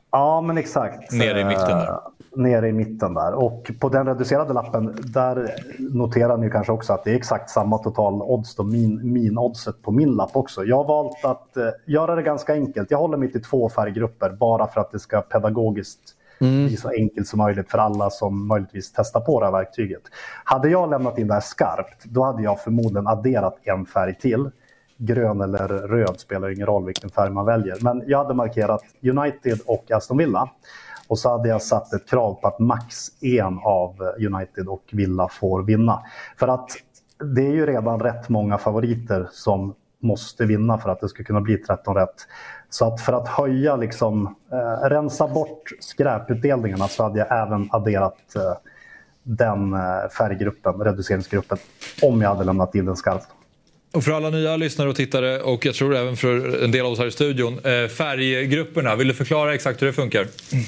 Ja, men exakt. Nere i mitten där. Nere i mitten där. Och på den reducerade lappen, där noterar ni kanske också att det är exakt samma total odds då, min oddset på min lapp också. Jag har valt att göra det ganska enkelt. Jag håller mig till 2 färggruppen bara för att det ska pedagogiskt bli så enkelt som möjligt för alla som möjligtvis testar på det här verktyget. Hade jag lämnat in det här skarpt, då hade jag förmodligen adderat en färg till. Grön eller röd spelar ingen roll vilken färg man väljer. Men jag hade markerat United och Aston Villa. Och så hade jag satt ett krav på att max en av United och Villa får vinna. För att det är ju redan rätt många favoriter som måste vinna för att det ska kunna bli 13 rätt. Så att för att höja, liksom, rensa bort skräputdelningarna, så hade jag även adderat den färggruppen, reduceringsgruppen, om jag hade lämnat in den skarpt. Och för alla nya lyssnare och tittare, och jag tror även för en del av oss här i studion, färggrupperna, vill du förklara exakt hur det funkar?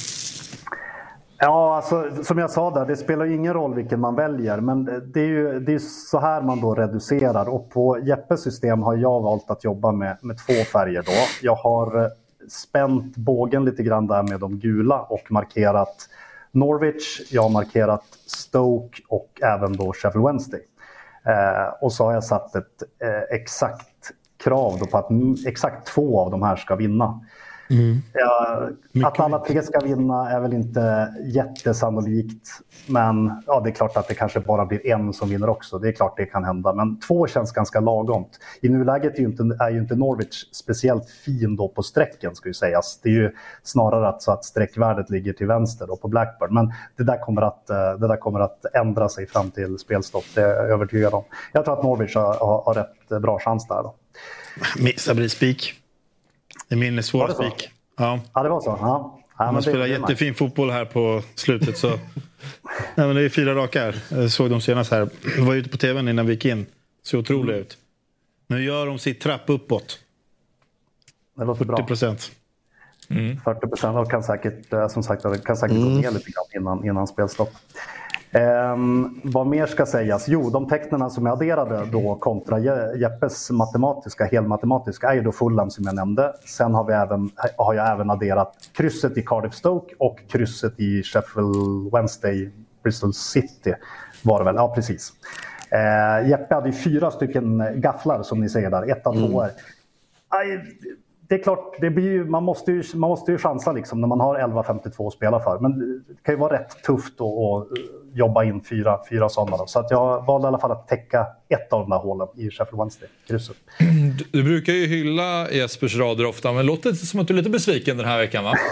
Ja, alltså, som jag sa där, det spelar ju ingen roll vilken man väljer, men det är så här man då reducerar. Och på Jeppes system har jag valt att jobba med 2 färger då. Jag har spänt bågen lite grann där med de gula och markerat Norwich, jag har markerat Stoke och även då Sheffield Wednesday. Och så har jag satt ett exakt krav då på att exakt 2 av de här ska vinna. Att alla 3 ska vinna är väl inte jättesannolikt, men ja, det är klart att det kanske bara blir en som vinner också. Det är klart det kan hända, men 2 känns ganska lagomt. I nuläget är ju inte Norwich speciellt fin då på strecken, ska ju sägas. Det är ju snarare så att streckvärdet ligger till vänster då på Blackburn, men det där kommer att ändra sig fram till spelstopp, det är jag övertygad om. Jag tror att Norwich har rätt bra chans där då. Sabri spik. Det är min svåra spik. Ja, det var så. Ja. Man spelar jättefin fotboll här på slutet. Så. Nej, men det är 4 raka här. Jag såg de senast här. Jag var ute på tvn innan vi gick in. Så otroligt ut. Nu gör de sitt trapp uppåt. Det låter 40%. Bra. 40% och kan säkert, som sagt, det kan säkert gå ner lite grann innan spelstopp. Vad mer ska sägas? Jo, de tecknarna som jag adderade då kontra Jeppes helmatematiska är ju då Fulham som jag nämnde. Sen har jag även adderat krysset i Cardiff Stoke och krysset i Sheffield Wednesday Bristol City var det väl? Ja, precis. Jeppe hade ju 4 stycken gafflar som ni säger där, 1 av 2. Det är klart, det blir ju, man måste ju chansa liksom när man har 11,52 att spela för. Men det kan ju vara rätt tufft att jobba in 4 sådana. Så att jag valde i alla fall att täcka 1 av de där hålen i Sheffield Wednesday-krysset. Du brukar ju hylla Jespers rader ofta, men låter det som att du är lite besviken den här veckan, va?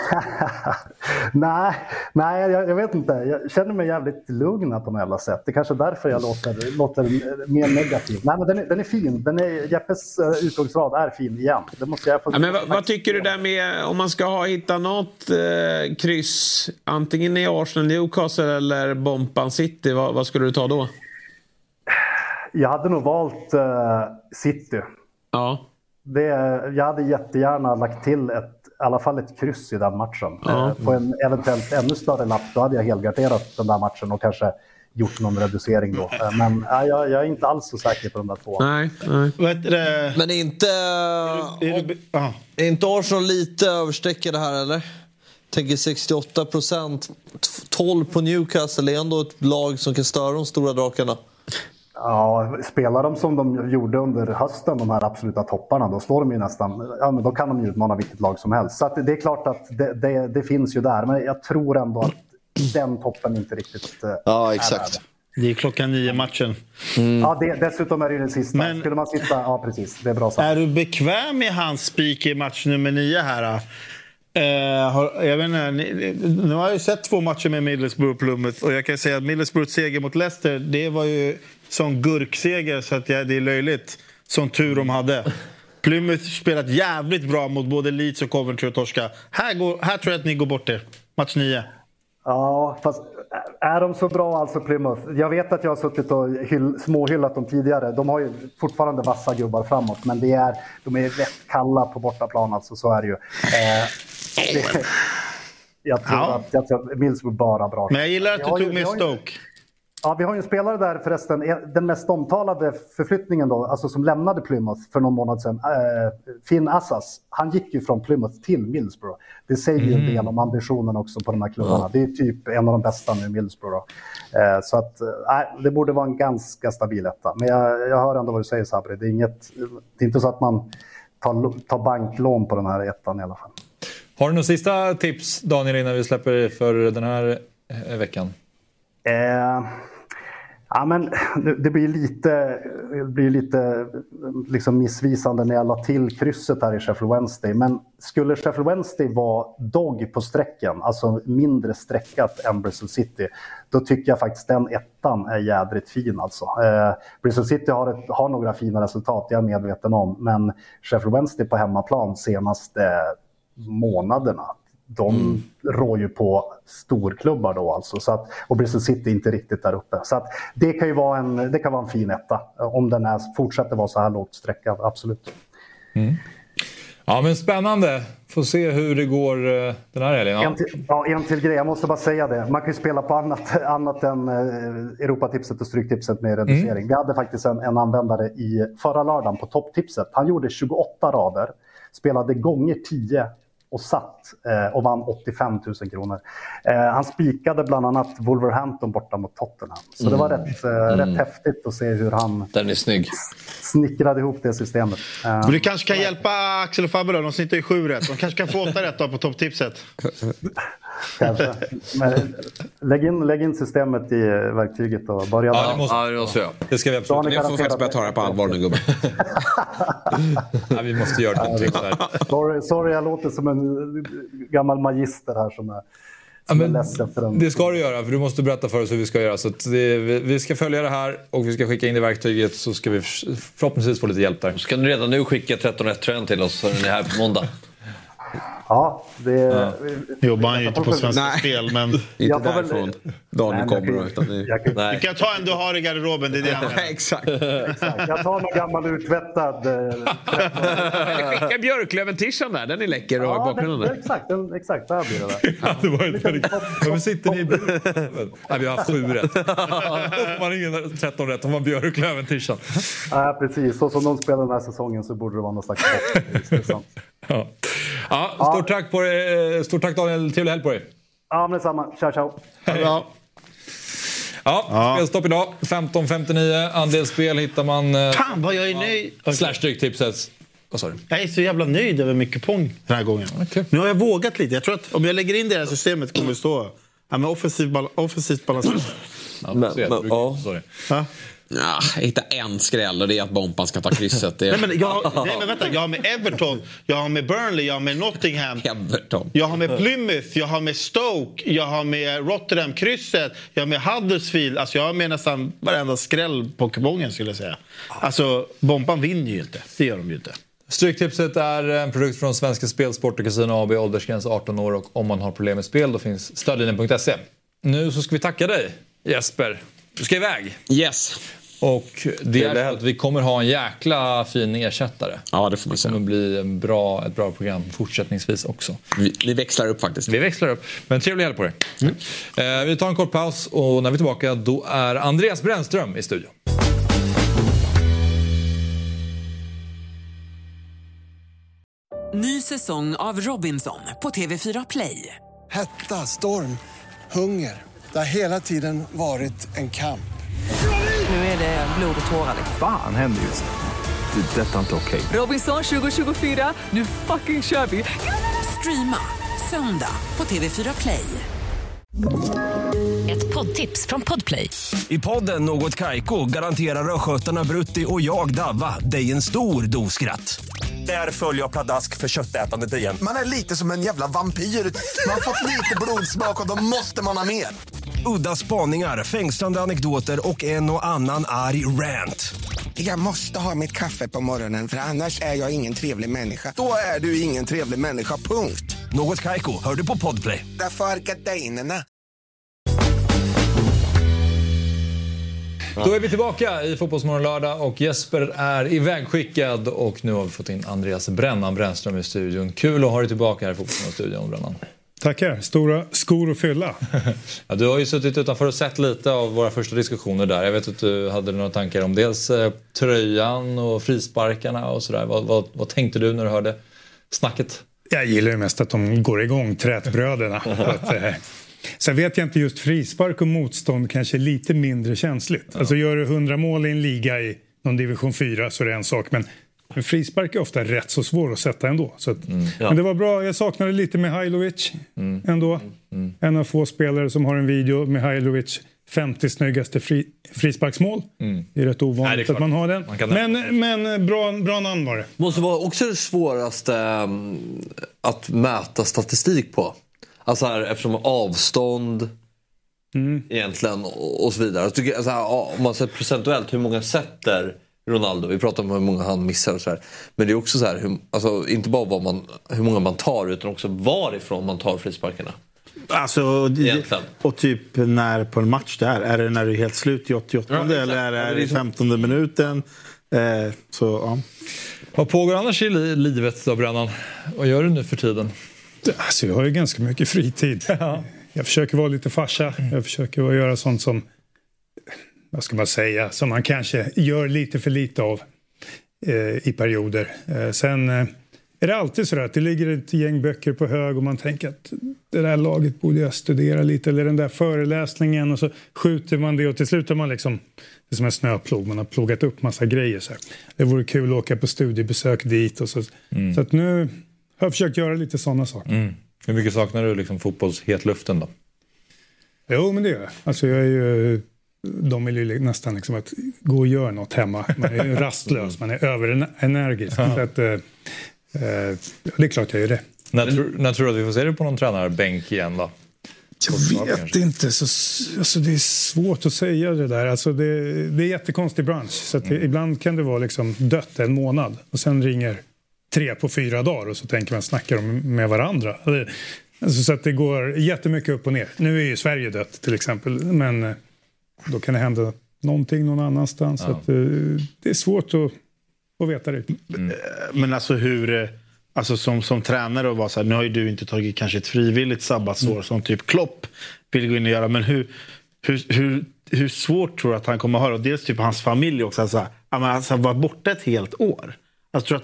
Nej, jag vet inte. Jag känner mig jävligt lugn på något jävla sätt. Det är kanske därför jag låter mer negativ. Nej, men den är fin. Jeppes utgångsrad är fin igen. Det måste jag få... Men vad tycker du där med, om man ska hitta något kryss, antingen i Arsenal, Newcastle eller Bompan City, vad skulle du ta då? Jag hade nog valt City. Ja. Jag hade jättegärna lagt till i alla fall ett kryss i den matchen. Ja. På en eventuellt ännu större lapp då hade jag helgarderat den där matchen och kanske gjort någon reducering då. Men jag är inte alls så säker på de där 2. Nej. Men är inte Arsenal lite översträckade här, eller? Tänker 68%, 12 på Newcastle är ändå ett lag som kan störa de stora drakarna. Ja, spelar de som de gjorde under hösten, de här absoluta topparna, då slår de ju nästan, ja, men då kan de ju utmana vilket lag som helst. Så att det är klart att det finns ju där, men jag tror ändå att den toppen inte riktigt ja, exakt. Det är klockan 9 matchen. Ja, dessutom är det ju den sista. Men, skulle man sitta, ja precis, det är bra sagt. Är du bekväm med hans spik i match nummer 9 här? Jag vet inte, nu har jag ju sett 2 matcher med Middlesbrough och Plymouth, och jag kan säga att Middlesbroughs seger mot Leicester, det var ju som gurkseger, så att det är löjligt som tur de hade. Plymouth spelat jävligt bra mot både Leeds och Coventry och torska. Här tror jag att ni går bort er. Match 9. Ja, fast är de så bra alltså Plymouth? Jag vet att jag har suttit och småhyllat dem tidigare. De har ju fortfarande vassa gubbar framåt, men de är rätt kalla på bortaplan, alltså, så är det ju. Jag tror att Middlesbrough bara bra. Men jag gillar att du tog med Stoke. Ja, vi har ju en spelare där förresten, den mest omtalade förflyttningen då, alltså som lämnade Plymouth för någon månad sedan, Finn Assas, han gick ju från Plymouth till Middlesbrough. Det säger ju en del om ambitionen också på de här klubbarna. Det är typ en av de bästa nu i Middlesbrough då. Så att, det borde vara en ganska stabil etta. Men jag hör ändå vad du säger, Sabri. Det är inte så att man tar banklån på den här ettan i alla fall. Har du några sista tips, Daniel, innan vi släpper för den här veckan? Ja, men det blir lite liksom missvisande när jag la till krysset här i Sheffield Wednesday. Men skulle Sheffield Wednesday vara dog på sträckan, alltså mindre sträckat än Bristol City, då tycker jag faktiskt den ettan är jädrigt fin alltså. Bristol City har några fina resultat, jag är medveten om. Men Sheffield Wednesday på hemmaplan senaste månaderna, de rår ju på storklubbar då alltså, så att, och Bristol City är inte riktigt där uppe. Så att det kan ju vara en fin etta om den fortsätter vara så här lågt sträckad, absolut. Ja, men spännande. Får se hur det går den här helgen. En till grej, jag måste bara säga det. Man kan ju spela på annat än Europatipset och Stryktipset med reducering. Vi hade faktiskt en användare i förra lördagen på topptipset. Han gjorde 28 rader, spelade gånger 10 och satt och vann 85 000 kronor. Han spikade bland annat Wolverhampton borta mot Tottenham. Så det var rätt häftigt att se hur han Den är snygg. snickrade ihop det systemet. Men du kanske kan hjälpa Axel och Fabbe då, de snittar ju 7 rätt. De kanske kan få 8 rätt då på topptipset. Kanske. Men lägg in systemet i verktyget och börja där. Det måste jag. Det ska vi absolut. Ni får faktiskt börja ta det på allvar nu, gubben. Vi måste göra någonting så här. Sorry, jag låter som en gammal magister här som är ledsen efter den. Det ska du göra, för du måste berätta för oss hur vi ska göra. Så att vi ska följa det här och vi ska skicka in det verktyget, så ska vi förhoppningsvis få lite hjälp där. Ska du redan nu skicka 13-1-tröjan till oss när ni är här på måndag? Ja, det jobbar han ju inte på Svenska Spel, men inte därifrån Daniel kommer. Du kan ta en du har i garderoben, det är det han Exakt. Jag tar någon gammal uttvättad. Skicka björklöven-tishan där, den är läcker och har bakgrunden. Exakt, där blir det där. Det var inte varför sitter ni i Nej, vi har haft 7 rätt. Om man ingen 13 rätt, om man björklöven-tishan. Ja, precis. Så som de spelar den här säsongen så borde det vara någon slags Ja, stort tack Daniel, trevlig helg på dig. Ja, men detsamma. Ciao. Ja, spelstopp idag 15:59. Andelsspel hittar man fan vad jag är nöjd. /stryktipset. Vad sa du? Jag är så jävla nöjd över mycket pong den här gången. Okay. Nu har jag vågat lite. Jag tror att om jag lägger in det här systemet kommer det stå offensivt balanserat. Jag hittar en skräll och det är att Bompan ska ta krysset. Nej, men vänta, jag har med Everton, jag har med Burnley, jag har med Nottingham, jag har med Plymouth, jag har med Stoke, jag har med Rotterdam krysset, jag har med Huddersfield. Alltså jag har med nästan varenda skräll på kupongen skulle jag säga. Alltså Bompan vinner ju inte, det gör de ju inte. Stryktipset är en produkt från Svenska Spelsport och Casino AB, åldersgräns 18 år, och om man har problem med spel då finns stödlinjen.se. Nu så ska vi tacka dig, Jesper. Du ska iväg. Yes. Och det är att vi kommer ha en jäkla fin ersättare. Ja, det får man säga. Det kommer bli ett bra program fortsättningsvis också. Vi växlar upp faktiskt. Vi växlar upp. Men trevlig helg på dig. Vi tar en kort paus och när vi är tillbaka då är Andreas Brännström i studion. Ny säsong av Robinson på TV4 Play. Hetta, storm, hunger. Det har hela tiden varit en kamp. Nu är det blod och tårar. Fan händer just det. Detta är inte okej. Robinson 2024, nu fucking kör vi. Streama söndag på TV4 Play. Ett poddtips från Podplay. I podden Något Kaiko garanterar röskötarna Brutti och jag Davva dig en stor doskratt. Där följer jag pladask för köttätandet igen. Man är lite som en jävla vampyr. Man har fått lite blodsmak och då måste man ha mer. Udda spaningar, fängslande anekdoter och en och annan arg rant. Jag måste ha mitt kaffe på morgonen för annars är jag ingen trevlig människa. Då är du ingen trevlig människa, punkt. Något Kaiko, hör du på Podplay. Därför är gardinerna. Då är vi tillbaka i Fotbollsmorgon lördag och Jesper är ivägskickad och nu har vi fått in Andreas Brännström i studion. Kul att ha dig tillbaka här i Fotbollsmorgon-studion, Brännan. Tackar. Stora skor att fylla. Ja, du har ju suttit utanför och sett lite av våra första diskussioner där. Jag vet att du hade några tankar om dels tröjan och frisparkarna och sådär. Vad tänkte du när du hörde snacket? Jag gillar ju mest att de går igång, trätbröderna. Sen vet jag inte, just frispark och motstånd kanske lite mindre känsligt. Ja. Alltså gör du 100 mål i en liga i någon division 4 så är det en sak. Men frispark är ofta rätt så svår att sätta ändå. Så att, men det var bra, jag saknade lite Mihailovic ändå. En av få spelare som har en video med Mihailovic 50 snyggaste frisparksmål. Det är rätt ovanligt att man har den. Men bra namn var det. Måste vara också det svåraste att mäta statistik på. Alltså här, eftersom avstånd egentligen och så vidare. Alltså här, om man ser procentuellt hur många sätter Ronaldo, vi pratar om hur många han missar och så här. Men det är också så här, alltså, inte bara hur många man tar utan också varifrån man tar frisparkarna. Alltså, och typ när på en match där, är det när det är helt slut i 88 eller är det i 15:e minuten? Så, ja. Vad pågår annars i livet då, Brännan? Vad gör du nu för tiden? Alltså, jag har ju ganska mycket fritid. Jag försöker vara lite farsa. Jag försöker göra sånt som, vad ska man säga, som man kanske gör lite för lite av i perioder. Sen är det alltid så att det ligger ett gäng böcker på hög och man tänker att det där laget borde jag studera lite, eller den där föreläsningen, och så skjuter man det och till slut är man liksom, det är som en snöplog, man har plogat upp massa grejer så här. Det vore kul att åka på studiebesök dit och så. Så att nu har jag försökt göra lite sådana saker. Hur mycket saknar du liksom fotbollshetluften då? Jo, men det gör jag. Alltså jag är ju, de vill ju nästan liksom att gå och göra något hemma. Man är rastlös, man är överenergisk. Så att, det är klart jag gör det. När tror du att vi får se det på någon tränarbänk igen då? Jag vet inte. Alltså det är svårt att säga det där. Alltså det är jättekonstig bransch. Så att ibland kan det vara liksom dött en månad. Och sen ringer 3 på 4 dagar och så tänker man snackar med varandra. Alltså så att det går jättemycket upp och ner. Nu är ju Sverige dött till exempel. Men då kan det hända någonting någon annanstans. Så att, det är svårt att veta det. Men alltså hur, alltså som tränare och vara så här, nu har ju du inte tagit kanske ett frivilligt sabbatsår som typ Klopp vill gå in och göra, men hur svårt tror du att han kommer att ha, och dels typ hans familj också, alltså var borta ett helt år. Alltså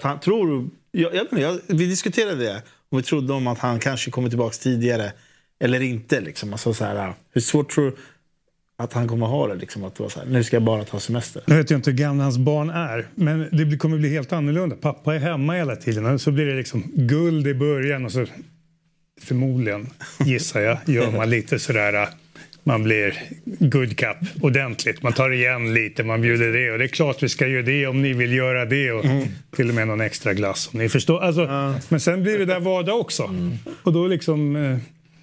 vi diskuterade det och vi trodde om att han kanske kommer tillbaka tidigare eller inte liksom. Alltså så här, hur svårt tror du att han kommer ha det liksom, att vara så här, nu ska jag bara ta semester? Jag vet ju inte hur gamla hans barn är, men det kommer bli helt annorlunda. Pappa är hemma hela tiden och så blir det liksom guld i början och så förmodligen, gissar jag, gör man lite sådär, man blir good cup ordentligt. Man tar igen lite, man bjuder det. Och det är klart vi ska göra det om ni vill göra det. Och till och med någon extra glass om ni förstår. Alltså, men sen blir det där vardag också. Och då liksom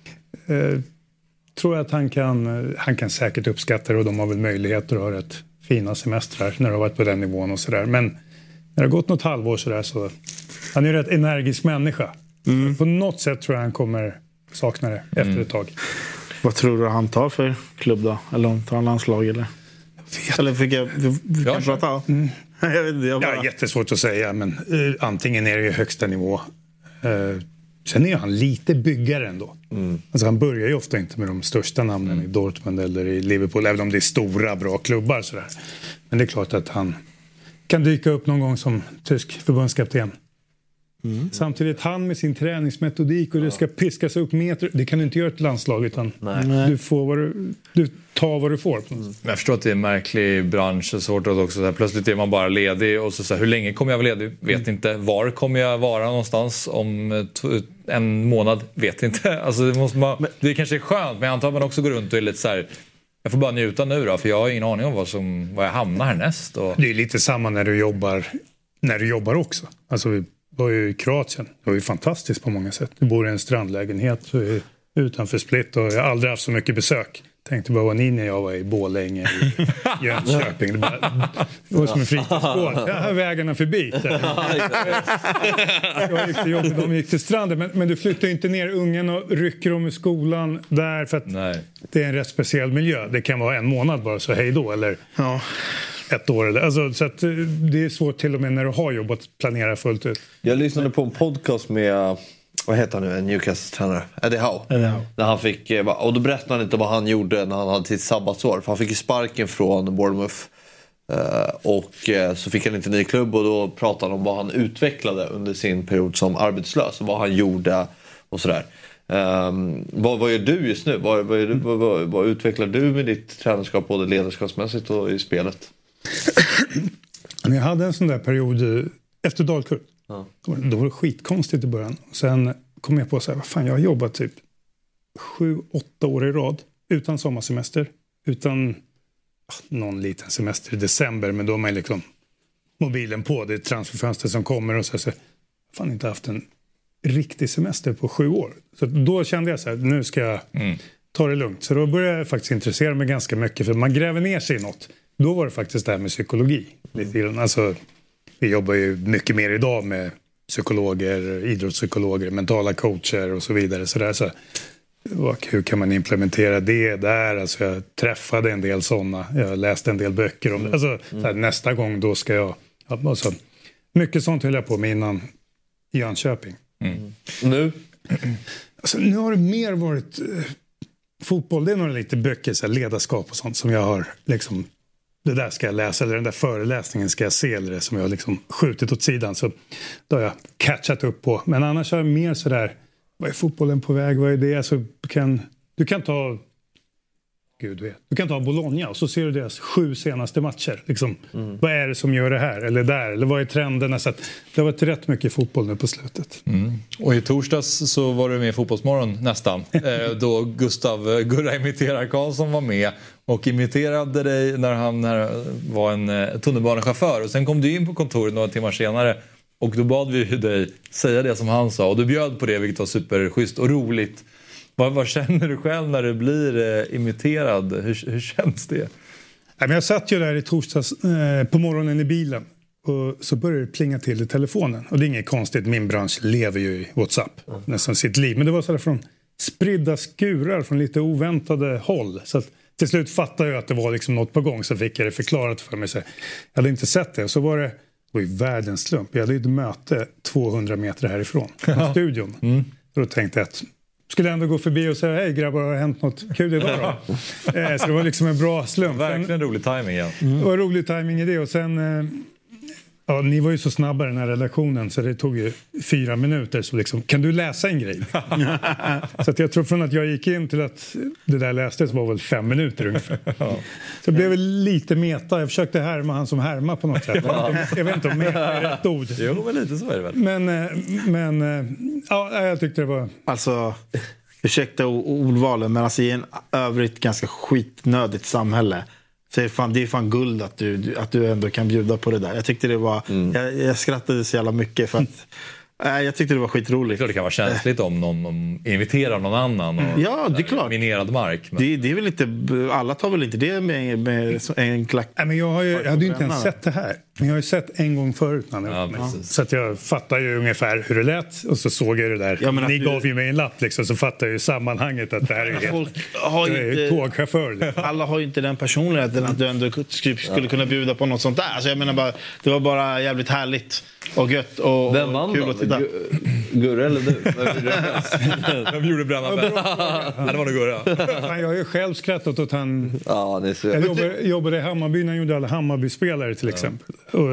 tror jag att han kan säkert uppskatta det. Och de har väl möjligheter att ha rätt fina semestrar när de har varit på den nivån och sådär. Men när det har gått något halvår sådär, så han är ju rätt energisk människa. På något sätt tror jag han kommer sakna det efter ett tag. Vad tror du han tar för klubb då? Eller om tar han landslag eller? Eller fick jag prata? Jag vet inte, ja, jättesvårt att säga, men antingen är det ju högsta nivå. Sen är han lite byggare ändå. Alltså han börjar ju ofta inte med de största namnen i Dortmund eller i Liverpool, även om det är stora bra klubbar sådär. Men det är klart att han kan dyka upp någon gång som tysk förbundskapten. Samtidigt han med sin träningsmetodik och det ska piskas upp meter, det kan du inte göra ett landslag, utan du tar vad du får. Jag förstår att det är en märklig bransch och svårt att också så här, plötsligt är man bara ledig och så här, hur länge kommer jag vara ledig? Vet inte. Var kommer jag vara någonstans om en månad? Vet inte. Alltså det kanske är skönt, men jag antar att man också går runt och är lite så här, jag får bara njuta nu då, för jag har ingen aning om vad jag hamnar härnäst. Det är lite samma när du jobbar också. Alltså vi var ju i Kroatien. Det var ju fantastiskt på många sätt. Du bor i en strandlägenhet utanför Split och jag har aldrig haft så mycket besök. Tänkte bara vara ni när jag var i Borlänge i Jönköping. Det var som en fritidsbåt. Jag har vägarna förbi. Jag gick till jobbet, de gick till stranden. Men du flyttar ju inte ner ungen och rycker dem i skolan där för att det är en rätt speciell miljö. Det kan vara en månad bara, så hej då. Eller ett år. Eller, alltså, så att det är svårt till och med när du har jobbat planera fullt ut. Jag lyssnade på en podcast med vad heter han nu, en Newcastle-tränare? Eddie Howe. När han fick, och då berättade han inte vad han gjorde när han hade sitt sabbatsår. För han fick ju sparken från Bournemouth. Och så fick han inte ny klubb och då pratade han om vad han utvecklade under sin period som arbetslös. Och vad han gjorde och sådär. Vad gör du just nu? Vad utvecklar du med ditt tränarskap både ledarskapsmässigt och i spelet? Jag hade en sån där period efter Dalkurd. Ja. Då var det skitkonstigt i början. Sen kom jag på så här, vad fan, jag har jobbat typ 7-8 år i rad utan sommarsemester, utan någon liten semester i december, men då har man liksom mobilen på, det är transferfönster som kommer och så jag fan inte haft en riktig semester på 7 år. Så då kände jag så här, nu ska jag ta det lugnt. Så då började jag faktiskt intressera mig ganska mycket, för man gräver ner sig i något. Då var det faktiskt det här med psykologi. Alltså, vi jobbar ju mycket mer idag med psykologer, idrottspsykologer, mentala coacher och så vidare. Så hur kan man implementera det där? Alltså, jag träffade en del sådana. Jag läste en del böcker om det. Alltså, nästa gång då ska jag... Alltså, mycket sånt höll jag på med innan Jönköping. Nu? Alltså, nu har det mer varit fotboll. Det är nog lite böcker, så här, ledarskap och sånt som jag har liksom... Det där ska jag läsa, eller den där föreläsningen ska jag se, eller det som jag har liksom skjutit åt sidan. Så då har jag catchat upp på. Men annars har jag mer sådär, vad är fotbollen på väg, vad är det? Alltså, du kan ta... Gud vet. Du kan ta Bologna och så ser du deras 7 senaste matcher. Liksom, vad är det som gör det här? Eller där? Eller vad är trenderna? Så att det har varit rätt mycket fotboll nu på slutet. Och i torsdags så var du med i Fotbollsmorgon nästan. Då Gustav Gurra imiterar Karlsson var med. Och imiterade dig när han var en tunnelbanechaufför. Och sen kom du in på kontoret några timmar senare. Och då bad vi dig säga det som han sa. Och du bjöd på det, vilket var superschysst och roligt. Vad känner du själv när du blir imiterad? Hur känns det? Jag satt ju där i torsdags på morgonen i bilen. Och så började det plinga till i telefonen. Och det är inget konstigt, min bransch lever ju i WhatsApp nästan sitt liv. Men det var så där från spridda skurar från lite oväntade håll. Så att till slut fattade jag att det var liksom något på gång, så fick jag det förklarat för mig. Så jag hade inte sett det. Och så var det ju världens slump. Jag hade ett möte 200 meter härifrån, från studion. Så då tänkte jag att skulle ändå gå förbi och säga, hej grabbar, har det hänt något kul idag då? Så det var liksom en bra slump. Verkligen rolig timing, ja. Det var rolig timing i det. Och sen... Ja, ni var ju så snabba i den här redaktionen så det tog ju 4 minuter. Så liksom, kan du läsa en grej? Så att jag tror från att jag gick in till att det där lästes var väl 5 minuter ungefär. Så det blev väl lite meta. Jag försökte härma han som härma på något sätt. Jag vet inte om meta är rätt ord. Jo, men lite så är det väl. Men ja, jag tyckte det var... Alltså, ursäkta ordvalen, men alltså i en övrigt ganska skitnödigt samhälle. Så det är fan guld att du ändå kan bjuda på det där. Jag tyckte det var... Jag skrattade så jävla mycket för att... Jag tyckte det var skitroligt. Det kan vara känsligt om någon inviterar någon annan. Och ja, det är klart. Minerad mark. Men... Det är väl inte... Alla tar väl inte det med en klack... Nej, men jag hade ju inte ens sett det här. Men jag har ju sett en gång förut. Så att jag fattar ju ungefär hur det lät. Och så såg jag det där. Ja, ni gav ju mig en lapp liksom, så fattar jag ju sammanhanget att det här är helt tågchaufför. Liksom. Alla har ju inte den personligheten att du ändå skulle kunna bjuda på något sånt där. Alltså jag menar bara, det var bara jävligt härligt och gött och vem vann kul att titta. Gurra eller du? Vem gjorde brännan? Det var nog Gurra. Jag har ju själv skrattat åt han. Ja, det är så. Jag jobbade i Hammarby när jag gjorde alla Hammarby-spelare till exempel. Och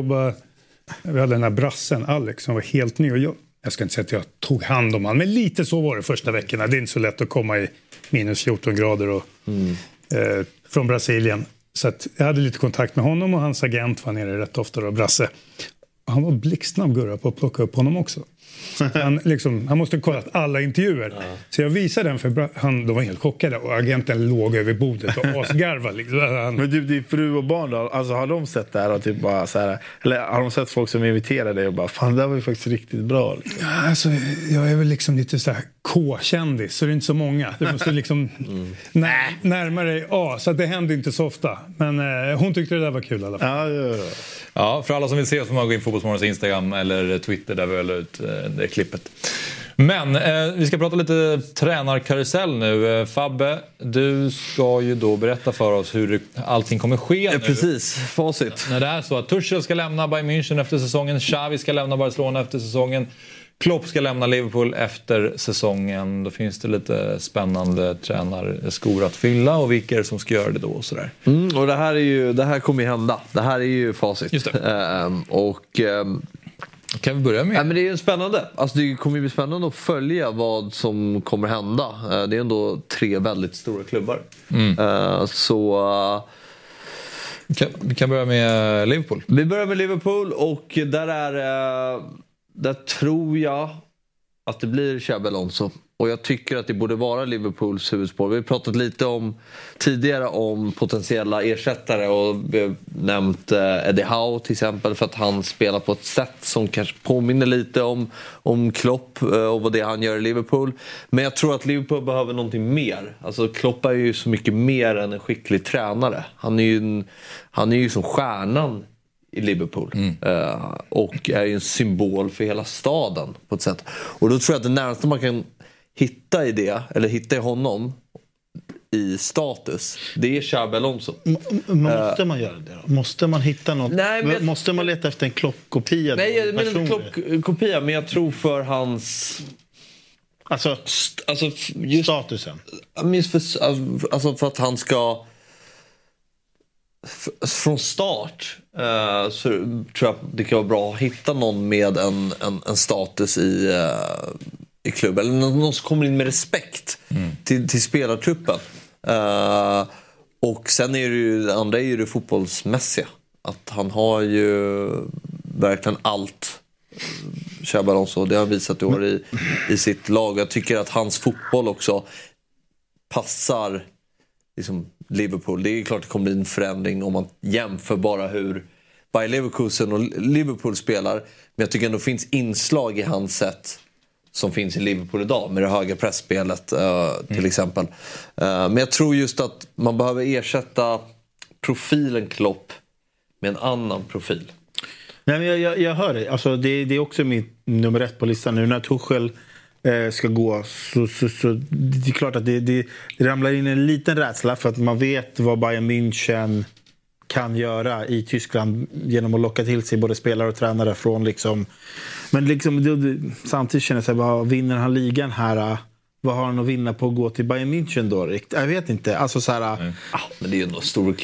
vi hade den här brassen Alex som var helt ny. Och jag ska inte säga att jag tog hand om han, men lite så var det första veckorna. Det är inte så lätt att komma i minus 14 grader och, från Brasilien. Så att jag hade lite kontakt med honom och hans agent var nere rätt ofta och Brasse. Han var blixtsnabb Gurra på att plocka upp honom också. Han måste ha kollat alla intervjuer. Så jag visade den för de var helt chockade och agenten låg över bordet och asgarvade. Liksom. Men du, din fru och barn då, alltså har de sett det här och typ bara så här, eller har de sett folk som inviterar dig och bara, fan det här var ju faktiskt riktigt bra liksom. Ja, alltså, jag är väl liksom lite så här K-kändis, så det är inte så många. Du måste liksom närma dig så att det händer inte så ofta. Men hon tyckte det där var kul i alla fall. Ja, för alla som vill se så får man gå in på Fotbollsmorgons Instagram eller Twitter där vi la ut det klippet. Men vi ska prata lite tränarkarusell nu. Fabbe, du ska ju då berätta för oss hur allting kommer ske nu. Precis, facit. När det är så att Tuchel ska lämna Bayern München efter säsongen, Xavi ska lämna Barcelona efter säsongen. Klopp ska lämna Liverpool efter säsongen. Då finns det lite spännande tränarskor att fylla och vilka är det som ska göra det då och sådär. Och det här kommer ju hända. Det här är ju facit. Just det. Kan vi börja med? Ja, men det är ju spännande. Alltså det kommer ju bli spännande att följa vad som kommer hända. Det är ändå 3 väldigt stora klubbar. Vi kan börja med Liverpool. Vi börjar med Liverpool och där tror jag att det blir Xabi Alonso. Och jag tycker att det borde vara Liverpools huvudspår. Vi har pratat lite tidigare om potentiella ersättare och vi har nämnt Eddie Howe till exempel för att han spelar på ett sätt som kanske påminner lite om Klopp och vad det han gör i Liverpool. Men jag tror att Liverpool behöver någonting mer. Alltså Klopp är ju så mycket mer än en skicklig tränare. Han är ju som stjärnan i Liverpool och är ju en symbol för hela staden på ett sätt. Och då tror jag att det närmaste man kan hitta i det, eller hitta i honom i status, det är Xabi Alonso. Måste man göra det då? Måste man hitta något? Måste man leta efter en Klopp-kopia? Nej, jag menar inte Klopp-kopia, men jag tror för hans just statusen. Alltså för att han ska från start så tror jag det kan vara bra att hitta någon med en status i klubben. Eller någon som kommer in med respekt till spelartruppen. Och sen är det andra är ju det fotbollsmässiga. Att han har ju verkligen allt. Xabi Alonso, det har han visat i år i sitt lag. Jag tycker att hans fotboll också passar liksom Liverpool. Det är klart att det kommer bli en förändring om man jämför bara hur Bayer Leverkusen och Liverpool spelar. Men jag tycker ändå finns inslag i hans sätt som finns i Liverpool idag med det höga pressspelet till exempel. Men jag tror just att man behöver ersätta profilen Klopp med en annan profil. Nej, men jag hör det. Alltså, det är också min nummer 1 på listan nu. När Tuchel ska gå så det är klart att det ramlar in en liten rädsla för att man vet vad Bayern München kan göra i Tyskland genom att locka till sig både spelare och tränare från liksom. Men liksom samtidigt känner jag sig, vad vinner han ligan här? Vad har han att vinna på att gå till Bayern München då? Jag vet inte. Alltså så här, men det är ju ändå stor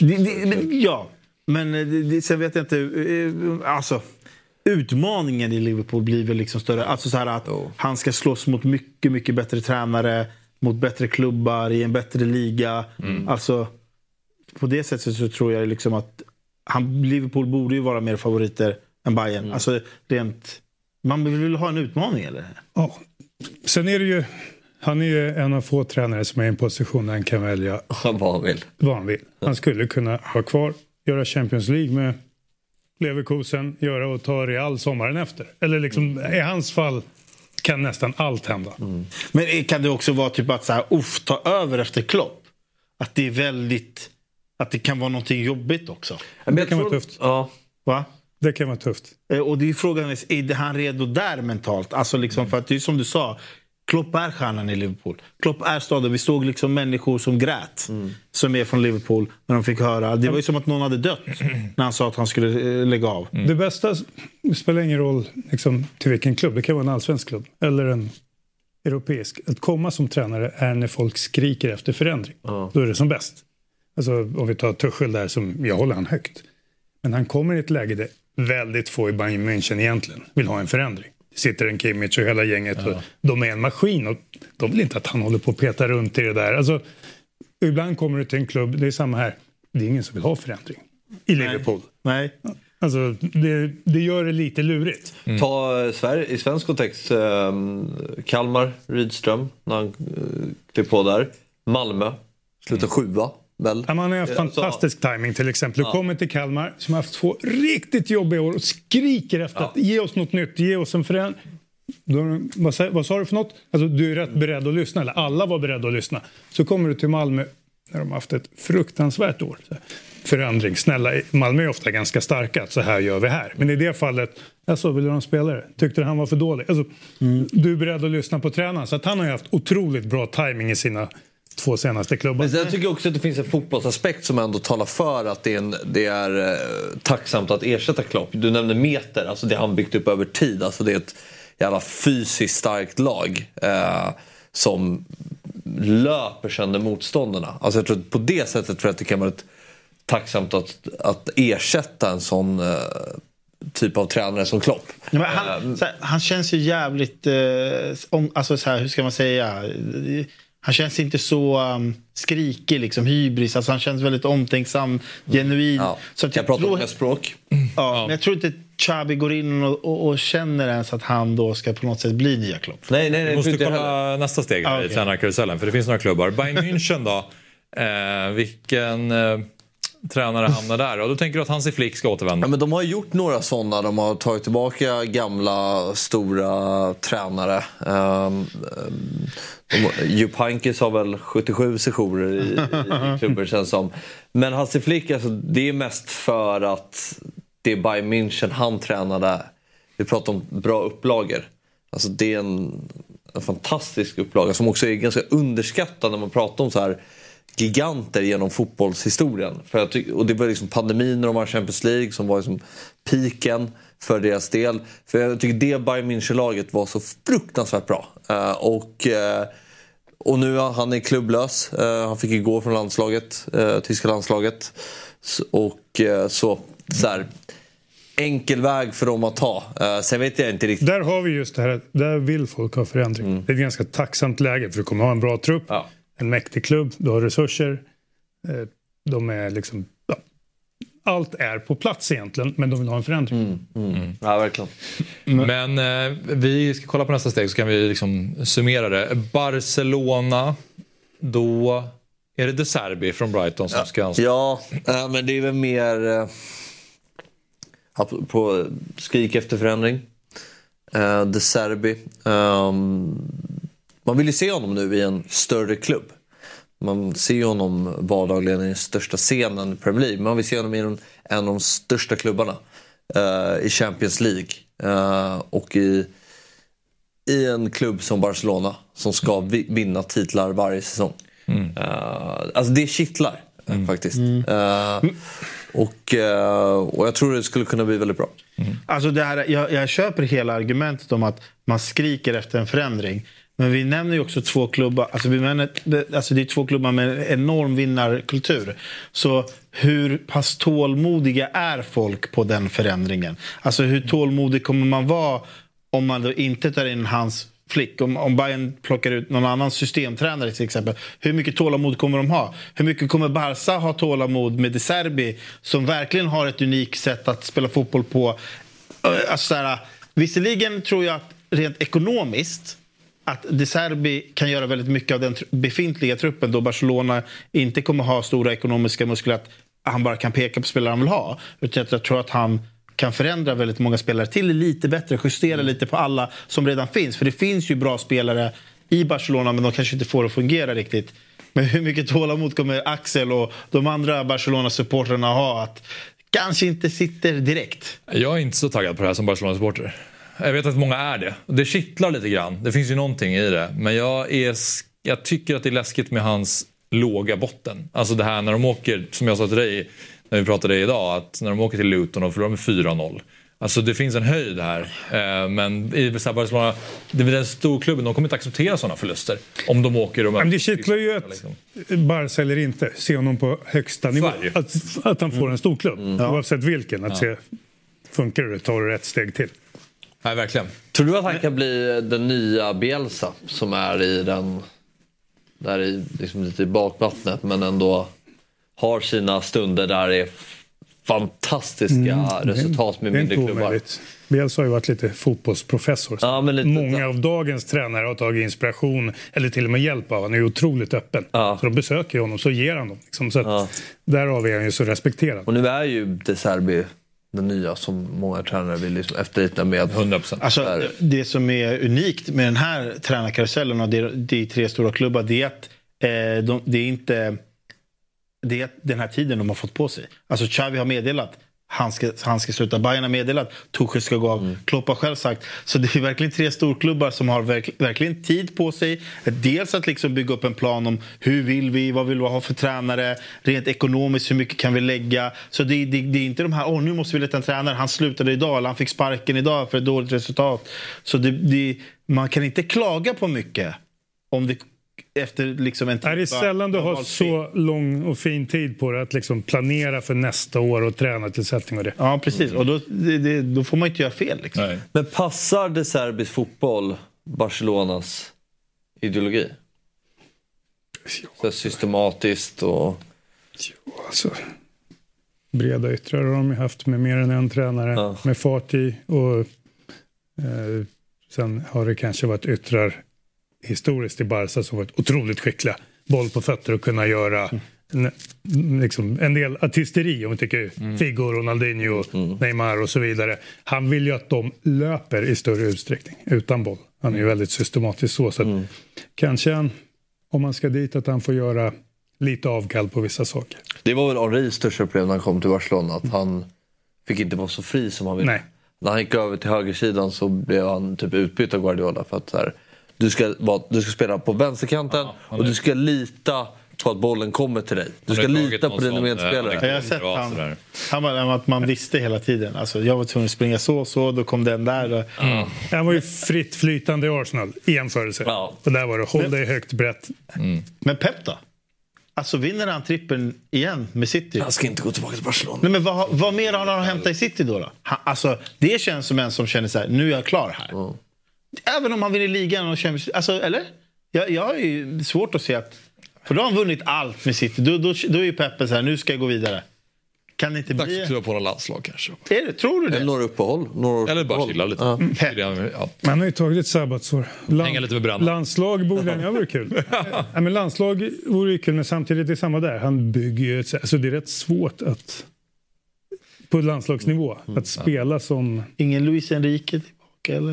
men sen vet jag inte, alltså utmaningen i Liverpool blir väl liksom större. Alltså så här att han ska slåss mot mycket, mycket bättre tränare, mot bättre klubbar i en bättre liga. Alltså på det sättet så tror jag liksom att Liverpool borde ju vara mer favoriter än Bayern. Alltså rent, man vill ha en utmaning eller? Ja. Sen är det ju, han är ju en av få tränare som är i en position där han kan välja vad han vill. Han skulle kunna vara kvar, göra Champions League med Leverkusen, göra och ta Real sommaren efter. Eller liksom, i hans fall kan nästan allt hända. Men kan det också vara typ att så här, ta över efter Klopp? Att det är väldigt, att det kan vara någonting jobbigt också. Det kan vara tufft. Ja. Va? Det kan vara tufft. Och det är frågan, är han redo där mentalt? Alltså liksom, för att det är som du sa, Klopp är stjärnan i Liverpool. Klopp är staden. Vi såg liksom människor som grät som är från Liverpool när de fick höra. Det var ju som att någon hade dött när han sa att han skulle lägga av. Det bästa spelar ingen roll liksom, till vilken klubb. Det kan vara en allsvensk klubb eller en europeisk. Att komma som tränare är när folk skriker efter förändring. Då är det som bäst. Alltså om vi tar Tuchel där, som jag håller han högt. Men han kommer i ett läge där väldigt få i Bayern München egentligen vill ha en förändring. Det sitter en Kimmich och hela gänget. Och de är en maskin och de vill inte att han håller på att peta runt i det där. Alltså, ibland kommer du till en klubb, det är samma här. Det är ingen som vill ha förändring i Liverpool. Nej. Alltså, det gör det lite lurigt. Ta Sverige i svensk kontext. Kalmar, Rydström när han klev på där. Malmö, slutar 7:a. Väl? Ja, man har haft fantastisk timing till exempel. Du kommer till Kalmar som har haft 2 riktigt jobbiga år och skriker efter att ge oss något nytt, ge oss en förändring. Vad sa du för något? Alltså, du är rätt beredd att lyssna, eller alla var beredda att lyssna. Så kommer du till Malmö när de har haft ett fruktansvärt år. Förändring, snälla, Malmö är ofta ganska starka, så här gör vi här. Men i det fallet, jag vill du ha en spelare? Tyckte han var för dålig? Alltså, du är beredd att lyssna på tränaren, så att han har ju haft otroligt bra timing i sina 2 senaste klubbar. Men jag tycker också att det finns en fotbollsaspekt som ändå talar för att det är tacksamt att ersätta Klopp. Du nämnde meter, alltså det han byggt upp över tid. Alltså det är jävla fysiskt starkt lag som löper sönder motståndarna. Alltså jag tror att på det sättet tror jag att det kan vara tacksamt att ersätta en sån typ av tränare som Klopp. Ja, han känns ju jävligt alltså så här, hur ska man säga, han känns inte så skrikig liksom, hybris, alltså han känns väldigt omtänksam, genuin. Så att jag pratar med språk. Men jag tror inte Xabi går in och känner ens att han då ska på något sätt bli nya Klopp. Nej, vi måste kolla nästa steg i tränarkarusellen, för det finns några klubbar. Bayern München då, vilken tränare hamnar där? Och då tänker du att Hansi Flick ska återvända? Ja, men de har gjort några sådana. De har tagit tillbaka gamla stora tränare. Jupp Heynckes har väl 77 sessioner i klubbar, känns som. Men Hansi Flick, alltså, det är mest för att det är Bayern München han tränade. Vi pratar om bra upplagor. Alltså det är en fantastisk upplaga som också är ganska underskattad när man pratar om så här giganter genom fotbollshistorien. Och det var liksom pandemin när de var Champions League som var liksom piken för deras del. För jag tycker det Bayern München-laget var så fruktansvärt bra. Och nu han är klubblös. Han fick ju gå från landslaget, tyska landslaget. Och så här, enkel väg för dem att ta. Sen vet jag inte riktigt. Där har vi just det här, där vill folk ha förändring. Det är ett ganska tacksamt läge, för du kommer ha en bra trupp. Ja. En mäktig klubb, du har resurser. De är liksom... Ja, allt är på plats egentligen, men de vill ha en förändring. Ja, verkligen. Men vi ska kolla på nästa steg, så kan vi liksom summera det. Barcelona, då är det De Zerbi från Brighton som ska ansvara. Ja, men det är väl mer på skrik efter förändring. De Zerbi. Man vill ju se honom nu i en större klubb. Man ser honom vardagligen i den största scenen i Premier League. Man vill se honom i en av de största klubbarna i Champions League. Och i en klubb som Barcelona som ska vinna titlar varje säsong. Alltså det kittlar faktiskt. Och jag tror det skulle kunna bli väldigt bra. Alltså det här, jag köper hela argumentet om att man skriker efter en förändring. Men vi nämner ju också två klubbar. Alltså det är två klubbar med en enorm vinnarkultur. Så hur pass tålmodiga är folk på den förändringen? Alltså hur tålmodig kommer man vara om man då inte tar in hans Flick? Om Bayern plockar ut någon annan systemtränare till exempel. Hur mycket tålamod kommer de ha? Hur mycket kommer Barca ha tålamod med De Zerbi som verkligen har ett unikt sätt att spela fotboll på? Alltså såhär, visserligen tror jag att rent ekonomiskt att De Zerbi kan göra väldigt mycket av den befintliga truppen då Barcelona inte kommer ha stora ekonomiska muskler att han bara kan peka på spelare han vill ha. Utan jag tror att han kan förändra väldigt många spelare till lite bättre, justera lite på alla som redan finns. För det finns ju bra spelare i Barcelona, men de kanske inte får det att fungera riktigt. Men hur mycket tålamod kommer Axel och de andra Barcelona-supporterna ha att kanske inte sitter direkt? Jag är inte så taggad på det här som Barcelona-supporter. Jag vet att många är det. Det kittlar lite grann. Det finns ju någonting i det. Men jag tycker att det är läskigt med hans låga botten. Alltså det här när de åker, som jag sa till dig när vi pratade idag, att när de åker till Luton och förlorar med 4-0. Alltså det finns en höjd här. Men i Barcelona, det är den storklubben, de kommer inte acceptera sådana förluster. Om de åker och... Men det kittlar ju att Barca eller inte se honom på högsta nivå. Att han får en storklubb. Oavsett vilken. Att se, funkar det, tar du rätt steg till. Nej, verkligen. Tror du att han kan bli den nya Bielsa som är i den där i liksom lite i bakvattnet men ändå har sina stunder där det är fantastiska resultat med mindre klubbar? Bielsa har ju varit lite fotbollsprofessor. Ja, men många av dagens tränare har tagit inspiration eller till och med hjälp av. Han är ju otroligt öppen. Så de besöker honom, så ger han dem. Liksom. Så att därav är han ju så respekterad. Och nu är ju De Zerbi den nya som många tränare vill liksom efterlikna med 100%. Alltså, det som är unikt med den här tränarkarusellen och de tre stora klubbar, det är att det är inte det är den här tiden de har fått på sig. Alltså Xavi har meddelat han ska sluta. Bayern har meddelat Tuchel ska gå av. Klopp har själv sagt. Så det är verkligen 3 storklubbar som har verkligen tid på sig. Dels att liksom bygga upp en plan om vad vill vi ha för tränare, rent ekonomiskt hur mycket kan vi lägga. Så det är inte de här, nu måste vi leta en tränare, han slutade idag eller han fick sparken idag för ett dåligt resultat. Så man kan inte klaga på mycket om det efter liksom en tid. Är det sällan du har så lång och fin tid på det att liksom planera för nästa år och träna till sättning och det. Ja, precis. Och då får man inte göra fel. Liksom. Nej. Men passar det serbisk fotboll Barcelonas ideologi? Så systematiskt och... Jo, alltså... Breda yttrar har de haft med mer än en tränare. Med fart i. Och sen har det kanske varit yttrar historiskt i Barca som varit otroligt skickliga. Boll på fötter och kunna göra liksom en del artisteri om vi tycker Figo, Ronaldinho, Neymar och så vidare. Han vill ju att de löper i större utsträckning utan boll. Han är ju väldigt systematisk så att kanske om man ska dit att han får göra lite avkall på vissa saker. Det var väl Henris största problem när han kom till Barcelona att han fick inte vara så fri som han ville. Nej. När han gick över till högersidan så blev han typ utbytt av Guardiola för att så här, du ska spela på vänsterkanten och du ska lita på att bollen kommer till dig. Du ska lita på dina medspelare. Jag har sett han var att man visste hela tiden. Alltså, jag var tvungen att springa så, då kom den där. Han var ju fritt flytande i Arsenal i jämförelse. Och där var det, håll dig högt brett. Men Pep då? Alltså vinner han trippen igen med City? Han ska inte gå tillbaka till Barcelona. Nej, men vad mer har han att hämta i City då? Alltså, det känns som en som känner så här, nu är jag klar här. Även om han vinner ligan och Champions League. Alltså, eller? Jag har ju svårt att se att... För då har han vunnit allt med City. Då är ju Peppe så här, nu ska jag gå vidare. Kan det inte dags bli... att kliva på några landslag kanske. Är det? Tror du det? Eller några uppehåll. Eller bara chilla lite. Man har ju tagit ett sabbatsår. Hänga lite med bränna. Landslag borde han vara kul. Men landslag vore ju kul, men samtidigt det är samma där. Han bygger ju alltså det är rätt svårt att på landslagsnivå att spela som... Ingen Luis Enrique tillbaka eller?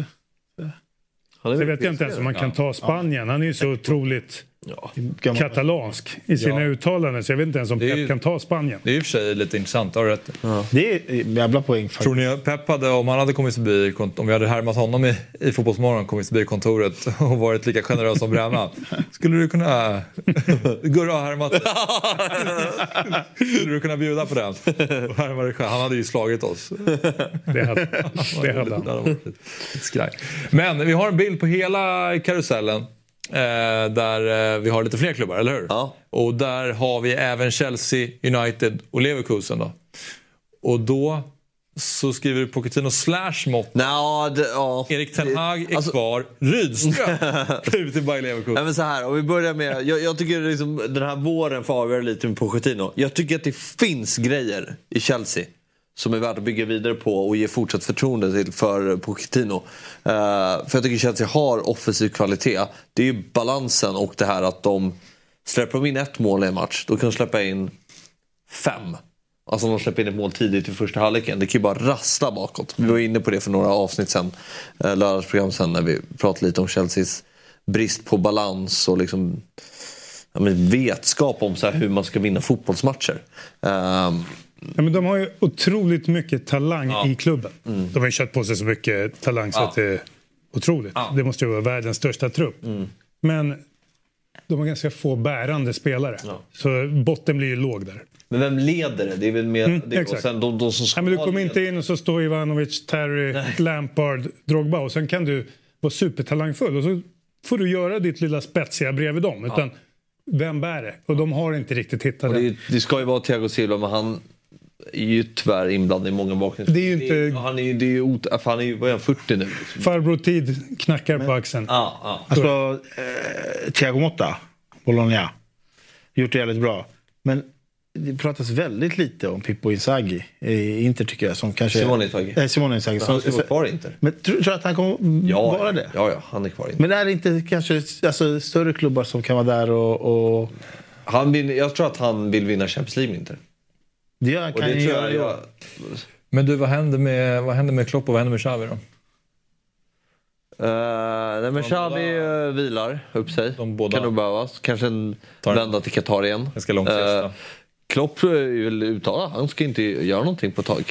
Så vet jag inte ens om man kan ta Spanien. Han är ju så otroligt katalansk i sina uttalanden. Så jag vet inte ens om Pep kan ta Spanien. Det är i och för sig lite intressant. Har du rätt? Det är jävla poäng faktiskt. Tror ni Pep hade, om han hade kommit förbi, om vi hade härmat honom i Fotbollsmorgon, kommit förbi kontoret och varit lika generös som Bränna, skulle du kunna Gurra och härmat? Skulle du kunna bjuda på den? Han hade ju slagit oss. Det hade han. Skraj. Men vi har en bild på hela karusellen där vi har lite fler klubbar, eller hur? Ja. Och där har vi även Chelsea, United och Leverkusen då. Och då så skriver du Pochettino /Mott. Erik Ten Hag är kvar. Rydström ut till Bayer Leverkusen. Nej, men så här, om vi börjar med... Jag tycker liksom, den här våren får avgöra lite med Pochettino. Jag tycker att det finns grejer i Chelsea som är värt att bygga vidare på och ge fortsatt förtroende till för Pochettino. För jag tycker Chelsea har offensiv kvalitet. Det är ju balansen och det här att de släpper in 1 mål i en match. Då kan de släppa in 5. Alltså de släpper in ett mål tidigt i första halvleken. Det kan ju bara rassla bakåt. Vi var inne på det för några avsnitt sen. Lördagsprogram sen när vi pratade lite om Chelseas brist på balans och liksom vetskap om så här hur man ska vinna fotbollsmatcher. Ja, men de har ju otroligt mycket talang i klubben. De har ju kört på sig så mycket talang så att det är otroligt. Det måste ju vara världens största trupp. Men de har ganska få bärande spelare. Så botten blir ju låg där. Men vem leder det? Det är väl mer det. Och sen de som ska men du kommer inte in och så står Ivanovic, Terry, Lampard, Drogba. Och sen kan du vara supertalangfull. Och så får du göra ditt lilla spetsiga bredvid dem. Utan vem bär det? Och de har inte riktigt hittat det. Det ska ju vara Thiago Silva, men han är ju tyvärr inblandad i många bakgrunds. Det är ju inte... Han är ju vad är han, 40 nu. Liksom. Farbror tid knackar på axeln. Alltså, Thiago Motta, Bologna, gjort det jävligt bra. Men det pratas väldigt lite om Pippo Inzaghi. Inte tycker jag. Som kanske Simone Inzaghi. Han ska vara kvar inte. Men tror du att han kommer vara det? Ja, han är kvar inte. Men är det inte kanske större klubbar som kan vara där och... Jag tror att han vill vinna Champions League inte. Det kan det tror jag. Men du, vad händer med Klopp och vad händer med Xavi då? Nej, men Xavi vilar upp sig. Kan nog behövas. Kanske en vända till Qatar igen. Jag ska långt Klopp är väl uttalad. Han ska inte göra någonting på ett tag.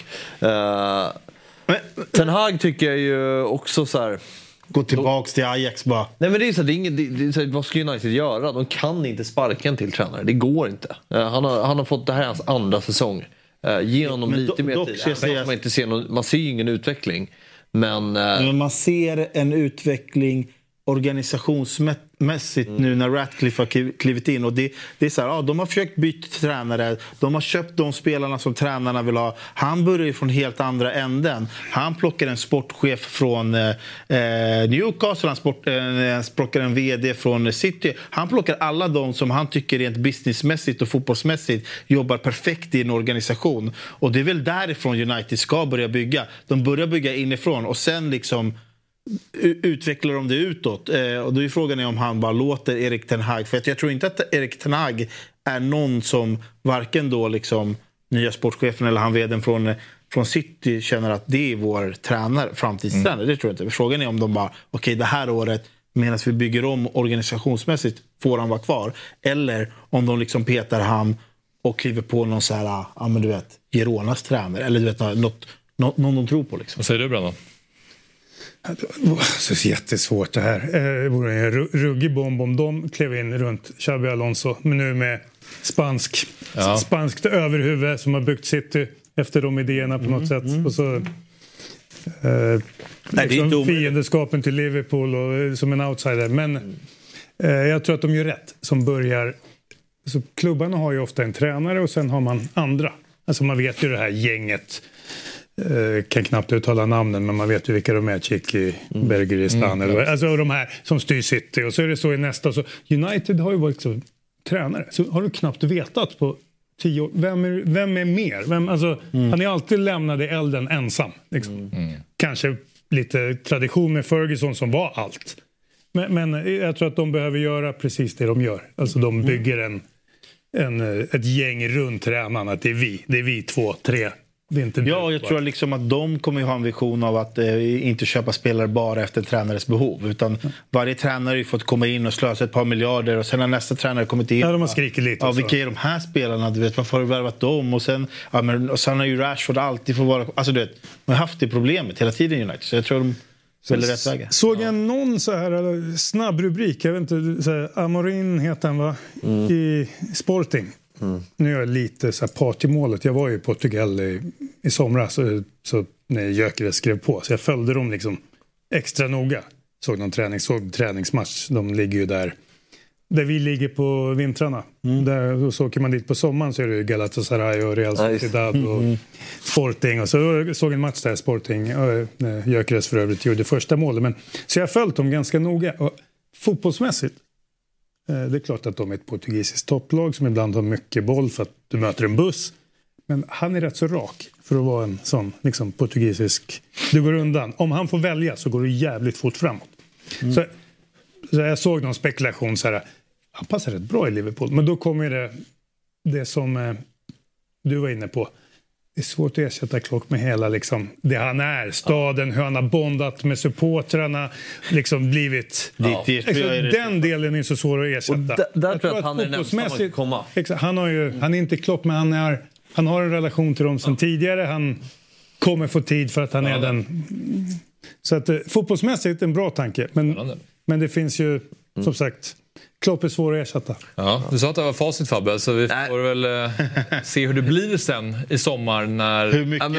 Ten Hag tycker jag ju också så här... Gå tillbaks till Ajax bara. Nej, men det är så, det är inget, det är så, vad ska United göra? De kan inte sparka en till tränare. Det går inte. Han har fått, det här är hans andra säsong. Ge honom lite mer tid. Man ser ju ingen utveckling. Men man ser en utveckling organisationsmässigt nu när Ratcliffe har klivit in, och det är så här, de har försökt byta tränare, de har köpt de spelarna som tränarna vill ha. Han börjar ju från helt andra änden. Han plockar en sportchef från Newcastle, han plockar en vd från City. Han plockar alla de som han tycker rent businessmässigt och fotbollsmässigt jobbar perfekt i en organisation, och det är väl därifrån United ska börja bygga. De börjar bygga inifrån och sen liksom utvecklar de det utåt, och då är frågan om han bara låter Erik Ten Hag, för jag tror inte att Erik Ten Hag är någon som varken då liksom nya sportchefen eller han vdn från City känner att det är vår tränare, framtidstränare. Det tror jag inte. Frågan är om de bara okej, det här året medan vi bygger om organisationsmässigt får han vara kvar, eller om de liksom petar han och kliver på någon så här, men du vet, Gironas tränare, eller du vet någon de tror på liksom. Vad säger du, Brandon? Så jättesvårt det här. Det vore en ruggig bomb om de klev in runt Xabi Alonso, men nu med spanskt överhuvud som har byggt City efter de idéerna på något sätt. Och så fiendeskapen till Liverpool och som en outsider. Men jag tror att de gör rätt som börjar. Så klubbarna har ju ofta en tränare och sen har man andra. Alltså man vet ju det här gänget. Kan knappt uttala namnen, men man vet ju vilka de är. Chiki, Bergeristan, alltså de här som styr City. Och så är det så i nästa. Så United har ju varit så tränare. Så har du knappt vetat på 10 år. Vem är mer? Han är alltid lämnad i elden ensam. Liksom. Kanske lite tradition med Ferguson som var allt. Men jag tror att de behöver göra precis det de gör. Alltså de bygger ett gäng runt tränarna. Att det är vi 2, 3. Jag tror liksom att de kommer ha en vision av att inte köpa spelare bara efter tränarens behov, utan varje tränare har ju fått komma in och slösa ett par miljarder, och sen när nästa tränare kommit in, de har skrikit lite. Vilka är de här spelarna? Du vet, varför har du värvat dem? Och sen har ju Rashford alltid får vara, alltså du vet, man har haft det problemet hela tiden i United, så jag tror de väljer rätt väg. Såg jag någon så här snabb rubrik, jag vet inte, så här, Amorin heter han va? I Sporting. Nu är jag lite så här part i målet. Jag var ju i Portugal i somras, så när Gyökeres skrev på, så jag följde dem liksom extra noga. Såg träningsmatch. De ligger ju där vi ligger på vintrarna. Där, så åker man dit på sommaren, så är det Galatasaray och Real Sociedad och Sporting. Och så såg en match där, Sporting. Gyökeres för övrigt gjorde första målet. Men, så jag följt dem ganska noga. Och fotbollsmässigt, det är klart att de är ett portugisiskt topplag som ibland har mycket boll för att du möter en buss. Men han är rätt så rak för att vara en sån liksom, portugisisk. Du går undan. Om han får välja så går det jävligt fort framåt. Så jag såg någon spekulation så här. Han passar rätt bra i Liverpool. Men då kommer det som du var inne på. Det är svårt att ersätta Klopp med hela liksom, det han är. Staden, hur han har bondat med supportrarna. Liksom blivit... den delen är så svår att ersätta. Där tror jag att han är nästan att komma. Exakt, han är inte Klopp, men han har en relation till dem sedan tidigare. Han kommer få tid för att han är den... Så att fotbollsmässigt en bra tanke. Men det finns ju, som sagt... Klopp är svår att ersätta. Ja, du sa att det var facit, Fabbe, så vi får väl se hur det blir sen i sommar när...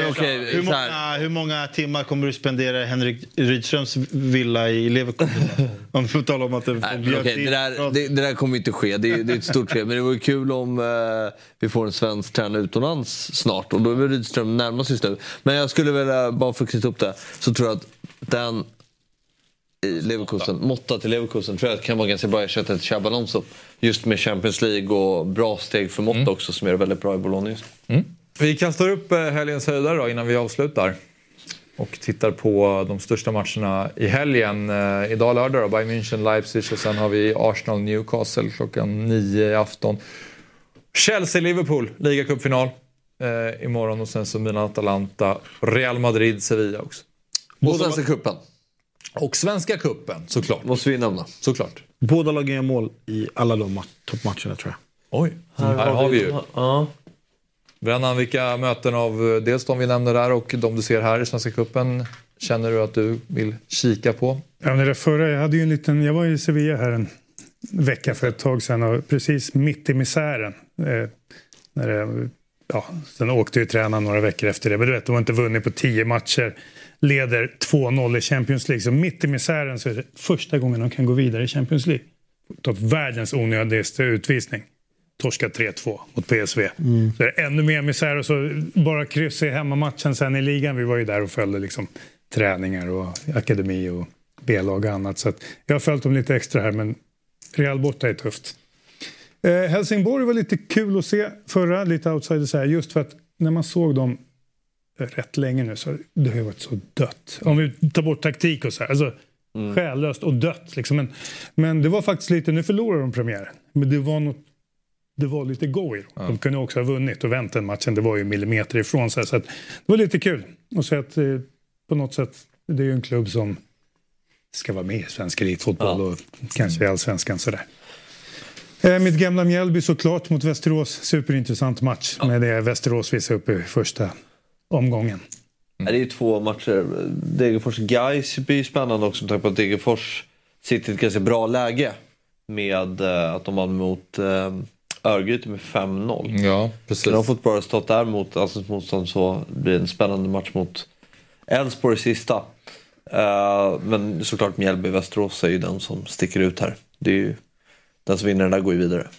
Hur många timmar kommer du spendera Henrik Rydströms villa i Leverkusen? Om vi får tala om att det där kommer inte ske. Det är ett stort fel. Men det vore kul om vi får en svensk tränare utomlands snart. Och då är väl Rydström närmast just nu. Men jag skulle vilja, bara för att knyta upp det, så tror jag att den... i Leverkusen, måtta till Leverkusen tror jag kan vara ganska bra ersättare till Xabi Alonso, just med Champions League och bra steg för måtta också, som är väldigt bra i Bologna just. Vi kastar upp helgens höjdare då innan vi avslutar och tittar på de största matcherna i helgen. Idag lördag då, Bayern München, Leipzig, och sen har vi Arsenal, Newcastle klockan 9 i afton. Chelsea, Liverpool, ligacupfinal imorgon, och sen så Milan, Atalanta, Real Madrid, Sevilla också. Och Svenska cupen. Och Svenska cupen, såklart. Måste vi nämna. Såklart. Båda lagen gör mål i alla de toppmatcherna, tror jag. Oj, här har vi ju. Brännan, vilka möten av dels de vi nämnde där och de du ser här i Svenska cupen känner du att du vill kika på? Ja, det förra, jag var i Sevilla här en vecka för ett tag sedan och precis mitt i misären. Sen åkte ju tränaren några veckor efter det. Men du vet, de har inte vunnit på 10 matcher. Leder 2-0 i Champions League. Så mitt i misären så är det första gången de kan gå vidare i Champions League. Ta världens onödigaste utvisning. Torska 3-2 mot PSV. Så det är ännu mer misär och så bara kryss i hemmamatchen sen i ligan. Vi var ju där och följde liksom träningar och akademi och B-lag och annat. Så att jag har följt dem lite extra här, men Real borta är tufft. Helsingborg var lite kul att se förra, lite outsider så här, just för att när man såg dem rätt länge nu så det har varit så dött. Om vi tar bort taktik och så här, alltså själlöst och dött liksom. Men det var faktiskt lite, nu förlorar de premiären. Men det var lite go i dem. De kunde också ha vunnit och vänt den matchen. Det var ju millimeter ifrån så att det var lite kul. Och så att på något sätt, det är ju en klubb som ska vara med i svensk elitfotboll och kanske i allsvenskan sådär. Mitt gamla Mjällby såklart mot Västerås. Superintressant match med det Västerås visar upp i första omgången. Det är ju 2 matcher. Degerfors-Gais blir spännande också med tanke på att Degerfors sitter i ett ganska bra läge med att de vann mot Örgryte med 5-0. Ja, precis. De har fått bra resultat där mot Allsvenskt motstånd, så blir det en spännande match mot Elfsborg sista. Men såklart Mjällby-Västerås är ju den som sticker ut här. Det är ju den som vinner den där går ju vidare.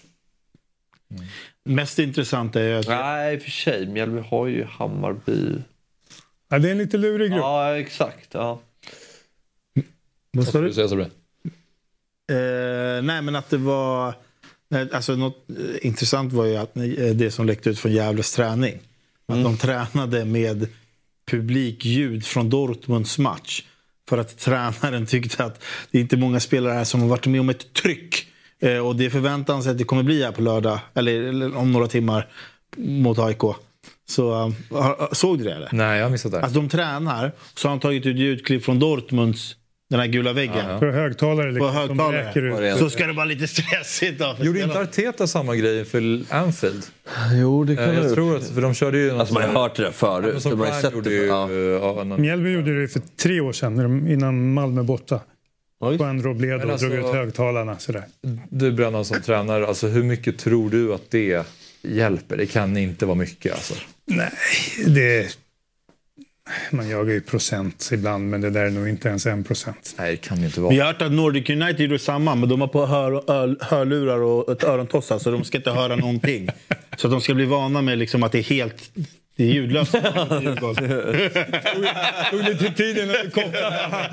Mest intressant är ju att... Nej, för sig. Mjällby har ju Hammarby. Ja, det är en lite lurig grupp. Ja, exakt. Ja. Vad sa du? Säga så bra. Nej, men att det var... Alltså något intressant var ju att det som läckte ut från Gävles träning. Att de tränade med publikljud från Dortmunds match. För att tränaren tyckte att det är inte många spelare här som har varit med om ett tryck. Och det förväntar sig att det kommer bli här på lördag. Eller om några timmar mot AIK. Så såg du det eller? Nej, jag har missat det. Alltså de tränar, så har han tagit ut ljudklipp från Dortmunds, den här gula väggen. På högtalare liksom. På högtalare. Så ska det vara lite stressigt då. Gjorde inte Arteta samma grej för Anfield? Jo, det kan jag tror att, för de körde ju... Alltså man har hört det där förut. Ja, Mjällby gjorde det för 3 år sedan innan Malmö borta. Juan Robledo drog ut högtalarna sådär. Du Brännan som tränare, alltså hur mycket tror du att det hjälper? Det kan inte vara mycket alltså. Nej, man jagar ju procent ibland, men det där är nog inte ens 1%. Nej, det kan ju inte vara. Vi har hört att Nordic United gjorde samma, men de har på hörlurar och ett örontossa, så de ska inte höra någonting. Så att de ska bli vana med liksom att det är helt... Det är ljudlöst. Tog lite tiden att koppla.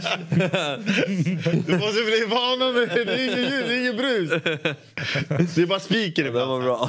Du måste bli vana med det. Det är ingen ljud, det är ingen brus. Det är bara spiker. Det var bra.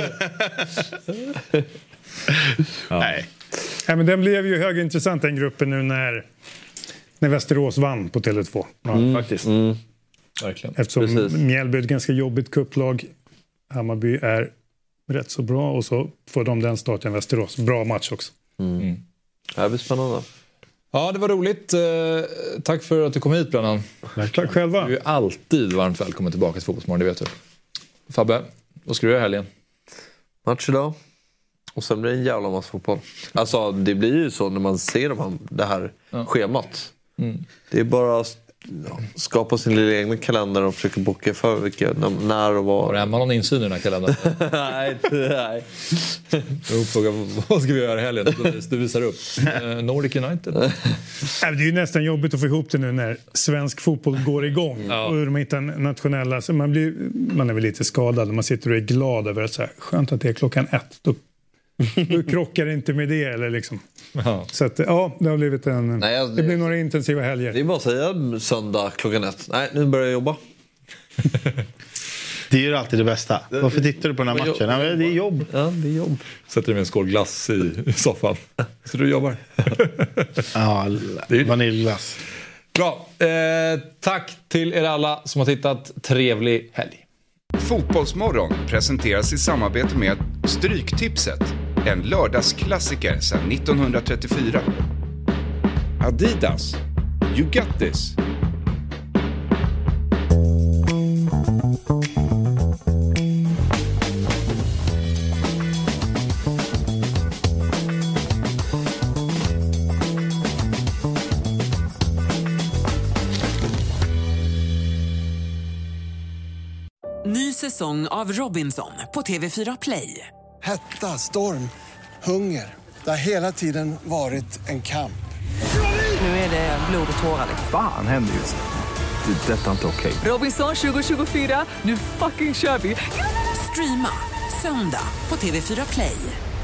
Nej, men den blev ju högintressant den gruppen nu när Västerås vann på Tele2. Faktiskt. Verkligen. Eftersom Mjällby är ett ganska jobbigt kupplag. Hammarby är rätt så bra och så får de den starten Västerås. Bra match också. Det blir spännande. Ja, det var roligt. Tack för att du kom hit, Brännan. Tack själva. Du är alltid varmt välkommen tillbaka till Fotbollsmorgon, det vet du. Fabbe, vad ska du göra helgen? Match idag. Och sen blir det en jävla massa fotboll. Alltså det blir ju så när man ser det här schemat. Det är bara att skapa sin lilla egen kalender och försöka boka för när och var. Har Emma någon insyn i den här kalendern? Nej. Jag frågar, vad ska vi göra i helgen? Du visar upp. Nordic United. Det är ju nästan jobbigt att få ihop det nu när svensk fotboll går igång. Och de hittar nationella. Så man är väl lite skadad. Man sitter och är glad över att så här, skönt att det är 1:00. Då krockar det inte med det eller liksom. Så att det har blivit det blir några intensiva helger. Det är bara att säga söndag 1:00. Nej, nu börjar jag jobba. Det är ju alltid det bästa. Varför tittar du på den här matchen? Det är jobb. Ja, det är jobb. Sätter du med en skål glass i soffan. Så du jobbar. Ja, vaniljglass. Bra. Tack till er alla som har tittat. Trevlig helg. Fotbollsmorgon presenteras i samarbete med Stryktipset. En lördagsklassiker sedan 1934. Adidas. You got this. säsong av Robinson på TV4 Play. Hetta, storm, hunger. Det har hela tiden varit en kamp. Nu är det blod och tårar. Fan händer just det. Det är detta inte okej. Robinson 2024, nu fucking kör vi. Streama söndag på TV4 Play.